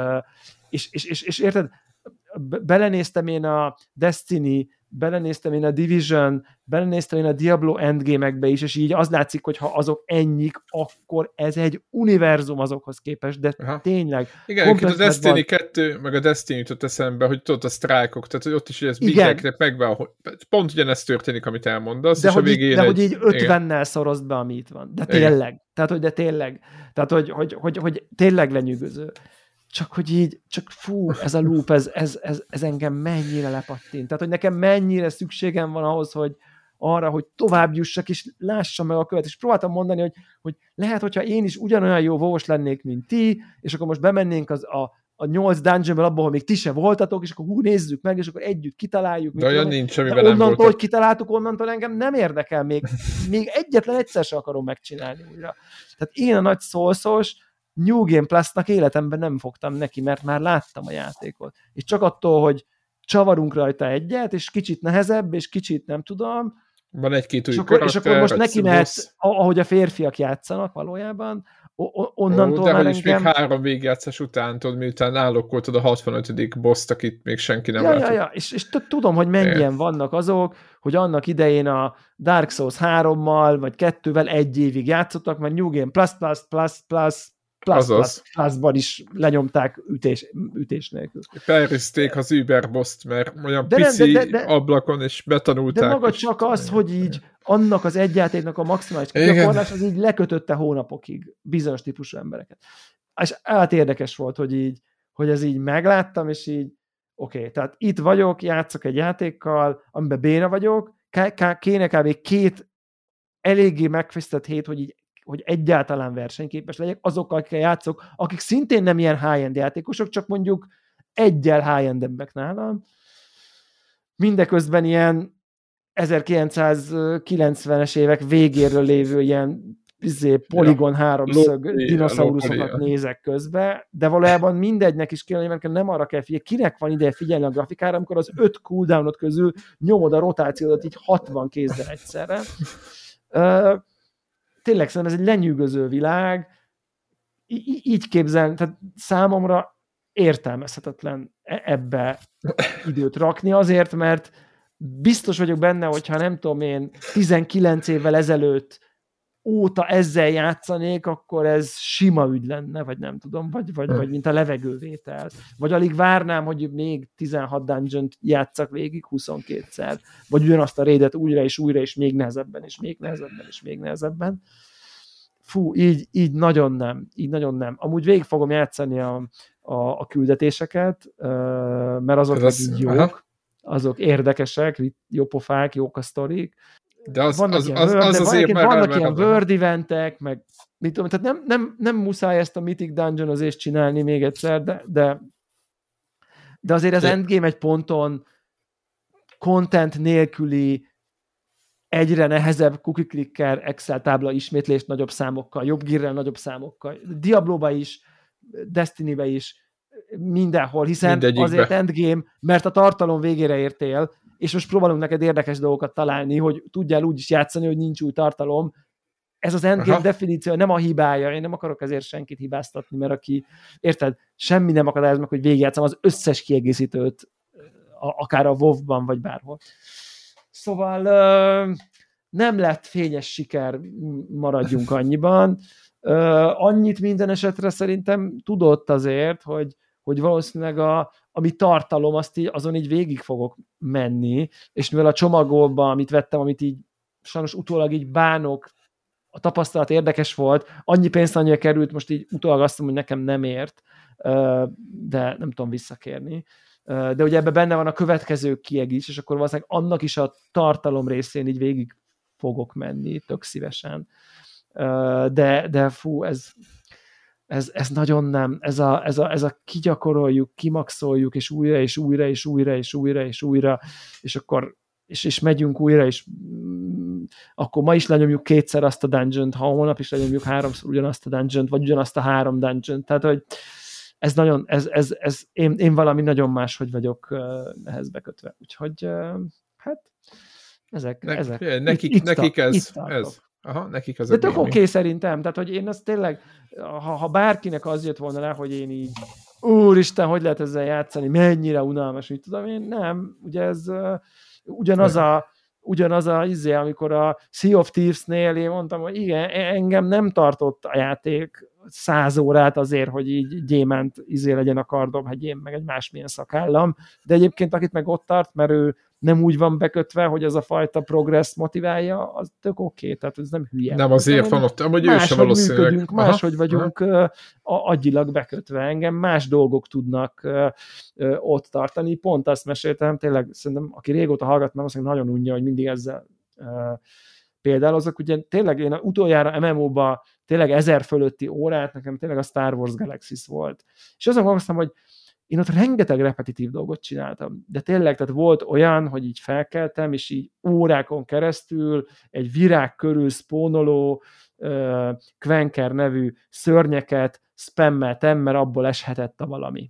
és érted, belenéztem én a Destiny, belenéztem én a Division, belenéztem én a Diablo Endgame-ekbe is, és így az látszik, hogy ha azok ennyik, akkor ez egy univerzum azokhoz képest, de tényleg. Igen, a Destiny 2, meg a Destiny jutott eszembe, hogy tudod a sztrájkok, tehát hogy ott is, hogy ez bígyeknek megvan, pont ugyanezt történik, amit elmondasz, de és hogy a végén hogy így 50-nel szorozd be, ami itt van. De tényleg. Tehát, hogy tényleg lenyűgöző. Csak hogy így, fú, ez a loop, ez engem mennyire lepattint. Tehát, hogy nekem mennyire szükségem van ahhoz, hogy arra, hogy tovább jussak, és lássam meg a követ. És próbáltam mondani, hogy lehet, hogyha én is ugyanolyan jó vovos lennék, mint ti, és akkor most bemennénk a 8 dungeonből abban, ahol még ti se voltatok, és akkor nézzük meg, és akkor együtt kitaláljuk. De olyan nincs, amiben nem voltak. Hogy kitaláltuk, onnantól engem nem érdekel, még egyetlen egyszer sem akarom megcsinálni újra. Tehát én a nagy szólszós New Game Plus-nak életemben nem fogtam neki, mert már láttam a játékot. És csak attól, hogy csavarunk rajta egyet, és kicsit nehezebb, és kicsit nem tudom. Van egy-két új karakter, és akkor most neki mehet, ahogy a férfiak játszanak valójában, onnantól már engem... De még 3 végjátszás után, tudod, miután állokkoltad a 65. boss-t, akit még senki nem látott. Ja, és tudom, hogy mennyien vannak azok, hogy annak idején a Dark Souls 3-mal, vagy 2-vel 1 évig játszottak, mert New Game Plus-ban is lenyomták ütés nélkül. Felrizték az Uber boss-t, mert olyan pici ablakon, és betanulták. De maga csak az, hogy így annak az egy játéknak a maximális gyakorlás, az így lekötötte hónapokig bizonyos típusú embereket. És érdekes volt, hogy ez így megláttam, és így oké, tehát itt vagyok, játszok egy játékkal, amiben béna vagyok, kéne kb. 2 eléggé megfesztett hét, hogy egyáltalán versenyképes legyek, azokkal, akikkel játszok, akik szintén nem ilyen high-end játékosok, csak mondjuk egyel high-endebbek nálam. Mindeközben ilyen 1990-es évek végéről lévő ilyen Polygon 3-szög dinoszauruszokat nézek közbe, de valójában mindegynek is kell, mert nem arra kell figyelni, kinek van ideje figyelni a grafikára, amikor az 5 cooldownot közül nyomod a rotációdat így 60 kézzel egyszerre. Tényleg szerintem ez egy lenyűgöző világ, így képzelni, tehát számomra értelmezhetetlen ebbe időt rakni, azért, mert biztos vagyok benne, hogyha nem tudom én 19 évvel ezelőtt óta ezzel játszanék, akkor ez sima ügy lenne, vagy nem tudom, vagy mint a levegővétel. Vagy alig várnám, hogy még 16 dungeont játsszak végig 22-szer, vagy ugyanazt a raidet újra, és még nehezebben, és még nehezebben, és még nehezebben. Fú, így nagyon nem. Amúgy végig fogom játszani a küldetéseket, mert azok így jók, azok érdekesek, jópofák, jók a sztorik. De vannak ilyen World eventek, meg mit tudom, tehát nem muszáj ezt a Mythic Dungeon-ozést csinálni még egyszer, de azért az Endgame egy ponton content nélküli egyre nehezebb cookie clicker Excel tábla ismétlést nagyobb számokkal, jobb gearrel nagyobb számokkal. Diablo-ba is Destiny-be is, mindenhol, hiszen mindegyikbe. Azért endgame, mert a tartalom végére értél, és most próbálunk neked érdekes dolgokat találni, hogy tudjál úgy is játszani, hogy nincs új tartalom. Ez az endgame definíció nem a hibája, én nem akarok ezért senkit hibáztatni, mert aki, érted, semmi nem akadályoz meg, hogy végigjátszom az összes kiegészítőt, akár a WoW-ban, vagy bárhol. Szóval nem lett fényes siker, maradjunk annyiban. Annyit minden esetre szerintem tudott azért, hogy valószínűleg ami tartalom, azon így végig fogok menni, és mivel a csomagolban, amit vettem, amit így sajnos utólag így bánok, a tapasztalat érdekes volt, annyi pénzt annyira került, most így utólag azt mondom, hogy nekem nem ért, de nem tudom visszakérni. De ugye ebben benne van a következő kiegészítés, és akkor valószínűleg annak is a tartalom részén így végig fogok menni, tök szívesen. De fú, ez nagyon nem, ez a kigyakoroljuk, kimaxoljuk, és újra, és újra, és újra, és újra, és újra, és akkor és megyünk újra, és akkor ma is lenyomjuk 2-szer azt a dungeont, ha holnap is lenyomjuk 3-szor ugyanazt a dungeont, vagy ugyanazt a 3 dungeont, tehát, hogy ez nagyon, én valami nagyon máshogy vagyok ehhez bekötve. Úgyhogy, hát, ezek. Nekik ez. Aha, nekik az. De tök oké szerintem, tehát, hogy én azt tényleg, ha bárkinek az jött volna le, hogy én így, úristen, hogy lehet ezzel játszani, mennyire unalmas, mit tudom én, nem, ugye ez ugyanaz a amikor a Sea of Thieves-nél én mondtam, hogy igen, engem nem tartott a játék 100 órát azért, hogy így gyémánt legyen a kardom-hegyén, meg egy másmilyen szakállam, de egyébként akit meg ott tart, mert ő nem úgy van bekötve, hogy az a fajta progress motiválja, az tök oké, tehát ez nem hülye. Nem azért van ott, amúgy ő sem valószínűleg. Máshogy vagyunk agyilag bekötve, engem más dolgok tudnak ott tartani. Pont azt meséltem, tényleg szerintem, aki régóta hallgat, nem azt nagyon unja, hogy mindig ezzel példálozok. Ugye tényleg én utoljára MMO-ba tényleg 1000 fölötti órát, nekem tényleg a Star Wars Galaxies volt. És azon gondoltam, hogy én ott rengeteg repetitív dolgot csináltam, de tényleg, tehát volt olyan, hogy így felkeltem, és így órákon keresztül egy virág körül spónoló Quenker nevű szörnyeket spammeltem, mert abból eshetett a valami.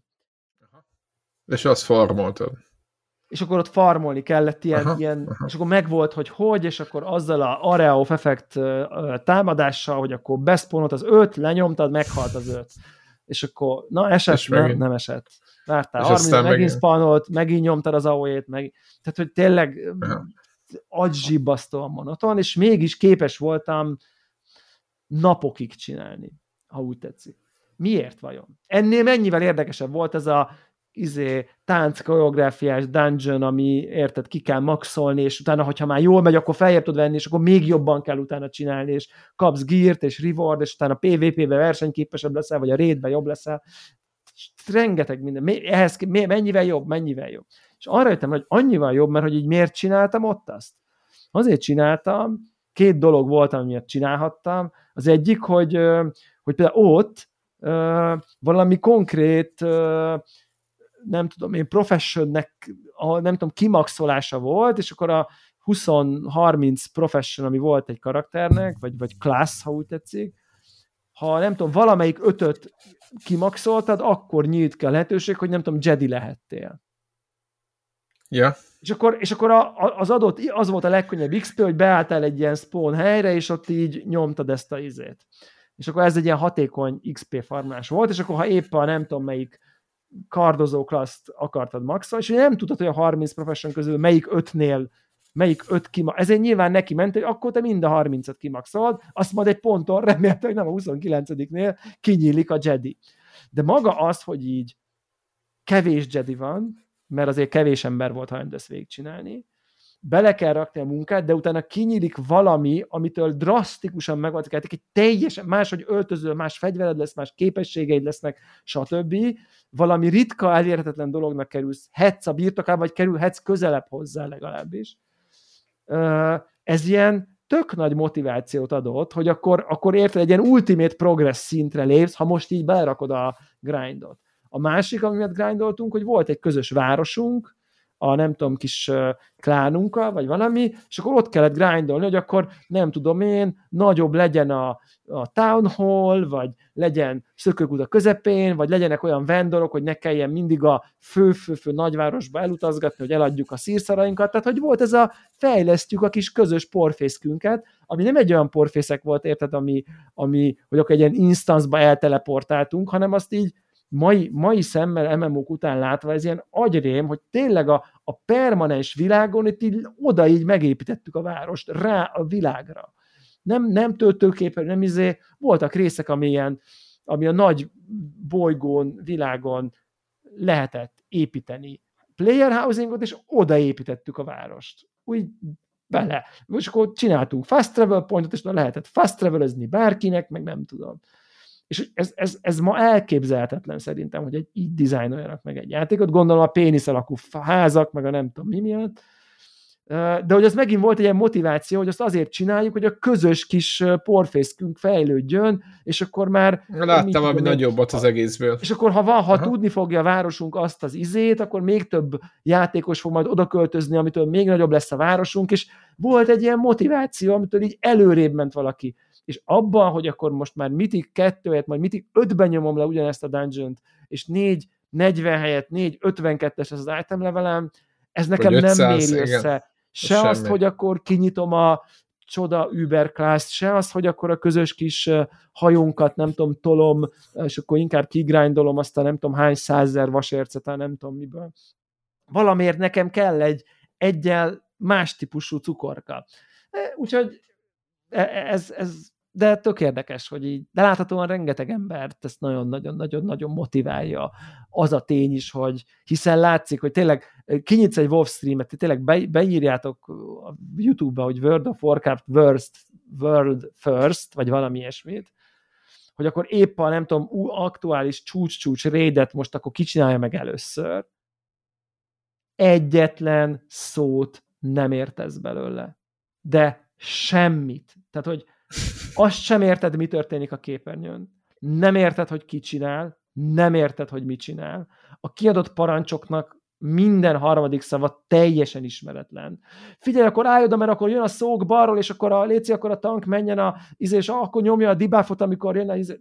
És azt farmoltad. És akkor ott farmolni kellett ilyen, és akkor megvolt, hogy, és akkor azzal a Area of Effect támadással, hogy akkor beszpónolt az 5, lenyomtad, meghalt az 5. És akkor, na esett, nem esett. Vártál, 30, megint spanolt, megint nyomtad az AOE-t, tehát, hogy tényleg agyzsibbasztóan monoton, és mégis képes voltam napokig csinálni, ha úgy tetszik. Miért vajon? Ennél mennyivel érdekesebb volt ez a tánc koreográfiás dungeon, ami érted, ki kell maxolni, és utána, hogyha már jól megy, akkor feljebb tud venni, és akkor még jobban kell utána csinálni, és kapsz geart és reward, és utána PvP-be versenyképesebb leszel, vagy a raidbe jobb leszel. Rengeteg minden. Ehhez mennyivel jobb. És arra jöttem, hogy annyival jobb, mert hogy így miért csináltam ott azt? Azért csináltam, 2 dolog volt, amiért csinálhattam. Az egyik, hogy például ott valami konkrét nem tudom én, professionnek, nem tudom, kimaxolása volt, és akkor a 20-30 profession, ami volt egy karakternek, vagy class, ha úgy tetszik, ha nem tudom, valamelyik 5-öt kimaxoltad, akkor nyílt ki a lehetőség, hogy nem tudom, Jedi lehettél. Ja. És akkor az volt a legkönnyebb XP, hogy beálltál egy ilyen spawn helyre, és ott így nyomtad ezt a izét. És akkor ez egy ilyen hatékony XP farmlás volt, és akkor ha éppen nem tudom melyik kardozó klaszt akartad maxolni, és nem tudtad, hogy a 30 profession közül melyik 5 ezért nyilván neki ment, hogy akkor te mind a 30-at kimaxolod, azt majd egy ponton remélte, hogy nem a 29-nél kinyílik a Jedi. De maga az, hogy így kevés Jedi van, mert azért kevés ember volt hajlandó ezt végigcsinálni, bele kell rakni a munkát, de utána kinyílik valami, amitől drasztikusan megváltozik, egy teljesen máshogy öltözöl, más fegyvered lesz, más képességeid lesznek, stb. Valami ritka, elérhetetlen dolognak kerülhetsz a birtokába, vagy kerülhetsz közelebb hozzá legalábbis. Ez ilyen tök nagy motivációt adott, hogy akkor érted, egy ilyen ultimate progress szintre lépsz, ha most így belerakod a grindot. A másik, ami miatt grindoltunk, hogy volt egy közös városunk, a nem tudom, kis klánunkkal, vagy valami, és akkor ott kellett grindolni, hogy akkor nem tudom én, nagyobb legyen a town hall, vagy legyen szökőkút a közepén, vagy legyenek olyan vendorok, hogy ne kelljen mindig a fő nagyvárosba elutazgatni, hogy eladjuk a szírszarainkat, tehát hogy volt ez a fejlesztjük a kis közös porfészkünket, ami nem egy olyan porfészek volt, érted, ami hogy akkor egy ilyen instanszba elteleportáltunk, hanem azt így mai szemmel MMO-k után látva ez ilyen agyrém, hogy tényleg a permanens világon itt így, oda így megépítettük a várost rá a világra. Nem töltőképen, nem voltak részek, ami a nagy bolygón, világon lehetett építeni player housingot, és oda építettük a várost. Úgy bele. Most akkor csináltunk fast travel pointot, és lehetett fast travelezni bárkinek, meg nem tudom. És ez ma elképzelhetetlen szerintem, hogy így dizájnoljanak meg egy játékot. Gondolom a pénisz alakú házak, meg a nem tudom mi miatt. De hogy az megint volt egy ilyen motiváció, hogy azt azért csináljuk, hogy a közös kis porfészkünk fejlődjön, és akkor már... Láttam valami nagyobbat az egészből. És akkor ha tudni fogja a városunk azt az izét, akkor még több játékos fog majd oda költözni, amitől még nagyobb lesz a városunk, és volt egy ilyen motiváció, amitől így előrébb ment valaki. És abban, hogy akkor most már Mythic 2-et, majd Mythic 5-ben nyomom le ugyanezt a dungeont, és 440 helyett 452-es az item levelem, ez nekem 500, nem méri össze. Igen. Se azt, semmi. Hogy akkor kinyitom a csoda Uber class-t, se azt, hogy akkor a közös kis hajónkat, nem tudom, tolom, és akkor inkább kigrindolom azt a nem tudom hány 100 000 vasércet, nem tudom miből. Valamiért nekem kell egy egyel más típusú cukorka. Úgyhogy ez de tök érdekes, hogy így, de láthatóan rengeteg embert ezt nagyon-nagyon-nagyon motiválja az a tény is, hogy hiszen látszik, hogy tényleg kinyitsz egy WoW streamet, tényleg beírjátok a YouTube-ba, hogy World of Warcraft World First, vagy valami ilyesmit, hogy akkor épp a nem tudom, aktuális csúcs raidet most akkor kicsinálja meg először. Egyetlen szót nem értesz belőle. De semmit. Tehát, hogy azt sem érted, mi történik a képernyőn. Nem érted, hogy ki csinál, nem érted, hogy mit csinál. A kiadott parancsoknak minden harmadik szava teljesen ismeretlen. Figyelj, akkor állj oda, mert akkor jön a szók balról, és akkor akkor a tank menjen és akkor nyomja a debuffot, amikor jön a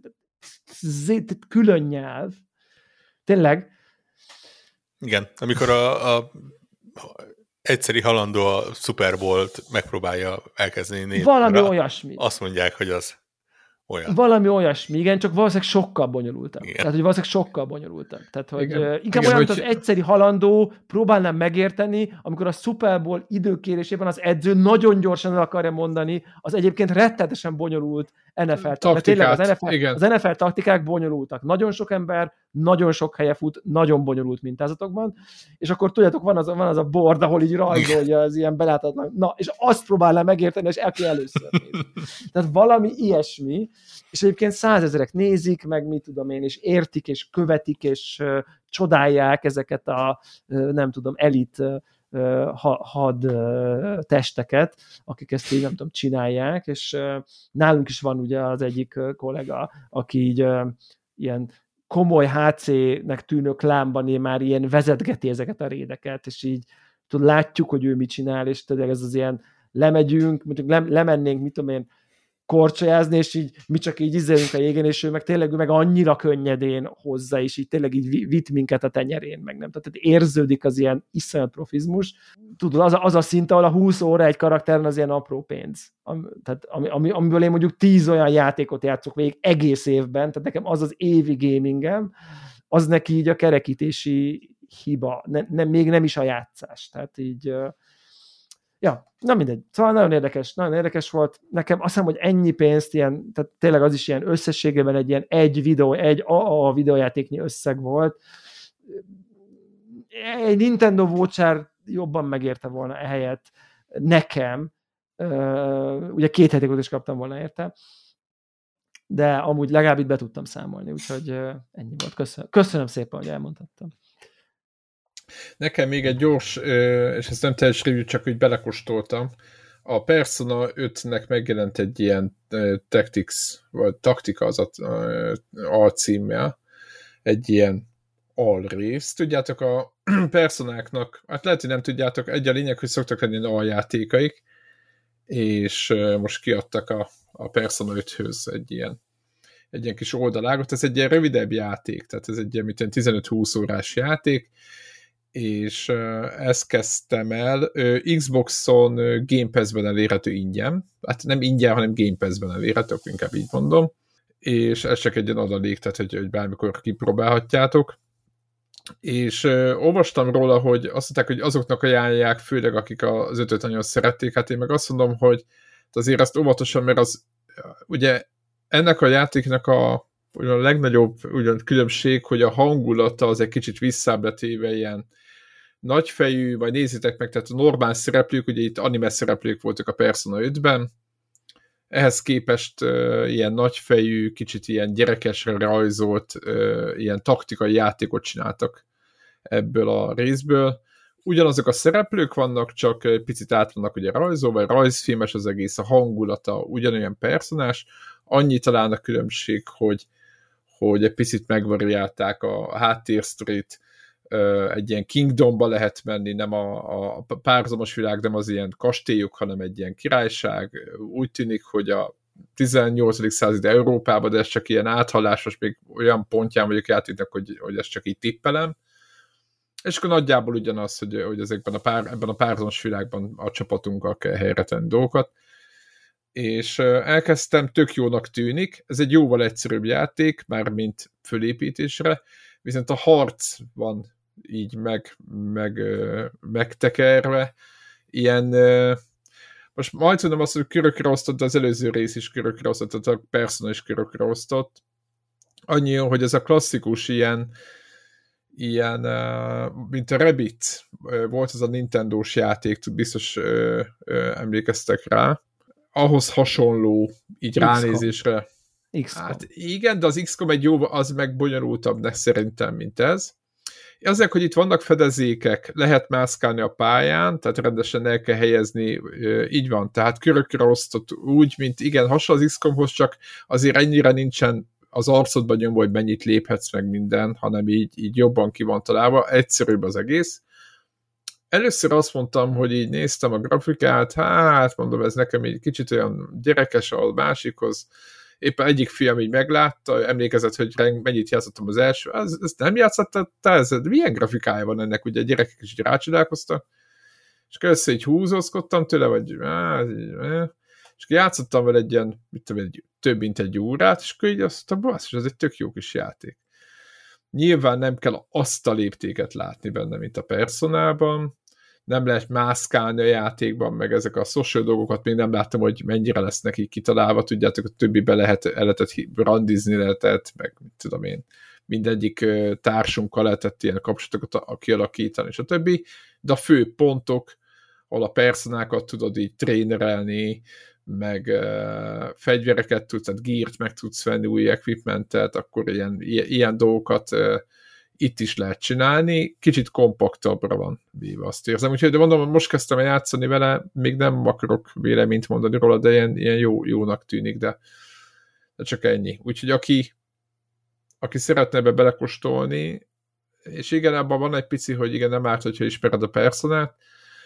külön nyelv. Tényleg. Igen, amikor a egyszeri halandó a Super Bowl-t megpróbálja elkezdeni nézni. Valami olyasmi. Azt mondják, hogy az olyan. Valami olyasmi, igen, csak valószínűleg sokkal bonyolultabb. Igen. Tehát, hogy valószínűleg sokkal bonyolultabb. Tehát, hogy inkább olyan, mint az egyszeri halandó próbálnám megérteni, amikor a Super Bowl időkérésében az edző nagyon gyorsan el akarja mondani az egyébként rettenetesen bonyolult NFL taktikát. Az NFL taktikák bonyolultak. Nagyon sok ember, nagyon sok helye fut, nagyon bonyolult mintázatokban, és akkor tudjátok, van az a board, ahol így rajzolja az ilyen beláthatatlan. Na, és azt próbálnám megérteni, és el kell először nézni. Tehát valami ilyesmi, és egyébként 100 000-ek nézik, meg mit tudom én, és értik, és követik, és csodálják ezeket a, nem tudom, elit had testeket, akik ezt így nem tudom, csinálják, és nálunk is van ugye az egyik kollega, aki így ilyen komoly HC-nek tűnő klánban már ilyen vezetgeti ezeket a rédeket, és így látjuk, hogy ő mit csinál, és tényleg ez az ilyen lemegyünk, lemennénk, mit tudom én, korcsolyázni, és így mi csak így izzelünk a jégen, és ő meg tényleg meg annyira könnyedén hozza, és így tényleg így vitt minket a tenyerén, meg nem. Tehát érződik az ilyen iszonyat profizmus. Tudod, az a szint, ahol a 20 óra egy karakteren az ilyen apró pénz. Tehát amiből én mondjuk 10 olyan játékot játszok végig egész évben, tehát nekem az az évi gamingem, az neki így a kerekítési hiba, még nem is a játszás. Tehát így ja, na mindegy. Szóval nagyon érdekes volt. Nekem azt hiszem, hogy ennyi pénzt, ilyen, tehát tényleg az is ilyen összességében egy AA videójátéknyi összeg volt. Egy Nintendo voucher jobban megérte volna ehelyett nekem. Ugye 2 játékot is kaptam volna érte. De amúgy legalább itt be tudtam számolni, úgyhogy ennyi volt. Köszönöm szépen, hogy elmondhattam. Nekem még egy gyors, és ezt nem teljes review, csak úgy belekóstoltam. A Persona 5-nek megjelent egy ilyen Tactics, vagy Taktika az alcímmel, egy ilyen alrész. Tudjátok, personáknak, hát lehet, hogy nem tudjátok, egy a lényeg, hogy szoktak lenni aljátékaik, és most kiadtak a Persona 5-höz egy ilyen kis oldalágot, ez egy ilyen rövidebb játék, tehát ez egy ilyen 15-20 órás játék, és ezt kezdtem el, Xboxon Game Pass-ben elérhető ingyen, hát nem ingyen, hanem Game Pass-ben elérhető, inkább így mondom, és ez csak egy ilyen adalék, tehát hogy bármikor kipróbálhatjátok, és olvastam róla, hogy azt mondták, hogy azoknak ajánlják, főleg akik az 5-öt nagyon szerették, hát én meg azt mondom, hogy azért ezt óvatosan, mert az ugye ennek a játéknak a legnagyobb különbség, hogy a hangulata az egy kicsit visszább letéve ilyen nagyfejű, vagy nézzétek meg, tehát a normál szereplők, ugye itt anime szereplők voltak a Persona 5-ben, ehhez képest ilyen nagyfejű, kicsit ilyen gyerekesre rajzolt, ilyen taktikai játékot csináltak ebből a részből. Ugyanazok a szereplők vannak, csak picit át vannak ugye rajzolva, rajzfilmes az egész, a hangulata ugyanolyan personás, annyi talán a különbség, hogy egy picit megvariálták a háttérsztorit, egy ilyen kingdomba lehet menni, nem a párhuzamos világ, nem az ilyen kastélyok, hanem egy ilyen királyság. Úgy tűnik, hogy a 18. század Európában, de ez csak ilyen áthallásos, még olyan pontján vagyok játéknak, hogy ezt csak így tippelem. És akkor nagyjából ugyanaz, hogy ezekben ebben a párhuzamos világban a csapatunkkal kell helyre tenni dolgokat. És elkezdtem, tök jónak tűnik, ez egy jóval egyszerűbb játék, mármint fölépítésre, viszont a harc van így megtekerve, ilyen, most majd tudom azt, hogy körökre osztott, de az előző rész is körökre osztott, tehát a Persona is körökre osztott. Annyi jó, hogy ez a klasszikus ilyen mint a Rabbids, volt az a Nintendo-s játék, biztos emlékeztek rá, ahhoz hasonló, így XCOM. Ránézésre. XCOM. Hát igen, de az XCOM egy jó, az meg bonyolultabb szerintem, mint ez. Azért, hogy itt vannak fedezékek, lehet mászkálni a pályán, tehát rendesen el kell helyezni, így van, tehát körökre osztott úgy, mint igen, hasonló az XCOM-hoz, csak azért ennyire nincsen az arcodban nyomva, hogy mennyit léphetsz meg minden, hanem így jobban ki van találva, egyszerűbb az egész. Először azt mondtam, hogy így néztem a grafikát, hát mondom, ez nekem így kicsit olyan gyerekes a másikhoz. Éppen egyik fiam így meglátta, emlékezett, hogy mennyit játszottam az első, ezt nem játszottál, ez milyen grafikája van ennek, ugye a gyerekek is így rácsodálkoztak, és először így húzózkodtam tőle, vagy és játszottam vele egy ilyen, több mint egy órát, és akkor így azt mondtam, ez egy tök jó kis játék. Nyilván nem kell azt a léptéket látni benne, mint a Personában, nem lehet mászkálni a játékban, meg ezek a social dolgokat még nem láttam, hogy mennyire lesz neki kitalálva, tudjátok, a többibe el lehetett randizni lehetett, meg mit tudom én, mindegyik társunkkal lehetett ilyen kapcsolatokat kialakítani, és a többi, de a fő pontok, ahol a personákat tudod így trénerelni, meg fegyvereket tudsz, tehát geart meg tudsz venni, új equipmentet, akkor ilyen dolgokat itt is lehet csinálni, kicsit kompaktabbra van véve, azt érzem. Úgyhogy de mondom, most kezdtem el játszani vele, még nem akarok véleményt mondani róla, de ilyen jónak tűnik, de csak ennyi. Úgyhogy aki szeretne ebbe belekóstolni, és igen, abban van egy pici, hogy igen, nem árt, hogyha ismered a Personát,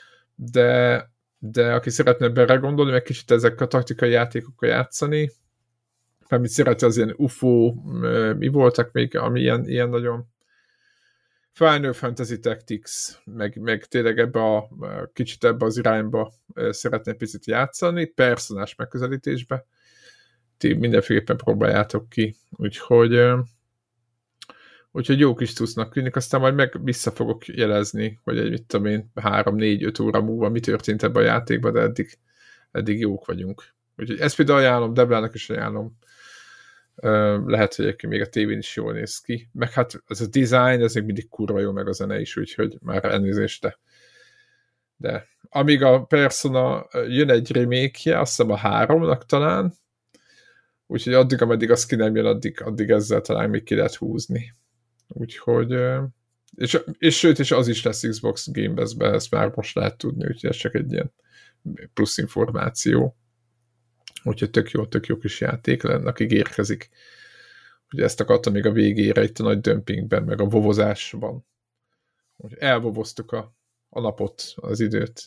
de aki szeretne belegondolni, meg kicsit ezek a taktikai játékokkal játszani, mert szereti az ilyen UFO, mi voltak még, ami ilyen nagyon Final Fantasy Tactics, meg tényleg kicsit ebbe az irányba szeretne picit játszani, personás megközelítésbe. Ti mindenféleképpen próbáljátok ki. Úgyhogy jó kis tusznak tűnik, aztán majd meg vissza fogok jelezni, hogy egy 3-4-5 óra múlva mi történt ebben a játékban, de eddig jók vagyunk. Úgyhogy ezt például ajánlom, Deblának is ajánlom. Lehet, hogy még a tévén is jól néz ki. Meg hát ez a design, ez még mindig kurva jó, meg a zene is, úgyhogy már elnézést, de amíg a Persona jön egy remake-je, azt hiszem a 3-nak talán, úgyhogy addig, ameddig az ki nem jön, addig ezzel talán még ki lehet húzni. Úgyhogy és sőt, és az is lesz Xbox Game Pass-ben, ezt már most lehet tudni, úgyhogy ez csak egy ilyen plusz információ. Úgyhogy tök jó kis játék lenne, akik érkezik. Ugye ezt akartam még a végére itt a nagy dömpingben, meg a vovozásban. elboboztuk a napot, az időt.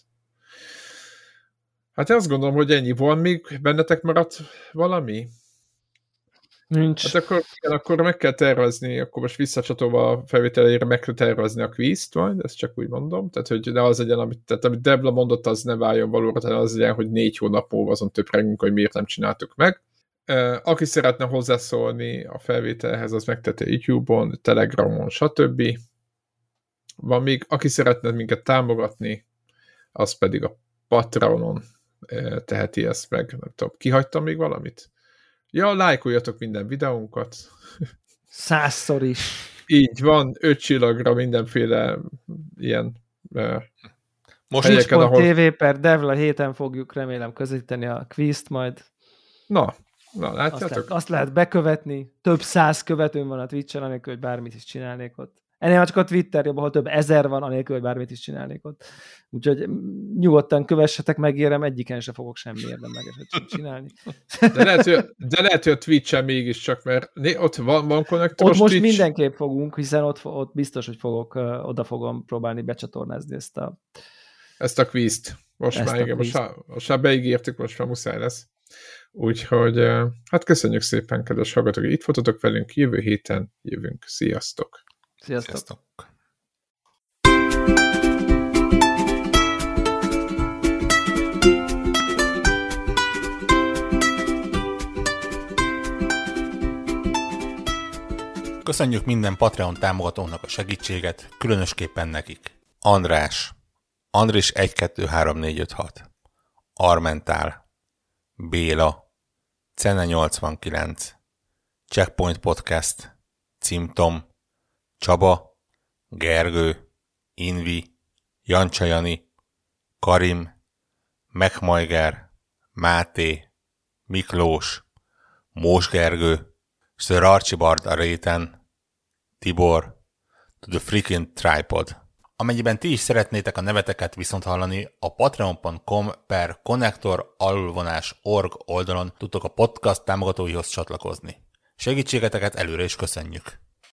Hát azt gondolom, hogy ennyi. Van még bennetek maradt valami? Nincs. Hát akkor meg kell tervezni, akkor most visszacsatolva a felvételére meg kell tervezni a kvízt majd, ezt csak úgy mondom, tehát hogy ne az legyen, amit Debla mondott, az ne váljon valóra, tehát az legyen, hogy 4 hónap múlva azon töprengünk, hogy miért nem csináltuk meg. Aki szeretne hozzászólni a felvételhez, az megtette YouTube-on, Telegramon, stb. Van még, aki szeretne minket támogatni, az pedig a Patreonon teheti ezt meg. Nem tudom, kihagytam még valamit? Ja, lájkoljatok minden videónkat. 100-szor is. Így van, 5 csillagra mindenféle ilyen most helyeken, ahol... Twitch.tv/Devla héten fogjuk remélem közvetíteni a kvízt majd. Na, látjátok? Azt lehet bekövetni. Több 100 követőm van a Twitch-en, anélkül, hogy bármit is csinálnék ott. Ennél csak a Twitter jobb, ahol több 1000 van, anélkül, hogy bármit is csinálnék ott. Úgyhogy nyugodtan kövessetek, megérem, egyiken se fogok semmi érdemlegeset csinálni. De lehet, hogy a Twitch-en mégiscsak, mert ott van konnektoros ott most Twitch. Mindenképp fogunk, hiszen ott biztos, hogy oda fogom próbálni becsatornázni ezt a kvízt. Most már beígértük, most már muszáj lesz. Úgyhogy hát köszönjük szépen, kedves hallgatók, hogy itt voltatok velünk, jövő héten jövünk. Sziasztok! Sziasztok! Köszönjük minden Patreon támogatónak a segítséget, különösképpen nekik. András, Andris 123456, Armentál, Béla, Cene 89, Checkpoint Podcast, Cimtom, Csaba, Gergő, Invi, Jancsajani, Karim, Megmajger, Máté, Miklós, Mós Gergő, Sir Archibald a réten, Tibor, To the Freaking Tripod. Amennyiben ti is szeretnétek a neveteket viszont hallani, a patreon.com/connector_org oldalon tudtok a podcast támogatóihoz csatlakozni. Segítségeteket előre is köszönjük!